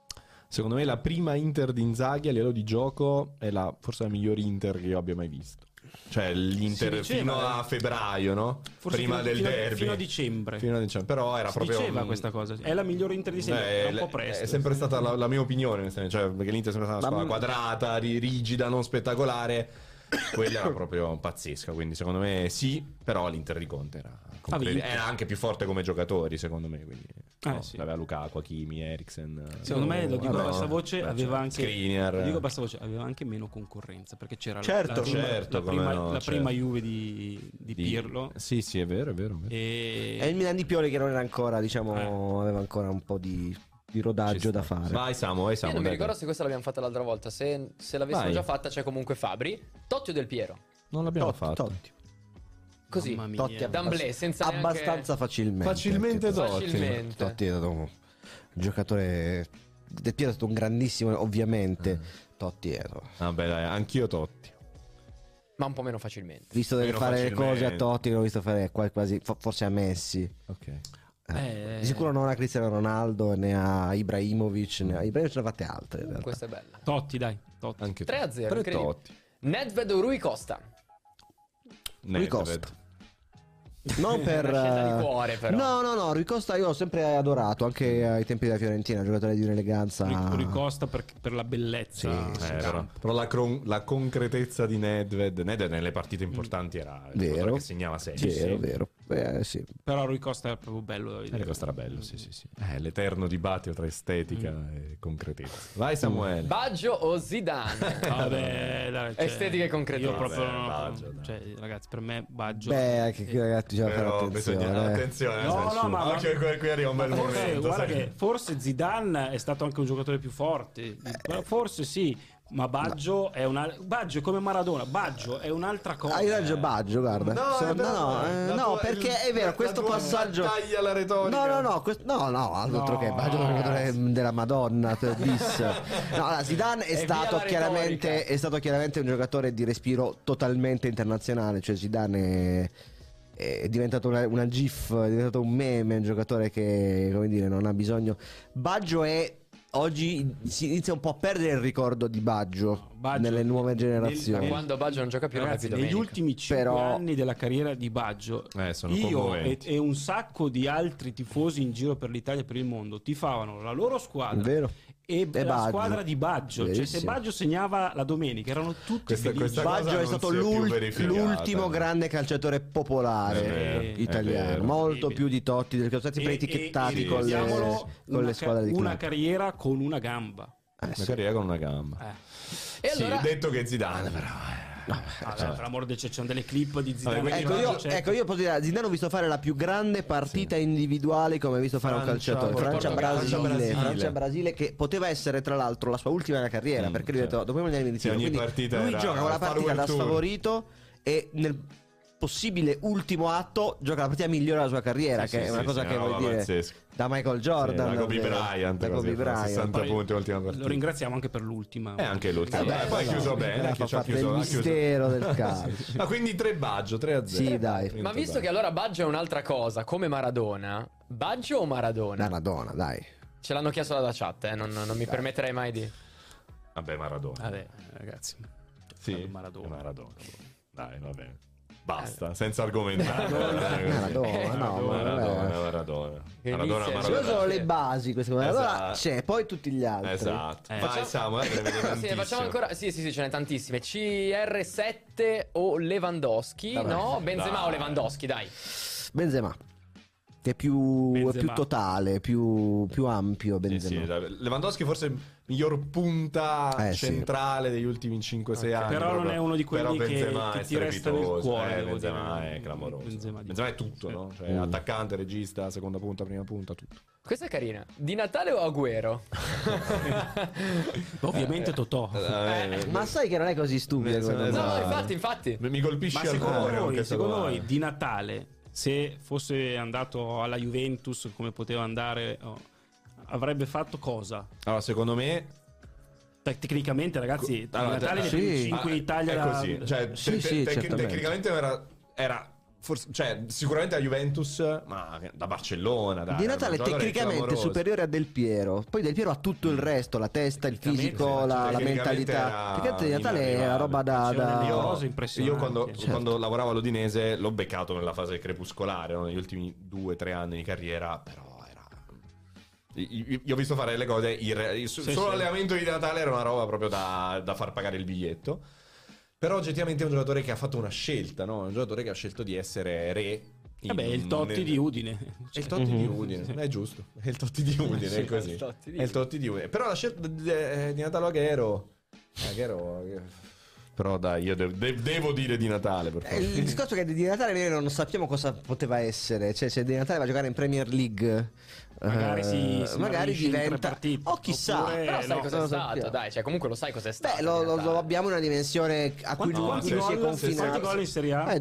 Speaker 1: Secondo me la prima Inter di Inzaghi a livello di gioco è forse la miglior Inter che io abbia mai visto. Cioè l'Inter
Speaker 2: Si diceva,
Speaker 1: fino a febbraio, no?
Speaker 2: Forse
Speaker 1: Prima del derby.
Speaker 2: fino a dicembre.
Speaker 1: Però era
Speaker 2: Si
Speaker 1: proprio
Speaker 2: diceva questa cosa. È la migliore Inter di sempre. Era un po' presto.
Speaker 1: È sempre stata la mia opinione, cioè, perché l'Inter è sempre stata una squadra quadrata, rigida, non spettacolare. Quella era proprio pazzesca, quindi secondo me sì, però l'Inter di Conte era anche più forte come giocatori, secondo me, quindi
Speaker 2: sì.
Speaker 1: aveva Lukaku, Hakimi, Eriksen.
Speaker 2: Secondo me, lo dico a bassa voce, aveva anche
Speaker 1: Skriniar.
Speaker 2: Lo dico a bassa voce, aveva anche meno concorrenza, perché c'era
Speaker 3: Certo,
Speaker 2: la prima Juve di Pirlo.
Speaker 1: Sì, è vero.
Speaker 3: E il Milan di Pioli che non era ancora, diciamo, aveva ancora un po' di rodaggio da fare.
Speaker 1: Vai Samu.
Speaker 4: Io non mi ricordo se questa l'abbiamo fatta l'altra volta. Se l'avessimo già fatta, c'è comunque Fabri. Totti o Del Piero?
Speaker 1: Non l'abbiamo fatto.
Speaker 3: Totti.
Speaker 4: Così,
Speaker 3: Totti
Speaker 4: d'amblè, senza
Speaker 3: abbastanza facilmente.
Speaker 1: Facilmente
Speaker 3: Totti è stato un giocatore. Del Piero è stato un grandissimo, ovviamente. Totti è.
Speaker 1: Vabbè, dai, anch'io Totti.
Speaker 4: Ma un po' meno facilmente.
Speaker 3: Visto deve fare le cose a Totti, l'ho visto fare quasi forse a Messi.
Speaker 1: Ok.
Speaker 3: Di sicuro non a Cristiano Ronaldo né a Ibrahimovic, Ibrahimovic ne ha fatte altre.
Speaker 4: Questa è bella.
Speaker 2: Totti, dai. Totti.
Speaker 1: Anche
Speaker 4: 3-0.
Speaker 1: Totti.
Speaker 4: Nedved o Rui Costa?
Speaker 3: Rui Costa. Non per
Speaker 4: Una scelta di cuore, però.
Speaker 3: No, Rui Costa io l'ho sempre adorato, anche ai tempi della Fiorentina, giocatore di un'eleganza.
Speaker 2: Rui Costa per la bellezza.
Speaker 1: Però la concretezza di Nedved nelle partite importanti era il giocatore che segnava sempre.
Speaker 3: Vero. Sì.
Speaker 2: Però Rui Costa è proprio bello da vedere.
Speaker 1: Rui Costa era bello, sì. L'eterno dibattito tra estetica e concretezza. Vai Samuele.
Speaker 4: Baggio o Zidane?
Speaker 2: Vabbè, dai,
Speaker 4: estetica e concretezza.
Speaker 2: Io proprio
Speaker 1: Baggio,
Speaker 2: cioè, ragazzi, per me Baggio.
Speaker 3: Anche ragazzi bisogna fare attenzione.
Speaker 1: Attenzione.
Speaker 2: No, ma
Speaker 1: anche qui arriva un bel momento.
Speaker 2: Guarda che forse Zidane è stato anche un giocatore più forte. Forse sì. Ma Baggio è come Maradona. Baggio è un'altra cosa.
Speaker 3: Hai ragione, Baggio, guarda. No, perché è vero, questo passaggio.
Speaker 1: Taglia la retorica.
Speaker 3: No, altro che Baggio è un giocatore della Madonna. No, Zidane è stato chiaramente un giocatore di respiro totalmente internazionale. Cioè, Zidane è diventato una GIF, è diventato un meme, un giocatore che, come dire, non ha bisogno. Baggio oggi si inizia un po' a perdere il ricordo di Baggio nelle nuove generazioni.
Speaker 4: Quando Baggio non gioca più,
Speaker 2: ragazzi,
Speaker 4: non
Speaker 2: negli ultimi 5 anni della carriera di Baggio,
Speaker 1: sono
Speaker 2: io e un sacco di altri tifosi in giro per l'Italia e per il mondo tifavano la loro squadra.
Speaker 3: Vero.
Speaker 2: E la
Speaker 3: Baggio.
Speaker 2: Squadra di Baggio.
Speaker 3: Verissimo.
Speaker 2: Cioè, se Baggio segnava la domenica erano tutti felici.
Speaker 3: Baggio è stato l'ultimo grande calciatore popolare italiano, molto più di Totti, del che sono stati sempre etichettati con le squadre di
Speaker 2: una carriera con una gamba.
Speaker 1: Una carriera con una gamba.
Speaker 4: E allora...
Speaker 1: detto che Zidane però
Speaker 2: per l'amor del cielo, ci sono delle clip di Zidane.
Speaker 3: Io posso dire, Zidane ho visto fare la più grande partita individuale come ho visto fare un calciatore. Francia-Brasile, che poteva essere tra l'altro la sua ultima della carriera, perché lui ha detto dopo i mondiali mi ritiro. Quindi lui gioca con la partita da sfavorito e nel possibile ultimo atto gioca la partita migliore della sua carriera, che è una cosa che vuol dire
Speaker 1: pazzesca.
Speaker 3: Da Michael Jordan,
Speaker 1: da Kobe Bryant, 60 punti l'ultima partita.
Speaker 2: Lo ringraziamo anche per l'ultima.
Speaker 1: Anche l'ultima. Poi ha chiuso bene,
Speaker 3: ha fatto il mistero del calcio.
Speaker 1: Ma quindi 3 Baggio, 3-0.
Speaker 3: Sì, dai.
Speaker 4: Ma visto che allora Baggio è un'altra cosa, come Maradona, Baggio o Maradona?
Speaker 3: Maradona, dai.
Speaker 4: Ce l'hanno chiesto dalla chat, non mi permetterei mai di...
Speaker 1: Vabbè, Maradona.
Speaker 2: Vabbè, ragazzi.
Speaker 1: Sì,
Speaker 2: Maradona.
Speaker 1: Dai, va bene. Basta, senza argomentare. Maradona.
Speaker 3: Queste sono le basi, queste cose. Allora c'è poi tutti gli altri.
Speaker 1: Esatto. Facciamo
Speaker 4: ancora. Sì, ce n'è tantissime. CR7 o Lewandowski? No, Benzema o Lewandowski, dai.
Speaker 3: Benzema. Che è più totale, più ampio. Benzema.
Speaker 1: Lewandowski forse miglior punta centrale degli ultimi 5-6 anni.
Speaker 2: Però non è uno di quelli che ti resta nel cuore.
Speaker 1: Benzema è clamoroso. Benzema è tutto, no? Cioè, attaccante, regista, seconda punta, prima punta, tutto.
Speaker 4: Questa è carina. Di Natale o Agüero?
Speaker 2: Ovviamente Totò.
Speaker 3: Ma sai che non è così stupido.
Speaker 4: No, infatti.
Speaker 1: Mi colpisce al cuore.
Speaker 2: Secondo voi di Natale, se fosse andato alla Juventus come poteva andare, avrebbe fatto cosa?
Speaker 1: Allora, secondo me
Speaker 2: tecnicamente, ragazzi, Natale ne 5 in Italia.
Speaker 1: È così. Cioè, tecnicamente era cioè, sicuramente a Juventus, ma da Barcellona.
Speaker 3: Di Natale
Speaker 1: un giocatore
Speaker 3: tecnicamente
Speaker 1: clamoroso.
Speaker 3: superiore a Del Piero. Poi Del Piero ha tutto il resto, la testa, il fisico,
Speaker 1: sì,
Speaker 3: la
Speaker 1: tecnicamente
Speaker 3: mentalità.
Speaker 1: era
Speaker 3: Tecnicamente Di Natale è una roba da...
Speaker 2: Cose impressionanti.
Speaker 1: Io quando,
Speaker 2: Certo.
Speaker 1: quando lavoravo all'Udinese l'ho beccato nella fase crepuscolare, no? Negli ultimi 2-3 anni di carriera, però era... Io ho visto fare le cose, solo l'allenamento di Natale era una roba proprio da far pagare il biglietto. Però oggettivamente è un giocatore che ha fatto una scelta, no? Un giocatore che ha scelto di essere re.
Speaker 2: Vabbè, il Totti di Udine.
Speaker 1: È il Totti di Udine, è giusto. È il Totti di Udine, è così. È il Totti di Udine. Però la scelta di Natale Aguero. Però dai, io devo dire di Natale, per favore.
Speaker 3: Il discorso è che Di Natale noi non sappiamo cosa poteva essere. Cioè, se Di Natale va a giocare in Premier League,
Speaker 2: Magari si
Speaker 3: magari
Speaker 2: smarrisce in 3
Speaker 3: diventa.
Speaker 2: partite.
Speaker 3: O chissà.
Speaker 2: Oppure
Speaker 4: Però sai
Speaker 2: no,
Speaker 4: cos'è
Speaker 3: lo
Speaker 4: stato,
Speaker 3: sappiamo.
Speaker 4: dai, cioè comunque lo sai cos'è stato.
Speaker 3: Beh,
Speaker 4: in
Speaker 3: lo
Speaker 4: realtà.
Speaker 3: abbiamo una dimensione a cui
Speaker 2: Quanti
Speaker 3: lui si è
Speaker 2: gol?
Speaker 3: confinato.
Speaker 2: Quanti gol in Serie A?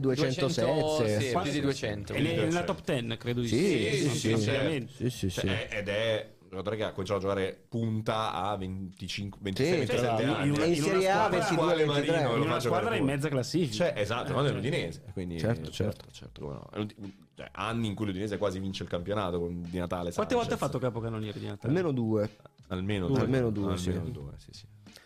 Speaker 3: 207.
Speaker 4: sì, più di 200.
Speaker 2: È nella top 10, credo di
Speaker 3: Sì,
Speaker 2: ampiamente.
Speaker 3: sì.
Speaker 1: Cioè, ed è un giocatore che ha cominciato a giocare punta a 25, 26,
Speaker 3: Sì,
Speaker 1: 27
Speaker 3: tra
Speaker 1: anni.
Speaker 3: l'altro. In Serie A 22, 23.
Speaker 2: In una
Speaker 1: Faccio
Speaker 2: squadra
Speaker 1: per
Speaker 2: in
Speaker 1: culo.
Speaker 2: mezza classifica.
Speaker 1: Cioè, esatto, ma nell'Udinese. Quindi,
Speaker 3: Certo.
Speaker 1: come no. Cioè, anni in cui l'Udinese quasi vince il campionato con Di Natale.
Speaker 2: Quante volte ha
Speaker 1: Sanchez.
Speaker 2: fatto capocannoniere di Natale?
Speaker 3: Almeno due.
Speaker 1: Almeno
Speaker 3: due, sì.
Speaker 1: sì.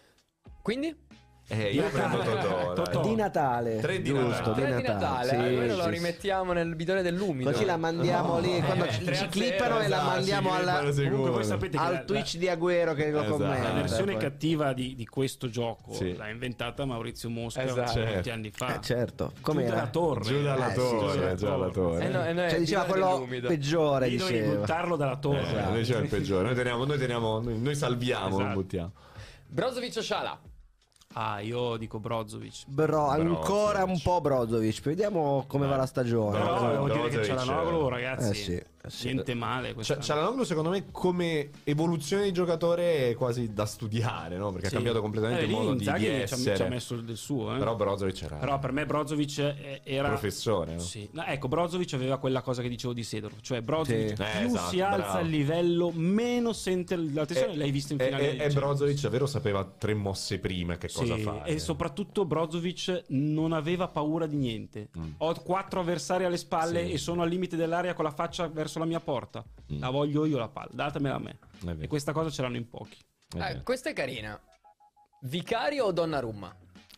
Speaker 4: Quindi?
Speaker 1: Io prendo Totò.
Speaker 2: Totò.
Speaker 3: Di Natale.
Speaker 1: 3 di
Speaker 3: Giusto,
Speaker 1: Natale.
Speaker 3: di
Speaker 4: 3 di Natale,
Speaker 3: Sì,
Speaker 4: quello lo
Speaker 3: sì,
Speaker 4: rimettiamo nel bidone dell'umido.
Speaker 3: Così la mandiamo lì quando ci
Speaker 4: 3-0,
Speaker 3: clippano e la
Speaker 1: esatto,
Speaker 3: mandiamo
Speaker 1: ci clippano
Speaker 3: alla,
Speaker 1: sicuro.
Speaker 2: Comunque voi sapete che
Speaker 3: al Twitch di Agüero che lo
Speaker 1: Esatto.
Speaker 3: commenta.
Speaker 2: la versione
Speaker 3: poi.
Speaker 2: cattiva di questo gioco
Speaker 1: Sì.
Speaker 2: l'ha inventata Maurizio Mosca
Speaker 4: Esatto.
Speaker 2: molti anni fa.
Speaker 3: Certo.
Speaker 2: Giù
Speaker 3: Come
Speaker 2: dalla torre.
Speaker 1: Giù dalla
Speaker 3: sì,
Speaker 1: torre, giù dalla torre.
Speaker 3: Cioè diceva quello peggiore,
Speaker 2: Io devo
Speaker 3: diceva.
Speaker 2: buttarlo dalla torre.
Speaker 1: Noi diciamo il peggiore. Noi salviamo, non
Speaker 2: Esatto.
Speaker 1: buttiamo.
Speaker 4: Brozovic o Sciala?
Speaker 2: Ah, io dico Brozovic.
Speaker 3: Ancora un po' Brozovic. Vediamo come va la stagione.
Speaker 2: Però devo dire che
Speaker 1: Brozovic,
Speaker 2: Cialanoglu, ragazzi,
Speaker 3: sì.
Speaker 2: niente male.
Speaker 1: Cialanoglu secondo me come evoluzione di giocatore è quasi da studiare, no? Perché ha cambiato completamente il modo di essere.
Speaker 2: Ci ha messo del suo,
Speaker 1: Però Brozovic era
Speaker 2: Però per me Brozovic era
Speaker 1: professore, no?
Speaker 2: Sì. No, ecco, Brozovic aveva quella cosa che dicevo di Sedorf, cioè Brozovic
Speaker 3: Sì.
Speaker 2: più
Speaker 1: Esatto,
Speaker 2: si alza
Speaker 1: bravo.
Speaker 2: il livello, meno sente la tensione. L'hai visto in finale.
Speaker 1: E Brozovic davvero sapeva 3 mosse prima che cosa fare.
Speaker 2: E soprattutto Brozovic non aveva paura di niente. Ho 4 avversari alle spalle e sono al limite dell'area con la faccia verso la mia porta. La voglio io la palla, datemela a me.
Speaker 1: vero.
Speaker 2: E questa cosa ce l'hanno in pochi.
Speaker 4: Questa è carina. Vicario o Donnarumma?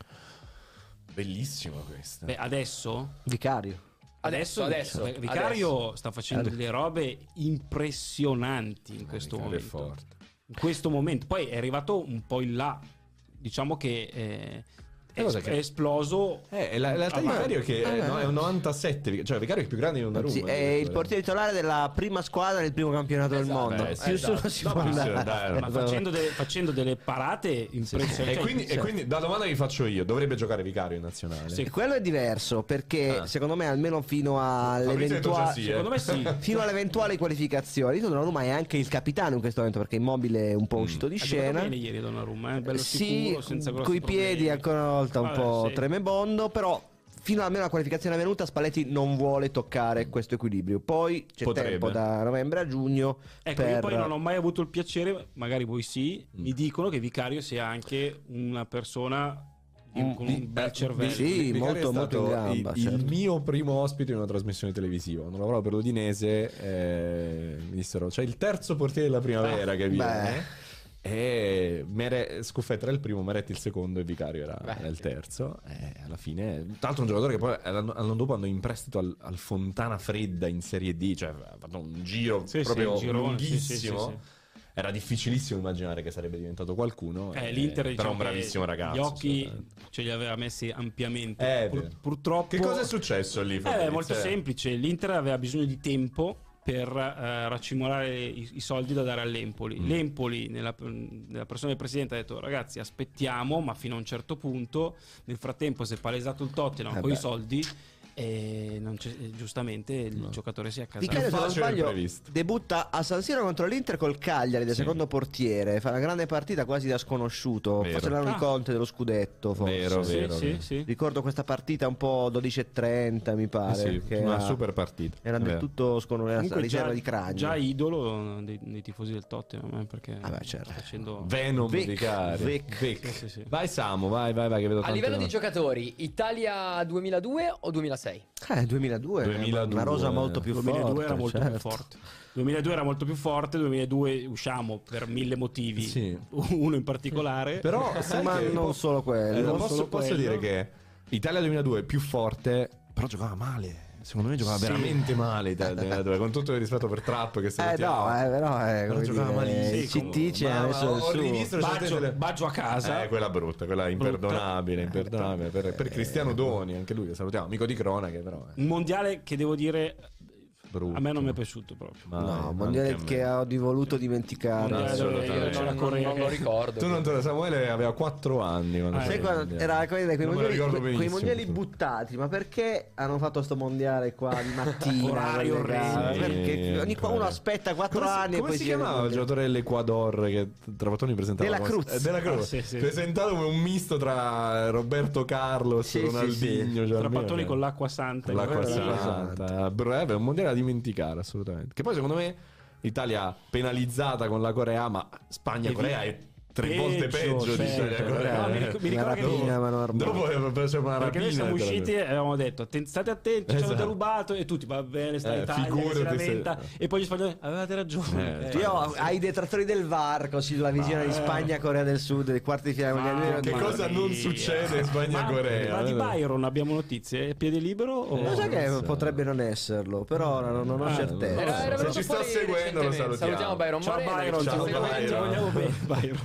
Speaker 1: Bellissima questa.
Speaker 2: Beh, adesso
Speaker 3: Vicario.
Speaker 4: Adesso.
Speaker 2: Vicario sta facendo delle robe impressionanti in questo
Speaker 1: Vicario è
Speaker 2: momento.
Speaker 1: forte.
Speaker 2: In questo momento. Poi è arrivato un po' in là. Diciamo che è esploso.
Speaker 1: L'altro di Vicario che è un 97, cioè Vicario è più grande di Donnarumma.
Speaker 3: Sì, è il portiere titolare della prima squadra del primo campionato del mondo. Più su non si può andare.
Speaker 2: Ma facendo delle parate impressionanti.
Speaker 1: E quindi la domanda che vi faccio io, dovrebbe giocare Vicario in nazionale?
Speaker 2: Sì.
Speaker 3: E quello è diverso perché secondo me almeno fino all'eventuale
Speaker 2: Secondo me sì.
Speaker 3: fino all'eventuali qualificazioni Donnarumma è anche il capitano in questo momento perché Immobile è un po' uscito di
Speaker 2: Ha giocato
Speaker 3: scena.
Speaker 2: bene ieri Donnarumma, bello
Speaker 3: Sì,
Speaker 2: sicuro, senza grossi
Speaker 3: coi piedi
Speaker 2: problemi.
Speaker 3: ancora una volta un
Speaker 2: Vabbè,
Speaker 3: po'
Speaker 2: sì.
Speaker 3: tremebondo, però fino almeno alla qualificazione venuta Spalletti non vuole toccare questo equilibrio. Poi c'è
Speaker 1: Potrebbe.
Speaker 3: tempo da novembre a giugno
Speaker 2: Ecco,
Speaker 3: per...
Speaker 2: io poi non ho mai avuto il piacere, magari voi sì, mi dicono che Vicario sia anche una persona con un bel cervello.
Speaker 3: sì,
Speaker 1: Vicario
Speaker 3: molto,
Speaker 1: è stato
Speaker 3: molto in gamba,
Speaker 1: il
Speaker 3: certo.
Speaker 1: mio primo ospite in una trasmissione televisiva. Quando lavoravo per l'Udinese, mi dissero: c'è il terzo portiere della primavera che viene. E Scuffetta era il primo, Meretti il secondo e Vicario era il terzo. E alla fine, tra l'altro, un giocatore che poi l'anno dopo andò in prestito al Fontana Fredda in Serie D, cioè ha fatto un giro proprio
Speaker 2: un girone,
Speaker 1: lunghissimo.
Speaker 2: sì.
Speaker 1: Era difficilissimo immaginare che sarebbe diventato qualcuno.
Speaker 2: L'Inter,
Speaker 1: però
Speaker 2: diciamo
Speaker 1: un bravissimo
Speaker 2: che
Speaker 1: ragazzo.
Speaker 2: Gli occhi
Speaker 1: assolutamente.
Speaker 2: ce li aveva messi ampiamente. Purtroppo.
Speaker 1: Che cosa è successo lì?
Speaker 2: È molto semplice. L'Inter aveva bisogno di tempo per raccimolare i soldi da dare all'Empoli. L'Empoli, nella persona del presidente, ha detto: ragazzi, aspettiamo, ma fino a un certo punto. Nel frattempo si è palesato il Tottenham con i soldi. E giustamente il giocatore si è accasato.
Speaker 3: Vicario, se non
Speaker 1: facile
Speaker 3: sbaglio,
Speaker 1: imprevisto.
Speaker 3: debutta a San Siro contro l'Inter col Cagliari da secondo portiere. Fa una grande partita quasi da sconosciuto.
Speaker 1: Vero.
Speaker 3: Forse l'anno di Conte dello scudetto. Forse.
Speaker 1: Vero.
Speaker 2: Sì.
Speaker 3: Ricordo questa partita un po' 12:30, mi pare.
Speaker 1: Sì,
Speaker 3: che
Speaker 1: una
Speaker 3: era,
Speaker 1: super partita.
Speaker 3: era del tutto sconosciuto. Era la riserva di Cragno.
Speaker 2: già idolo dei tifosi del Tottenham, perché
Speaker 3: certo.
Speaker 2: facendo
Speaker 1: Venom
Speaker 3: Vic,
Speaker 1: Vicario.
Speaker 3: Vic.
Speaker 1: Vic.
Speaker 2: Sì.
Speaker 1: Vai Samu, vai che vedo
Speaker 4: A
Speaker 1: tante
Speaker 4: livello di
Speaker 1: domande.
Speaker 4: giocatori, Italia 2002 o 2006? 2006.
Speaker 3: 2002,
Speaker 1: 2002,
Speaker 3: una rosa molto più
Speaker 2: 2002
Speaker 3: forte.
Speaker 2: era molto più
Speaker 3: certo.
Speaker 2: forte. 2002 era molto più forte, 2002 usciamo per 1000 motivi,
Speaker 1: Sì.
Speaker 2: uno in particolare.
Speaker 1: Però sai
Speaker 3: Ma
Speaker 1: che
Speaker 3: non solo quello.
Speaker 2: non
Speaker 1: posso,
Speaker 2: solo
Speaker 1: posso
Speaker 2: quello.
Speaker 1: dire che Italia 2002 è più forte, però giocava male. Secondo me giocava
Speaker 2: Sì.
Speaker 1: veramente male Italia 2002, con tutto il rispetto per Trapp che salutiamo.
Speaker 3: Però
Speaker 1: Però giocava malissimo.
Speaker 3: il CT ci ha
Speaker 1: Ma
Speaker 3: messo il
Speaker 1: ho
Speaker 3: suo.
Speaker 1: rivisto
Speaker 2: Baggio a casa.
Speaker 1: quella brutta, quella imperdonabile per Cristiano Doni, anche lui, che salutiamo, amico di cronache però.
Speaker 2: Un mondiale che devo dire
Speaker 1: Brutto.
Speaker 2: a me non mi è piaciuto proprio.
Speaker 3: No, mondiale che ho voluto dimenticare.
Speaker 2: Mondiale dove
Speaker 1: Assolutamente.
Speaker 2: c'è la
Speaker 4: Non
Speaker 2: Corea
Speaker 4: lo
Speaker 2: che-
Speaker 4: ricordo.
Speaker 1: Tu non te lo, Samuele aveva 4 anni quando
Speaker 3: Sai
Speaker 1: c'era il
Speaker 3: quando
Speaker 1: mondiale.
Speaker 3: era quei
Speaker 1: Non me lo
Speaker 3: mondiali,
Speaker 1: ricordo
Speaker 3: quei
Speaker 1: benissimo.
Speaker 3: mondiali buttati, ma perché hanno fatto sto mondiale qua di mattina?
Speaker 2: Orario
Speaker 3: quelle gare?
Speaker 2: orrendo.
Speaker 3: Perché ogni qua uno aspetta 4 anni e
Speaker 1: come
Speaker 3: poi
Speaker 1: si
Speaker 3: vede
Speaker 1: chiamava il
Speaker 3: mondiale.
Speaker 1: giocatore dell'Ecuador che Trapattoni presentava?
Speaker 3: Della Cruz.
Speaker 1: Della Cruz.
Speaker 2: Ah, sì.
Speaker 1: Presentato come un misto tra Roberto Carlos,
Speaker 3: Sì,
Speaker 1: Ronaldinho,
Speaker 3: sì,
Speaker 1: cioè,
Speaker 2: Trapattoni
Speaker 1: almeno-
Speaker 2: con l'acqua santa.
Speaker 1: con l'acqua
Speaker 3: Quella è la
Speaker 1: santa. È un mondiale da dimenticare assolutamente. Che poi secondo me l'Italia penalizzata con la Corea, ma Spagna-Corea è 3 volte peggio di
Speaker 2: certo.
Speaker 1: Italia-Corea.
Speaker 2: No, mi
Speaker 3: Una
Speaker 2: ricordo che
Speaker 3: rapina, ma normale.
Speaker 1: Dopo è preso una
Speaker 2: perché noi siamo
Speaker 1: rapina,
Speaker 2: usciti e avevamo detto state attenti, ci hanno
Speaker 1: Esatto.
Speaker 2: derubato e tutti va bene, sta Italia che si
Speaker 1: figurati
Speaker 2: lamenta
Speaker 1: se-
Speaker 2: e poi gli spagnoli avevate ragione.
Speaker 1: Io
Speaker 3: Io ai detrattori del VAR, così la visione di Spagna-Corea del Sud, dei quarti di finale mondiali.
Speaker 1: che
Speaker 2: Mamma
Speaker 1: cosa non
Speaker 2: mia.
Speaker 1: succede in Spagna-Corea?
Speaker 2: Ma di Byron abbiamo notizie? È piede libero? O...
Speaker 3: Lo sai che
Speaker 1: non so.
Speaker 3: potrebbe non esserlo, però non ho certezza.
Speaker 4: Era
Speaker 1: Se
Speaker 4: venuto
Speaker 1: ci sta
Speaker 4: fuori
Speaker 1: seguendo, lo
Speaker 4: recentemente.
Speaker 1: salutiamo.
Speaker 4: Byron
Speaker 2: Ciao
Speaker 4: Moreno,
Speaker 2: Byron,
Speaker 4: che ci
Speaker 1: ciao,
Speaker 4: sta
Speaker 2: ti
Speaker 4: seguendo.
Speaker 2: vogliamo bene Byron.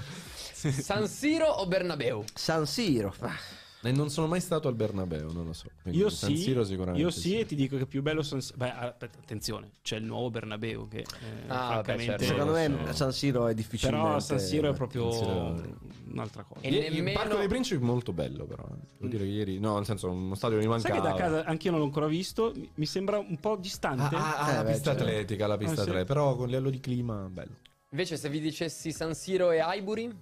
Speaker 4: San Siro o Bernabeu?
Speaker 3: San Siro.
Speaker 1: E non sono mai stato al Bernabeu, non lo so. Quindi
Speaker 2: Io
Speaker 1: San
Speaker 2: sì,
Speaker 1: Siro sicuramente.
Speaker 2: io sì, e ti dico che più bello San Siro. Beh, aspetta, attenzione, c'è il nuovo Bernabeu che francamente
Speaker 4: certo.
Speaker 3: Secondo me
Speaker 1: so.
Speaker 3: San Siro è difficilmente.
Speaker 2: però San Siro è proprio
Speaker 1: San Siro-
Speaker 2: un'altra cosa.
Speaker 4: E
Speaker 1: Il
Speaker 4: nemmeno-
Speaker 1: Parco dei Principi è molto bello, però. Devo dire che ieri, no, nel senso, uno stadio mi
Speaker 2: Sai
Speaker 1: mancava.
Speaker 2: che da casa anch'io non l'ho ancora visto, mi sembra un po' distante.
Speaker 1: la
Speaker 3: beh,
Speaker 1: pista
Speaker 3: certo.
Speaker 1: atletica, la pista
Speaker 2: Ah, sì.
Speaker 1: atletica. Però con livello di clima, bello.
Speaker 4: Invece se vi dicessi San Siro e Highbury?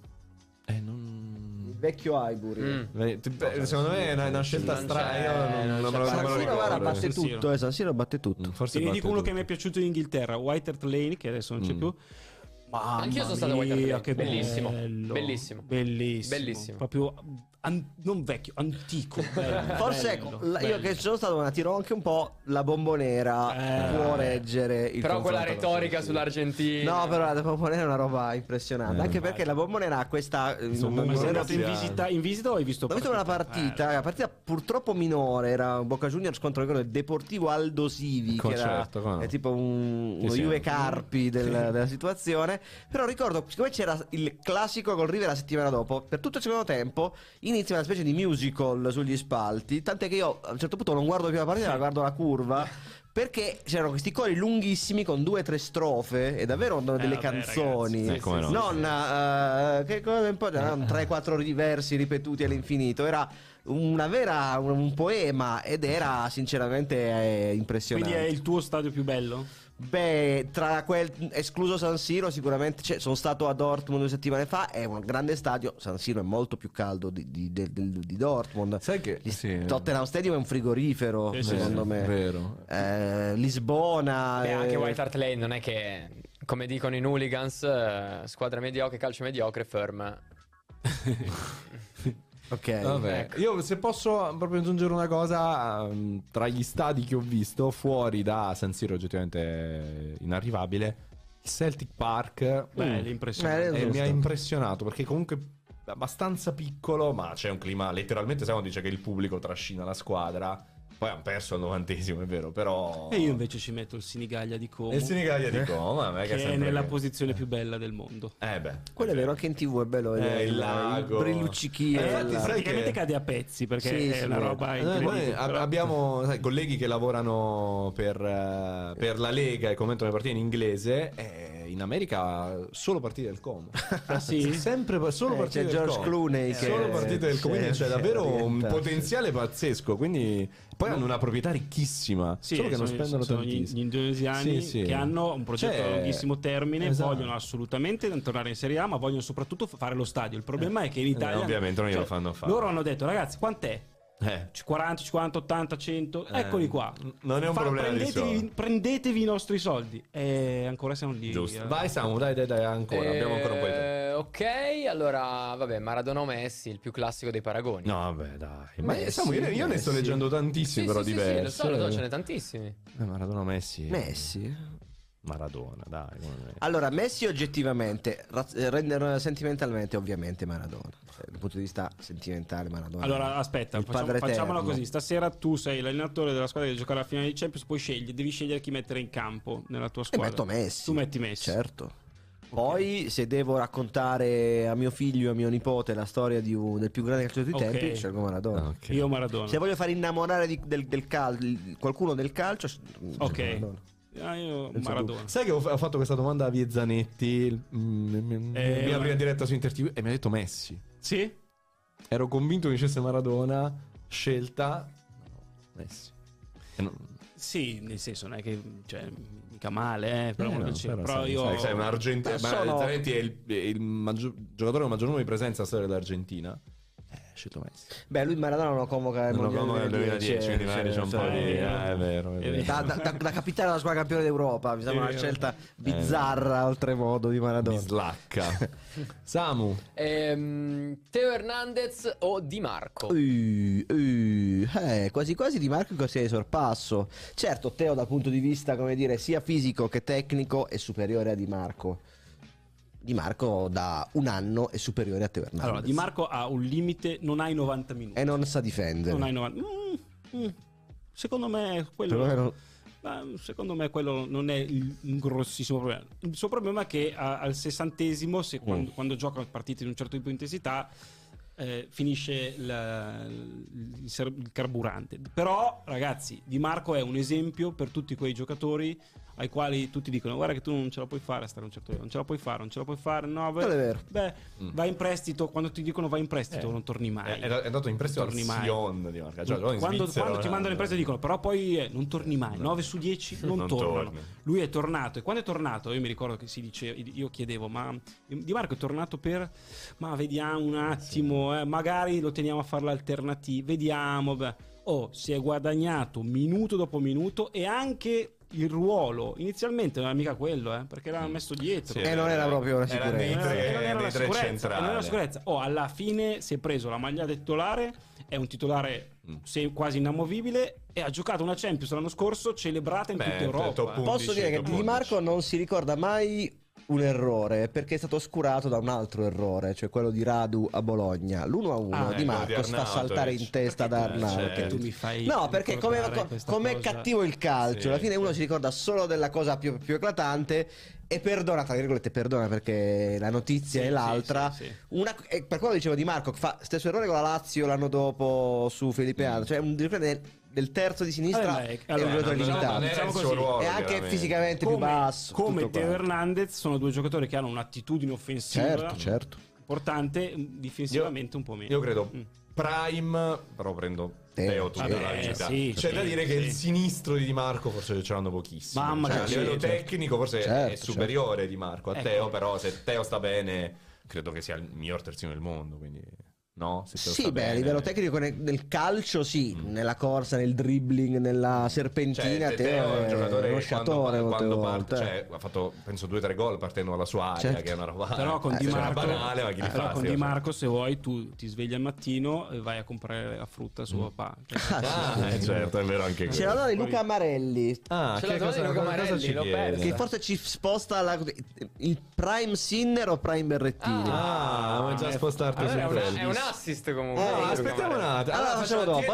Speaker 3: Il vecchio Highbury.
Speaker 1: Secondo me è una scelta
Speaker 4: non
Speaker 1: strana.
Speaker 4: c'è-
Speaker 1: Io
Speaker 4: non
Speaker 1: non
Speaker 4: c'è
Speaker 1: me lo
Speaker 3: San
Speaker 1: non me lo
Speaker 3: Siro guarda,
Speaker 1: ricordo.
Speaker 3: batte
Speaker 2: San Siro.
Speaker 3: tutto, San Siro batte tutto.
Speaker 1: Forse
Speaker 2: Te ne
Speaker 1: batte
Speaker 2: dico uno
Speaker 1: tutto.
Speaker 2: che mi è piaciuto in Inghilterra, White Hart Lane, che adesso non c'è più. Mamma
Speaker 4: Anch'io sono stato a White Hart
Speaker 2: mia,
Speaker 4: Lane.
Speaker 2: che
Speaker 4: Bellissimo.
Speaker 2: bello.
Speaker 4: Bellissimo.
Speaker 2: Bellissimo.
Speaker 4: Bellissimo.
Speaker 2: Proprio non vecchio, antico. bello,
Speaker 3: Forse
Speaker 2: bello,
Speaker 3: ecco, io
Speaker 2: bello.
Speaker 3: che sono stato una tiro anche un po' la Bombonera può reggere il
Speaker 4: Però quella
Speaker 3: confronto con
Speaker 4: retorica
Speaker 3: San Siro.
Speaker 4: sull'Argentina.
Speaker 3: No, però la Bombonera è una roba impressionante. Anche perché la Bombonera ha questa.
Speaker 2: Ma sei andato in visita o hai visto?
Speaker 3: Ho visto una partita, la partita purtroppo minore, era Boca Juniors contro il Deportivo Aldo Civi, che era
Speaker 1: Certo, come no.
Speaker 3: è tipo uno
Speaker 1: sì.
Speaker 3: Juve Carpi della situazione. Però ricordo, siccome c'era il classico col River la settimana dopo, per tutto il secondo tempo inizia una specie di musical sugli spalti, tant'è che io a un certo punto non guardo più la partita, ma guardo la curva. Perché c'erano questi cori lunghissimi con 2 o 3 strofe e davvero delle
Speaker 2: vabbè,
Speaker 3: canzoni.
Speaker 2: ragazzi,
Speaker 1: come no.
Speaker 3: Non che cosa un po' erano 3-4 versi ripetuti all'infinito. Era un poema ed era sinceramente impressionante.
Speaker 2: Quindi è il tuo stadio più bello?
Speaker 3: Beh, tra escluso San Siro, sicuramente sono stato a Dortmund 2 settimane fa. È un grande stadio. San Siro è molto più caldo di Dortmund.
Speaker 1: Sai che
Speaker 3: Tottenham Stadium è un frigorifero,
Speaker 2: Sì,
Speaker 3: secondo me.
Speaker 1: Vero.
Speaker 3: Lisbona.
Speaker 4: Beh, anche White Hart Lane non è che, come dicono i hooligans, squadra mediocre, calcio mediocre, firm.
Speaker 3: Ok.
Speaker 1: Vabbè,
Speaker 4: Ecco.
Speaker 1: io se posso proprio aggiungere una cosa, tra gli stadi che ho visto fuori da San Siro, oggettivamente inarrivabile, il Celtic Park
Speaker 2: Beh, l'impressionante.
Speaker 3: Beh,
Speaker 1: mi ha impressionato perché comunque è abbastanza piccolo, ma c'è un clima letteralmente, sai quando dice che il pubblico trascina la squadra. Poi hanno perso al 90esimo, è vero, però
Speaker 2: E io invece ci metto il Sinigaglia di Como,
Speaker 1: E il Sinigaglia di Como, ma
Speaker 2: che è nella posizione più bella del mondo.
Speaker 1: beh.
Speaker 3: Quello è vero, anche in TV è bello vedere
Speaker 1: il lago.
Speaker 3: brilluccichie.
Speaker 1: Infatti, sai
Speaker 2: Praticamente
Speaker 1: che-
Speaker 2: cade a pezzi perché
Speaker 3: Sì,
Speaker 2: è
Speaker 3: sì,
Speaker 2: una
Speaker 3: vero.
Speaker 2: roba
Speaker 1: Noi
Speaker 2: incredibile. però-
Speaker 1: abbiamo sai, colleghi che lavorano per la Lega e commentano le partite in inglese. In America solo partite del Como.
Speaker 2: Ah, sì?
Speaker 1: Sempre solo partite
Speaker 3: c'è
Speaker 1: del
Speaker 3: George
Speaker 1: Como.
Speaker 3: Clooney che
Speaker 1: solo partite del Como. Quindi
Speaker 3: si
Speaker 1: c'è
Speaker 3: è
Speaker 1: davvero un
Speaker 3: orientato.
Speaker 1: potenziale pazzesco. Quindi poi hanno una proprietà ricchissima.
Speaker 2: Sì,
Speaker 1: solo che non spendono
Speaker 2: sono
Speaker 1: tantissimo.
Speaker 2: gli indonesiani
Speaker 1: Sì, sì.
Speaker 2: che hanno un progetto a lunghissimo termine,
Speaker 1: esatto.
Speaker 2: vogliono assolutamente tornare in Serie A, ma vogliono soprattutto fare lo stadio. Il problema è che in Italia
Speaker 1: ovviamente non glielo fanno fare.
Speaker 2: Loro hanno detto: ragazzi, quant'è? 40, 50, 80, 100, eccoli qua.
Speaker 1: Non è un problema di soldi.
Speaker 2: Prendetevi i nostri soldi. E ancora siamo lì.
Speaker 1: Giusto. Vai Samu, dai, ancora. Abbiamo ancora un po' di tempo.
Speaker 4: Ok, allora, vabbè, Maradona o Messi, il più classico dei paragoni.
Speaker 1: No, vabbè, dai. Ma Samu, io ne sto leggendo tantissimi, però diversi.
Speaker 4: Sì, lo so, ce n'è tantissimi.
Speaker 1: Maradona, Messi.
Speaker 3: Maradona,
Speaker 1: dai.
Speaker 3: Allora, Messi oggettivamente, rendere sentimentalmente ovviamente Maradona. Dal punto di vista sentimentale Maradona.
Speaker 2: Allora, aspetta, facciamola così. Stasera tu sei l'allenatore della squadra che deve giocare alla finale di Champions, poi devi scegliere chi mettere in campo nella tua squadra.
Speaker 3: E metto Messi.
Speaker 2: Tu metti Messi.
Speaker 3: Certo. Poi, se devo raccontare a mio figlio e a mio nipote la storia del più grande calciatore di tutti i tempi, scelgo Maradona.
Speaker 1: Okay.
Speaker 2: Io Maradona.
Speaker 3: Se voglio far innamorare qualcuno del calcio,
Speaker 2: ok. Io Maradona.
Speaker 1: Sai che ho fatto questa domanda a Viezanetti mia prima diretta su InterTV e mi ha detto Messi.
Speaker 2: Sì?
Speaker 1: Ero convinto che dicesse Maradona, scelta Messi.
Speaker 2: Sì, nel senso non è che mica male, però,
Speaker 1: però
Speaker 2: io
Speaker 1: sai un argentino. Viezanetti è il giocatore con maggior numero di presenza nella storia dell'Argentina. Scelto Messi.
Speaker 3: Beh, lui Maradona non lo convoca nel
Speaker 1: 2010, quindi magari c'è un po' di è vero.
Speaker 3: Da capitano della squadra campione d'Europa, mi sembra una scelta bizzarra oltremodo di Maradona.
Speaker 1: Slacca. Samu.
Speaker 4: Teo Hernandez o Di Marco?
Speaker 3: Quasi quasi Di Marco in qualsiasi sorpasso. Certo, Teo dal punto di vista, come dire, sia fisico che tecnico è superiore a Di Marco. Di Marco da un anno è superiore a Teo Hernandez.
Speaker 2: Allora, Di Marco ha un limite, non ha i 90 minuti.
Speaker 3: E non sa difendere.
Speaker 2: Non ha i 90. Secondo me quello secondo me quello non è un grossissimo problema. Il suo problema è che al 60esimo, quando gioca partite di un certo tipo di intensità, finisce il carburante. Però, ragazzi, Di Marco è un esempio per tutti quei giocatori ai quali tutti dicono: guarda che tu non ce la puoi fare a stare a un certo livello, non ce la puoi fare, no,
Speaker 3: è vero.
Speaker 2: Vai in prestito. Quando ti dicono vai in prestito non torni mai.
Speaker 1: È andato in prestito al Sion di Marca.
Speaker 2: Quando ti mandano in prestito dicono però poi non torni mai, 9 su 10 non tornano. Lui è tornato, e quando è tornato io mi ricordo che si diceva, io chiedevo: ma Di Marco è tornato ma vediamo un attimo, magari lo teniamo a fare l'alternativa, vediamo. Si è guadagnato minuto dopo minuto, e anche il ruolo inizialmente non era mica quello, perché l'aveva messo dietro,
Speaker 3: e non era proprio una
Speaker 1: sicurezza.
Speaker 2: Non era una sicurezza. Alla fine si è preso la maglia da titolare, è un titolare quasi inamovibile, e ha giocato una Champions l'anno scorso celebrata in tutta Europa.
Speaker 3: Posso dire che Di Marco non si ricorda mai un errore, perché è stato oscurato da un altro errore, cioè quello di Radu a Bologna, l'1-1 Di Marco si fa saltare in testa da Arnautovic.
Speaker 2: Tu mi fai
Speaker 3: perché come cattivo il calcio, alla fine uno si ricorda solo della cosa più eclatante e perdona, tra virgolette perdona, perché la notizia è l'altra. Per quello dicevo Di Marco, fa stesso errore con la Lazio l'anno dopo su Felipe Anderson, cioè un giocatore del terzo di sinistra è un giocatore limitato, e anche fisicamente più basso,
Speaker 2: come Teo Hernandez. Sono due giocatori che hanno un'attitudine offensiva
Speaker 3: certo
Speaker 2: importante, difensivamente un po' meno.
Speaker 1: Io credo Prime, però prendo Teo tutta la vita. C'è da dire che il sinistro di Di Marco forse ce l'hanno pochissimo. A livello tecnico forse è superiore Di Marco a Teo, però se Teo sta bene credo che sia il miglior terzino del mondo, quindi no?
Speaker 3: A livello tecnico nel calcio nella corsa, nel dribbling, nella serpentina, Teo è un giocatore
Speaker 1: uno sciatore quando parte, ha fatto penso 2 o 3 gol partendo dalla sua area, che è una roba.
Speaker 2: Però con Di Marco,
Speaker 1: banale, ma chi li fa,
Speaker 2: con Di Marco, se vuoi, tu ti svegli al mattino e vai a comprare la frutta a suo papà.
Speaker 1: Certo, è vero anche quello.
Speaker 3: C'è la domanda di Luca Marelli.
Speaker 1: Che
Speaker 3: forse ci sposta il Prime Sinner o Prime Berrettini.
Speaker 1: Vuoi già spostarti su
Speaker 4: è un assist comunque.
Speaker 1: Aspettiamo un attimo.
Speaker 3: Allora facciamo dopo.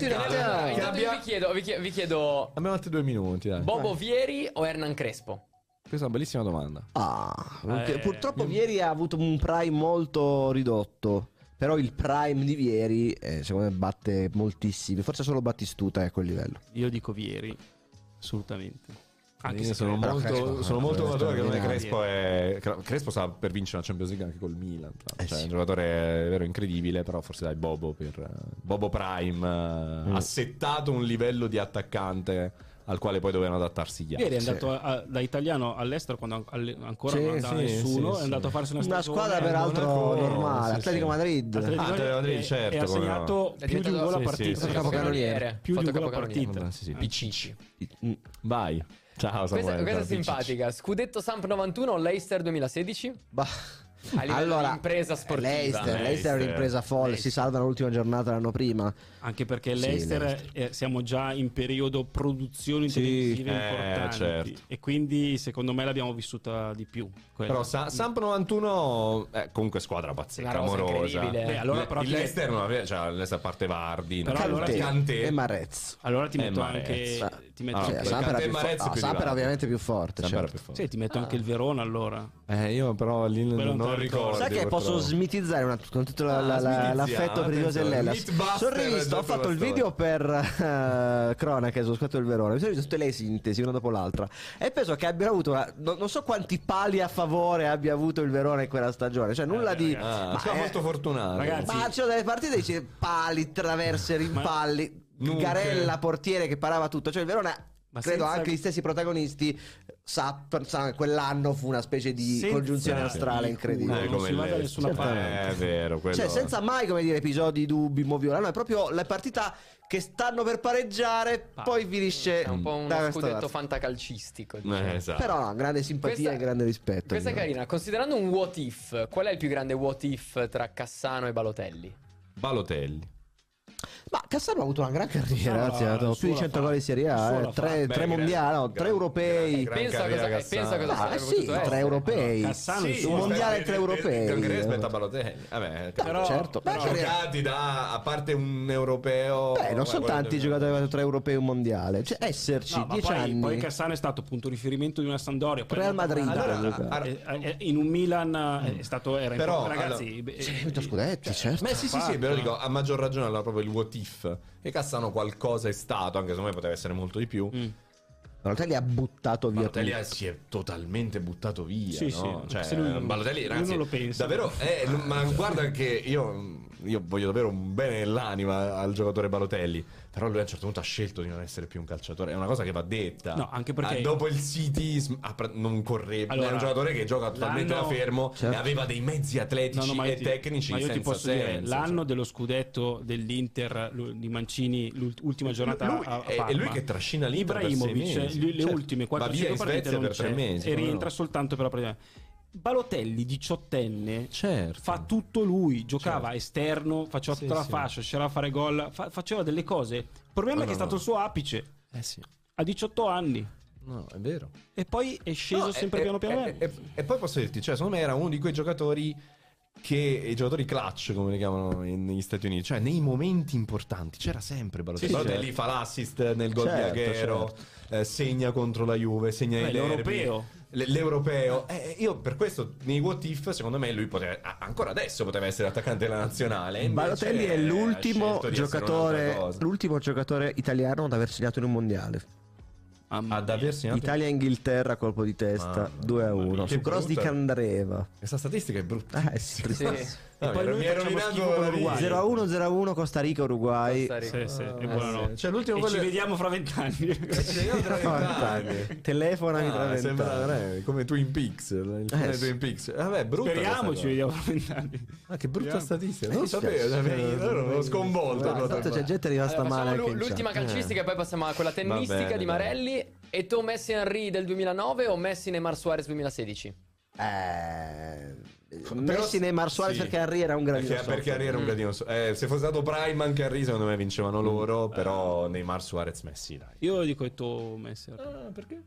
Speaker 4: Vi chiedo
Speaker 1: abbiamo altri 2 minuti.
Speaker 4: Bobo Vieri o Hernan Crespo?
Speaker 1: Questa è una bellissima domanda.
Speaker 3: Purtroppo Vieri ha avuto un prime molto ridotto, però il prime di Vieri secondo me batte moltissimi. Forse solo Battistuta è a quel livello.
Speaker 2: Io dico Vieri, assolutamente. Anche se
Speaker 1: sono molto convinto che Crespo sta per vincere una Champions League anche col Milan, è un giocatore vero incredibile, però forse dai Bobo Prime ha settato un livello di attaccante al quale poi dovevano adattarsi gli altri.
Speaker 2: Ieri è andato da italiano all'estero quando ancora
Speaker 3: Sì,
Speaker 2: non andava
Speaker 1: sì,
Speaker 2: nessuno,
Speaker 1: sì,
Speaker 2: è andato a farsi una
Speaker 3: Una
Speaker 2: stagione.
Speaker 3: squadra peraltro
Speaker 1: Monaco,
Speaker 3: normale,
Speaker 1: sì,
Speaker 3: Atletico
Speaker 1: sì.
Speaker 3: Madrid.
Speaker 1: Atletico Madrid, certo,
Speaker 2: e ha
Speaker 1: come
Speaker 2: segnato
Speaker 4: È
Speaker 2: più di un gol a
Speaker 1: sì,
Speaker 2: partita.
Speaker 1: sì, sì.
Speaker 3: Capocannoniere.
Speaker 2: Più di un gol a
Speaker 4: Capocannoniere.
Speaker 2: partita.
Speaker 1: Sì, sì.
Speaker 4: Picicci.
Speaker 1: Vai. Ciao Samuele.
Speaker 4: Questa è
Speaker 1: ciao,
Speaker 4: simpatica. Scudetto Samp 91 o Leicester 2016?
Speaker 3: Bah.
Speaker 4: A livello di impresa sportiva.
Speaker 3: Leicester è un'impresa folle, si salva l'ultima giornata l'anno prima.
Speaker 2: Anche perché
Speaker 3: Sì,
Speaker 2: Leicester siamo già in periodo produzioni televisive importanti
Speaker 1: certo.
Speaker 2: e quindi secondo me l'abbiamo vissuta di più. quella.
Speaker 1: Però Samp 91 comunque squadra pazzesca,
Speaker 4: Una rosa
Speaker 1: amorosa.
Speaker 4: incredibile.
Speaker 2: Beh, allora però
Speaker 1: il
Speaker 2: ti-
Speaker 1: Leicester non aveva, cioè il Leicester a parte Vardy,
Speaker 2: Però
Speaker 1: no?
Speaker 2: allora
Speaker 1: Kanté
Speaker 3: e Marez.
Speaker 2: Allora ti metto
Speaker 1: Mahrez.
Speaker 2: anche ti metto
Speaker 1: Ah,
Speaker 3: Sì,
Speaker 2: anche,
Speaker 1: ok.
Speaker 3: Samp era
Speaker 1: Kanté e
Speaker 3: più
Speaker 1: Marez
Speaker 3: forte.
Speaker 1: più
Speaker 3: Samp
Speaker 1: di
Speaker 3: era
Speaker 1: là.
Speaker 3: ovviamente più forte.
Speaker 1: Samp era
Speaker 3: certo.
Speaker 1: più forte.
Speaker 2: sì, ti metto anche il Verona allora.
Speaker 1: Io però lì
Speaker 2: Quello
Speaker 1: non
Speaker 2: non te lo
Speaker 1: ricordo.
Speaker 3: Sai che posso smitizzare con tutto l'affetto per i tifosi dell'Hellas. Sono rivisto, ho fatto il video per cronache sullo scatto del Verona. Mi sono visto tutte le sintesi una dopo l'altra e penso che abbiano avuto non so quanti pali a favore abbia avuto il Verona in quella stagione. Cioè nulla di
Speaker 1: Sono molto fortunato.
Speaker 2: Ragazzi,
Speaker 3: ma c'erano delle partite dice pali, traverse, rimpalli,
Speaker 1: Nuche.
Speaker 3: Garella, portiere che parava tutto. Cioè il Verona,
Speaker 2: Ma
Speaker 3: credo
Speaker 2: senza-
Speaker 3: anche gli stessi protagonisti quell'anno fu una specie di
Speaker 2: Senza
Speaker 3: congiunzione astrale
Speaker 2: il
Speaker 3: incredibile.
Speaker 2: culo. non si va da nessuna
Speaker 1: È vero, quello.
Speaker 3: Cioè senza mai, come dire, episodi dubbi, moviola. No, è proprio la partita che stanno per pareggiare, poi finisce
Speaker 4: È un po'
Speaker 3: da
Speaker 4: uno
Speaker 3: questa
Speaker 4: scudetto
Speaker 3: parte.
Speaker 4: fantacalcistico. diciamo.
Speaker 1: Esatto.
Speaker 3: Però no, grande simpatia
Speaker 4: Questa-
Speaker 3: e grande rispetto.
Speaker 4: Questa è carina. Considerando un what if, qual è il più grande what if tra Cassano e Balotelli?
Speaker 1: Balotelli.
Speaker 3: Ma Cassano ha avuto una gran carriera,
Speaker 2: Cassano
Speaker 3: ragazzi. Ha
Speaker 2: la-
Speaker 3: dato
Speaker 2: il
Speaker 3: più di
Speaker 2: suo
Speaker 3: 100
Speaker 2: la
Speaker 3: gol
Speaker 2: fa.
Speaker 3: in Serie
Speaker 2: Il suo
Speaker 3: A,
Speaker 2: la fa.
Speaker 3: tre
Speaker 1: Beh,
Speaker 3: mondiali, no,
Speaker 1: gran-
Speaker 3: 3 europei.
Speaker 1: gran
Speaker 4: Pensa
Speaker 1: carriera
Speaker 4: cosa
Speaker 1: Cassano.
Speaker 4: sarebbe
Speaker 3: Sì,
Speaker 4: potuto essere.
Speaker 3: 3 europei.
Speaker 2: Cassano il
Speaker 1: Sì,
Speaker 2: suo
Speaker 3: un mondiale e
Speaker 1: rispetto-
Speaker 3: 3 europei.
Speaker 1: Gran carriera rispetto a Balotelli. Vabbè,
Speaker 2: Però-
Speaker 3: certo.
Speaker 2: però-
Speaker 3: Beh,
Speaker 1: giocati da, a parte un europeo.
Speaker 3: non sono tanti i giocatori che hanno 3 europei e un mondiale. Cioè, esserci
Speaker 2: No, ma
Speaker 3: 10
Speaker 2: poi,
Speaker 3: anni.
Speaker 2: poi Cassano è stato appunto riferimento di una Sampdoria, poi
Speaker 3: Real
Speaker 2: è andato
Speaker 3: Madrid,
Speaker 2: avanti.
Speaker 3: allora,
Speaker 2: In un Milan era
Speaker 1: Però,
Speaker 2: ragazzi,
Speaker 3: Sì, ha vinto scudetti, certo.
Speaker 1: Beh, sì,
Speaker 2: fatto,
Speaker 1: però dico, a maggior ragione allora proprio il what if. E Cassano qualcosa è stato, anche se me poteva essere molto di più.
Speaker 3: Balotelli ha buttato via
Speaker 1: Balotelli
Speaker 3: tutto.
Speaker 1: si è totalmente buttato via,
Speaker 2: Sì,
Speaker 1: no?
Speaker 2: sì,
Speaker 1: Cioè,
Speaker 2: se lui-
Speaker 1: Balotelli,
Speaker 2: lui
Speaker 1: ragazzi,
Speaker 2: non lo pensa.
Speaker 1: davvero, ma guarda che io voglio davvero un bene nell'anima al giocatore Balotelli, però lui a un certo punto ha scelto di non essere più un calciatore, è una cosa che va detta.
Speaker 2: No, anche perché-
Speaker 1: dopo il City non correva,
Speaker 2: Allora,
Speaker 1: è un giocatore che gioca totalmente da
Speaker 2: l'anno-
Speaker 1: fermo
Speaker 3: Certo.
Speaker 1: e aveva dei mezzi atletici
Speaker 2: ma
Speaker 1: e tecnici
Speaker 2: ma io ti
Speaker 1: senza
Speaker 2: posso dire,
Speaker 1: senso,
Speaker 2: l'anno
Speaker 1: cioè.
Speaker 2: dello scudetto dell'Inter di Mancini, l'ultima giornata
Speaker 1: Lui-
Speaker 2: a
Speaker 1: è
Speaker 2: Parma,
Speaker 1: lui che trascina l'Inter per 6
Speaker 2: Ibrahimovic,
Speaker 1: mesi.
Speaker 2: le
Speaker 1: Certo.
Speaker 2: ultime
Speaker 1: Va
Speaker 2: 4-5
Speaker 1: via in
Speaker 2: partite
Speaker 1: Svezia
Speaker 2: non
Speaker 1: per 3
Speaker 2: c'è
Speaker 1: mesi,
Speaker 2: e
Speaker 1: come
Speaker 2: rientra
Speaker 1: no?
Speaker 2: soltanto per la prima. Balotelli, 18enne,
Speaker 1: Certo.
Speaker 2: fa tutto lui, giocava esterno, faceva
Speaker 1: Sì,
Speaker 2: tutta la
Speaker 1: sì.
Speaker 2: fascia, c'era a fare gol, faceva delle cose. Il problema è che è stato il suo apice
Speaker 1: Sì.
Speaker 2: a 18 anni
Speaker 1: No, è vero.
Speaker 2: e poi è sceso
Speaker 1: No,
Speaker 2: sempre piano piano.
Speaker 1: E poi posso dirti, cioè, secondo me era uno di quei giocatori i giocatori clutch, come li chiamano negli Stati Uniti, cioè nei momenti importanti c'era sempre Balotelli.
Speaker 2: Sì,
Speaker 1: Balotelli
Speaker 2: certo.
Speaker 1: fa l'assist nel gol
Speaker 3: Certo,
Speaker 1: di Aguero, segna contro la Juve, segna i derby.
Speaker 2: L'europeo.
Speaker 1: L'europeo. Io per questo nei what if secondo me lui poteva ancora adesso poteva essere attaccante della nazionale. Invece
Speaker 3: Balotelli è
Speaker 1: ha
Speaker 3: l'ultimo
Speaker 1: scelto di essere un'altra cosa.
Speaker 3: giocatore italiano ad aver segnato in un mondiale.
Speaker 1: Ad aver segnato.
Speaker 3: Italia-Inghilterra, colpo di testa,
Speaker 1: Mamma
Speaker 3: 2-1
Speaker 1: mia,
Speaker 3: su
Speaker 1: che
Speaker 3: cross di
Speaker 1: brutta.
Speaker 3: Candreva.
Speaker 1: Questa statistica è brutta.
Speaker 3: Sì.
Speaker 4: Sì.
Speaker 1: No,
Speaker 2: poi noi
Speaker 1: mi ero
Speaker 2: facciamo
Speaker 1: rovinato
Speaker 2: schifo con
Speaker 1: la vita.
Speaker 2: l'Uruguay.
Speaker 3: 0-1, Costa Rica, Uruguay.
Speaker 4: Costa Rica.
Speaker 2: Sì, e buonanotte.
Speaker 1: Cioè l'ultimo
Speaker 2: E
Speaker 1: gol
Speaker 2: ci
Speaker 1: è-
Speaker 2: vediamo fra 20 anni.
Speaker 3: Telefonami tra 20
Speaker 1: sembra
Speaker 3: anni.
Speaker 1: come Twin Peaks, il film di
Speaker 3: sì.
Speaker 1: Twin Peaks. Vabbè, brutta
Speaker 2: Speriamo
Speaker 1: questa
Speaker 2: ci
Speaker 1: cosa.
Speaker 2: vediamo fra 20 anni.
Speaker 1: Ah, che brutta
Speaker 2: Speriamo.
Speaker 1: statistica. Non lo
Speaker 3: Mi
Speaker 1: sapevo,
Speaker 3: spiace.
Speaker 1: ero sconvolto.
Speaker 3: Guarda, tanto c'è gente rimasta
Speaker 4: Allora,
Speaker 3: male
Speaker 4: facciamo
Speaker 3: anche in
Speaker 4: l'ultima
Speaker 3: chat.
Speaker 4: calcistica e poi passiamo a quella tennistica
Speaker 1: bene,
Speaker 4: di
Speaker 1: dai.
Speaker 4: Marelli. E tu Messi Henry del 2009 o Messi Neymar Suarez 2016?
Speaker 3: Messi Neymar Suarez
Speaker 1: sì.
Speaker 3: perché Henry era un gradino
Speaker 1: Perché
Speaker 3: sotto.
Speaker 1: Henry era un gradino se fosse stato Prime anche Henry secondo me vincevano loro. Però Neymar, Suarez, Messi dai.
Speaker 2: Io dico Eto'o Messi.
Speaker 1: Perché?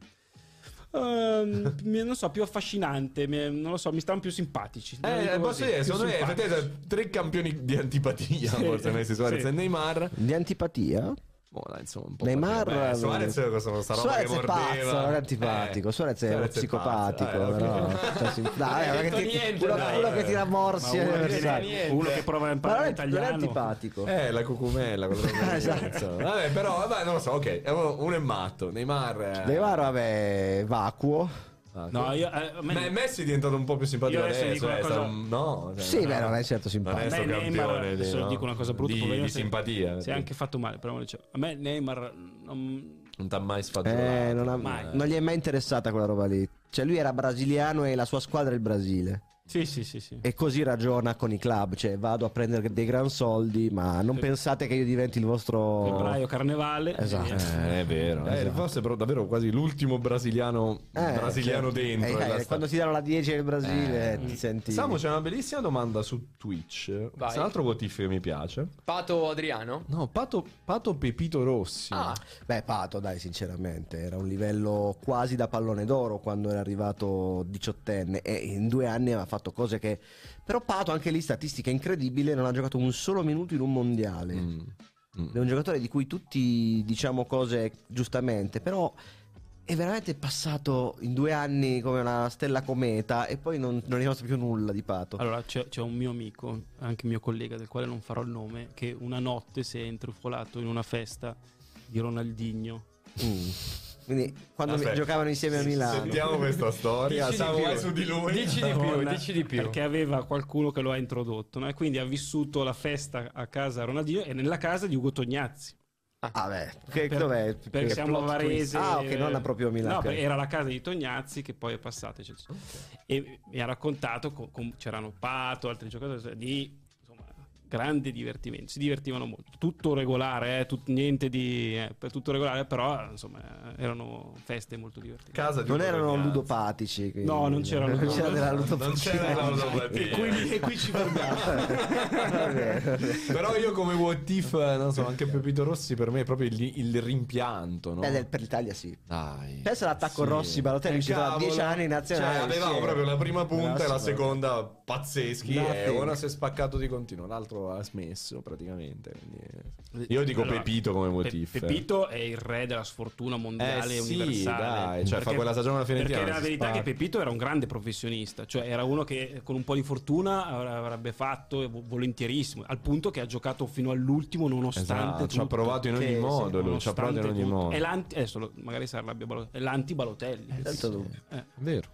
Speaker 2: Non so, più affascinante, non lo so, mi stanno più simpatici. Dico
Speaker 1: posso
Speaker 2: così,
Speaker 1: dire,
Speaker 2: più
Speaker 1: secondo me
Speaker 2: simpatici.
Speaker 1: effettivamente 3 campioni di antipatia forse Messi, Suarez
Speaker 2: sì.
Speaker 1: e Neymar.
Speaker 3: Di antipatia?
Speaker 1: Dai, insomma, un po'
Speaker 3: Neymar
Speaker 1: Beh, Suarez sta roba
Speaker 3: Suarez
Speaker 1: che
Speaker 3: è pazzo,
Speaker 1: mordeva.
Speaker 3: non è antipatico. Suarez è uno psicopatico.
Speaker 1: pazzo.
Speaker 3: Però, cioè, sì, dai,
Speaker 4: Non hai
Speaker 3: uno che
Speaker 4: detto
Speaker 3: ti-
Speaker 4: niente,
Speaker 3: uno-
Speaker 4: dai.
Speaker 3: uno che tira morsi
Speaker 2: Ma
Speaker 3: agli
Speaker 2: uno che-
Speaker 3: avversari.
Speaker 2: uno che prova a
Speaker 3: Ma
Speaker 2: imparare
Speaker 3: non è
Speaker 2: l'italiano.
Speaker 3: antipatico.
Speaker 1: La cucumella, quello che
Speaker 3: Esatto.
Speaker 1: Vabbè, però, non lo so, ok. Uno è matto. Neymar.
Speaker 3: Neymar, vabbè, vacuo.
Speaker 2: No, io, a me-
Speaker 1: Messi è diventato un po' più simpatico
Speaker 2: Io adesso
Speaker 1: adesso.
Speaker 2: dico una cosa-
Speaker 1: No, cioè,
Speaker 3: Sì,
Speaker 1: no.
Speaker 3: beh, non è certo
Speaker 1: Non è
Speaker 3: simpatico.
Speaker 2: a me
Speaker 1: sto
Speaker 2: Neymar,
Speaker 1: campione
Speaker 2: adesso
Speaker 1: no?
Speaker 2: dico una cosa brutta,
Speaker 1: di
Speaker 2: poverino,
Speaker 1: simpatia.
Speaker 2: si è anche fatto male, però a me Neymar
Speaker 1: Non t'ha mai sfagionato?
Speaker 3: Non gli è mai interessata quella roba lì. Cioè lui era brasiliano e la sua squadra è il Brasile.
Speaker 2: Sì.
Speaker 3: E così ragiona con i club, cioè vado a prendere dei gran soldi, ma non pensate che io diventi il vostro
Speaker 2: febbraio carnevale.
Speaker 3: Esatto.
Speaker 1: È vero. Forse però davvero quasi l'ultimo brasiliano
Speaker 3: certo.
Speaker 1: dentro.
Speaker 3: Quando ti danno la 10 nel Brasile ti senti...
Speaker 1: Samu, c'è una bellissima domanda su Twitch.
Speaker 4: Vai.
Speaker 1: C'è un altro what if che mi piace.
Speaker 4: Pato Adriano?
Speaker 1: No, Pato Pepito Rossi.
Speaker 3: Beh, Pato, dai, sinceramente, era un livello quasi da pallone d'oro quando era arrivato 18enne e in 2 anni aveva fatto cose che... Però Pato, anche lì, statistica incredibile, non ha giocato un solo minuto in un mondiale. È un giocatore di cui tutti diciamo cose giustamente, però è veramente passato in 2 anni come una stella cometa e poi non è rimasto più nulla di Pato.
Speaker 2: Allora c'è un mio amico, anche mio collega, del quale non farò il nome, che una notte si è intrufolato in una festa di Ronaldinho.
Speaker 3: Quindi quando giocavano insieme a Milano.
Speaker 1: Sentiamo questa storia. Vai su di lui.
Speaker 4: Dici di più.
Speaker 2: Perché aveva qualcuno che lo ha introdotto, no? E quindi ha vissuto la festa a casa Ronaldinho e nella casa di Ugo Tognazzi.
Speaker 3: Dov'è?
Speaker 2: Perché siamo a Varese.
Speaker 3: Ok, non proprio a Milano.
Speaker 2: No, era la casa di Tognazzi che poi è passata. E mi ha raccontato c'erano Pato, altri giocatori di grande divertimento, si divertivano molto, tutto regolare, niente di tutto regolare, però insomma erano feste molto divertenti.
Speaker 3: Non erano ludopatici.
Speaker 2: No, non c'erano.
Speaker 3: Non c'era della ludopatia.
Speaker 2: E qui ci fermiamo.
Speaker 1: Però io come what if, non so, anche Pepito Rossi per me è proprio il rimpianto, no?
Speaker 3: Per l'Italia sì.
Speaker 1: Dai.
Speaker 3: Pensa all'attacco Rossi Balotelli, ci sono 10 anni in nazionale.
Speaker 1: Cioè, avevamo proprio la prima punta e la seconda pazzeschi e ora si è spaccato di continuo. L'altro ha smesso praticamente. Quindi... Io dico Pepito come what if.
Speaker 2: Pepito è il re della sfortuna mondiale universale.
Speaker 1: Dai, cioè fa quella stagione alla Fiorentina.
Speaker 2: Perché la verità è che Pepito era un grande professionista, cioè era uno che con un po' di fortuna avrebbe fatto volentierissimo, al punto che ha giocato fino all'ultimo nonostante tutto.
Speaker 1: Ci ha provato in ogni modo, lui ci ha provato in ogni modo.
Speaker 2: Adesso magari si arrabbia Balotelli, è l'anti-Balotelli.
Speaker 1: È vero.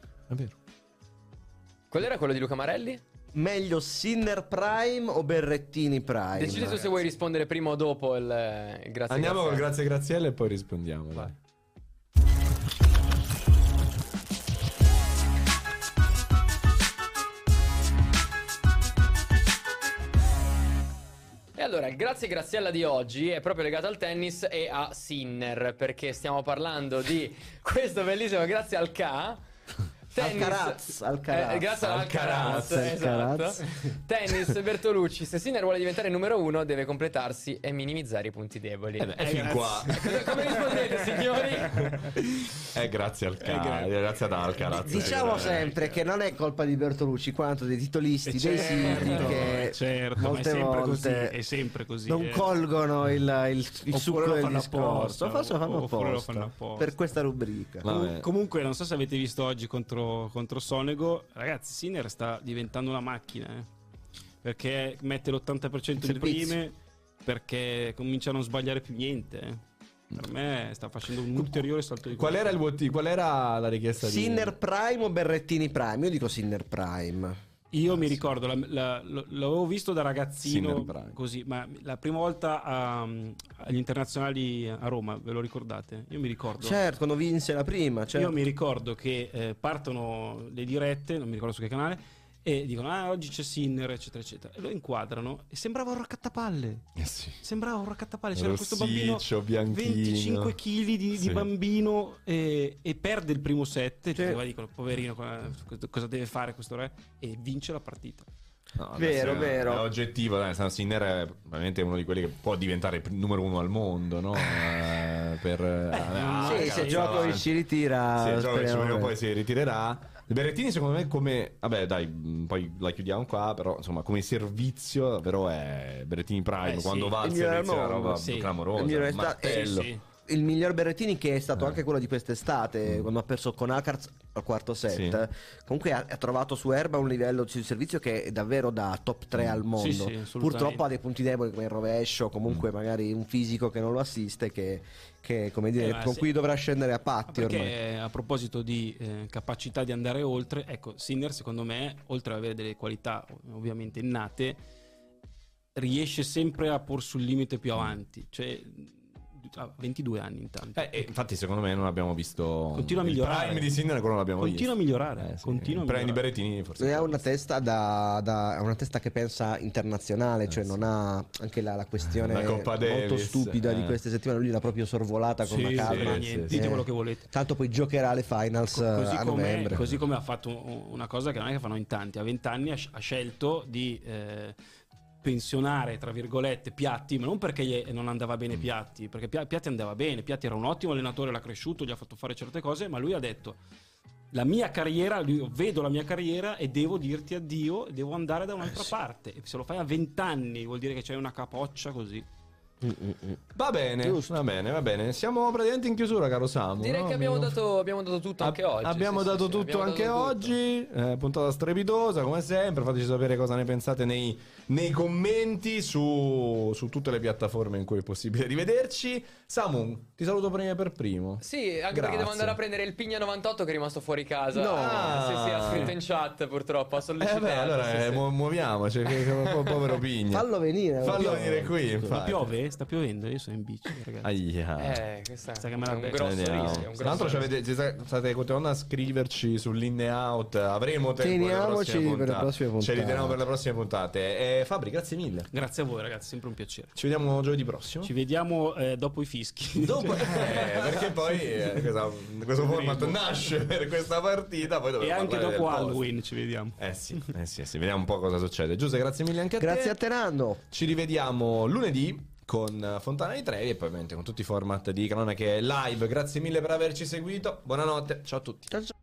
Speaker 4: Qual era quello di Luca Marelli?
Speaker 3: Meglio Sinner Prime o Berrettini Prime?
Speaker 4: Decidi tu se vuoi rispondere prima o dopo il grazie.
Speaker 1: Andiamo col grazie Graziella e poi rispondiamo. Vai.
Speaker 4: E allora, il grazie Graziella di oggi è proprio legato al tennis e a Sinner, perché stiamo parlando di questo bellissimo grazie al K.
Speaker 3: Tennis,
Speaker 4: grazie all'Alcaraz, esatto. Tennis, Bertolucci. Se Sinner vuole diventare il numero 1 deve completarsi e minimizzare i punti deboli.
Speaker 1: Fin qua.
Speaker 4: Come rispondete, signori?
Speaker 1: Grazie grazie ad Alcaraz.
Speaker 3: Diciamo sempre che non è colpa di Bertolucci quanto dei titolisti, dei siti che molte volte
Speaker 2: è sempre così.
Speaker 3: Non colgono il succo del discorso. Forse lo fanno apposta per questa rubrica.
Speaker 2: Comunque non so se avete visto oggi contro Sonego, ragazzi, Sinner sta diventando una macchina, perché mette l'80% di prime, perché comincia a non sbagliare più niente. Per me sta facendo un ulteriore salto di
Speaker 1: qualità. Qual era la richiesta
Speaker 3: Sinner Prime o Berrettini Prime? Io dico Sinner Prime.
Speaker 2: Io mi ricordo, l'avevo visto da ragazzino così, ma la prima volta agli internazionali a Roma, ve lo ricordate? Io mi ricordo.
Speaker 3: Certo, quando vinse la prima. Certo.
Speaker 2: Io mi ricordo che partono le dirette, non mi ricordo su che canale, e dicono oggi c'è Sinner eccetera eccetera, e lo inquadrano e sembrava un raccattapalle. Sembrava un raccattapalle. C'era questo bambino
Speaker 1: bianchino,
Speaker 2: 25 kg di bambino e perde il primo set, e dicono poverino, cosa deve fare questo re, e vince la partita.
Speaker 3: No, vero.
Speaker 1: È oggettivo, Sinner è veramente uno di quelli che può diventare il numero 1 al mondo, no?
Speaker 3: Se Djokovic si ritira,
Speaker 1: poi si ritirerà. Il Berrettini secondo me come poi la chiudiamo qua, però insomma come servizio davvero è Berrettini Prime, quando va al servizio è una roba clamorosa, martello.
Speaker 3: Il miglior Berrettini, che è stato anche quello di quest'estate, quando ha perso con Alcaraz al quarto set, comunque ha trovato su erba un livello di servizio che è davvero da top 3 al mondo. Purtroppo ha dei punti deboli come il rovescio, comunque magari un fisico che non lo assiste, che come dire, con cui dovrà scendere a patti ormai.
Speaker 2: A proposito di capacità di andare oltre, ecco, Sinner secondo me, oltre ad avere delle qualità ovviamente innate, riesce sempre a porsi sul limite più avanti, cioè ha 22 anni intanto.
Speaker 1: Infatti secondo me non abbiamo visto
Speaker 2: Continua a migliorare.
Speaker 1: il prime di Sinner, ancora non l'abbiamo
Speaker 2: Continua a
Speaker 1: visto.
Speaker 2: migliorare.
Speaker 1: Sì.
Speaker 2: Continua a
Speaker 1: Il prime di
Speaker 2: migliorare.
Speaker 1: Berrettini forse
Speaker 3: Ha una testa ha una testa che pensa internazionale, cioè non ha anche la questione
Speaker 1: La Coppa
Speaker 3: molto
Speaker 1: Davis,
Speaker 3: stupida di queste settimane. Lui l'ha proprio sorvolata con una calma.
Speaker 2: niente,
Speaker 1: sì.
Speaker 2: dite quello che volete.
Speaker 3: Tanto poi giocherà le finals a novembre.
Speaker 2: Così come ha fatto una cosa che non è che fanno in tanti. A 20 anni ha scelto di pensionare, tra virgolette, Piatti, ma non perché non andava bene Piatti, perché Piatti andava bene. Piatti era un ottimo allenatore, l'ha cresciuto, gli ha fatto fare certe cose, ma lui ha detto: la mia carriera, vedo la mia carriera e devo dirti addio, devo andare da un'altra parte. E se lo fai a 20 anni vuol dire che c'hai una capoccia così.
Speaker 1: Va bene,
Speaker 3: Giusto.
Speaker 1: va bene. Siamo praticamente in chiusura, caro Samu.
Speaker 4: Direi
Speaker 1: no?
Speaker 4: che abbiamo dato tutto anche oggi.
Speaker 1: Abbiamo
Speaker 4: Sì,
Speaker 1: dato
Speaker 4: sì,
Speaker 1: tutto
Speaker 4: abbiamo
Speaker 1: anche
Speaker 4: dato tutto.
Speaker 1: oggi. Puntata strepitosa, come sempre. Fateci sapere cosa ne pensate nei commenti su tutte le piattaforme in cui è possibile rivederci. Samu, ti saluto per primo.
Speaker 4: Sì, anche
Speaker 1: Grazie.
Speaker 4: perché devo andare a prendere il Pigna 98 che è rimasto fuori casa.
Speaker 3: No.
Speaker 4: Sì, ha scritto in chat purtroppo, ha sollecitato.
Speaker 1: Allora
Speaker 4: sì.
Speaker 1: muoviamoci, povero Pigna.
Speaker 3: Fallo venire.
Speaker 1: Fallo venire qui,
Speaker 2: Ma
Speaker 1: infatti.
Speaker 2: piove? Sta piovendo? Io sono in bici, ragazzi.
Speaker 1: Aia.
Speaker 4: Questa
Speaker 2: Sa che
Speaker 4: è
Speaker 2: me la
Speaker 4: un
Speaker 2: becco.
Speaker 4: grosso
Speaker 1: Vediamo.
Speaker 4: rischio. Un
Speaker 1: Tra l'altro
Speaker 4: grosso rischio.
Speaker 1: state continuando a scriverci sull'in e out. Avremo tempo
Speaker 3: Teniamoci per le prossime puntate.
Speaker 1: Ce li teniamo per le prossime puntate. Fabri, grazie mille.
Speaker 2: Grazie a voi, ragazzi, sempre un piacere.
Speaker 1: Ci vediamo giovedì prossimo.
Speaker 2: Ci vediamo dopo i fischi.
Speaker 1: Dopo, perché poi questo format nasce per questa partita. Poi
Speaker 2: E anche
Speaker 1: parlare del
Speaker 2: dopo
Speaker 1: post.
Speaker 2: Halloween ci vediamo.
Speaker 1: Sì, vediamo un po' cosa succede. Giuseppe, grazie mille anche a te.
Speaker 3: Grazie a te, Nando.
Speaker 1: Ci rivediamo lunedì con Fontana di Trevi e poi ovviamente con tutti i format di Canone che è live. Grazie mille per averci seguito. Buonanotte, ciao a tutti.
Speaker 3: Ciao, ciao.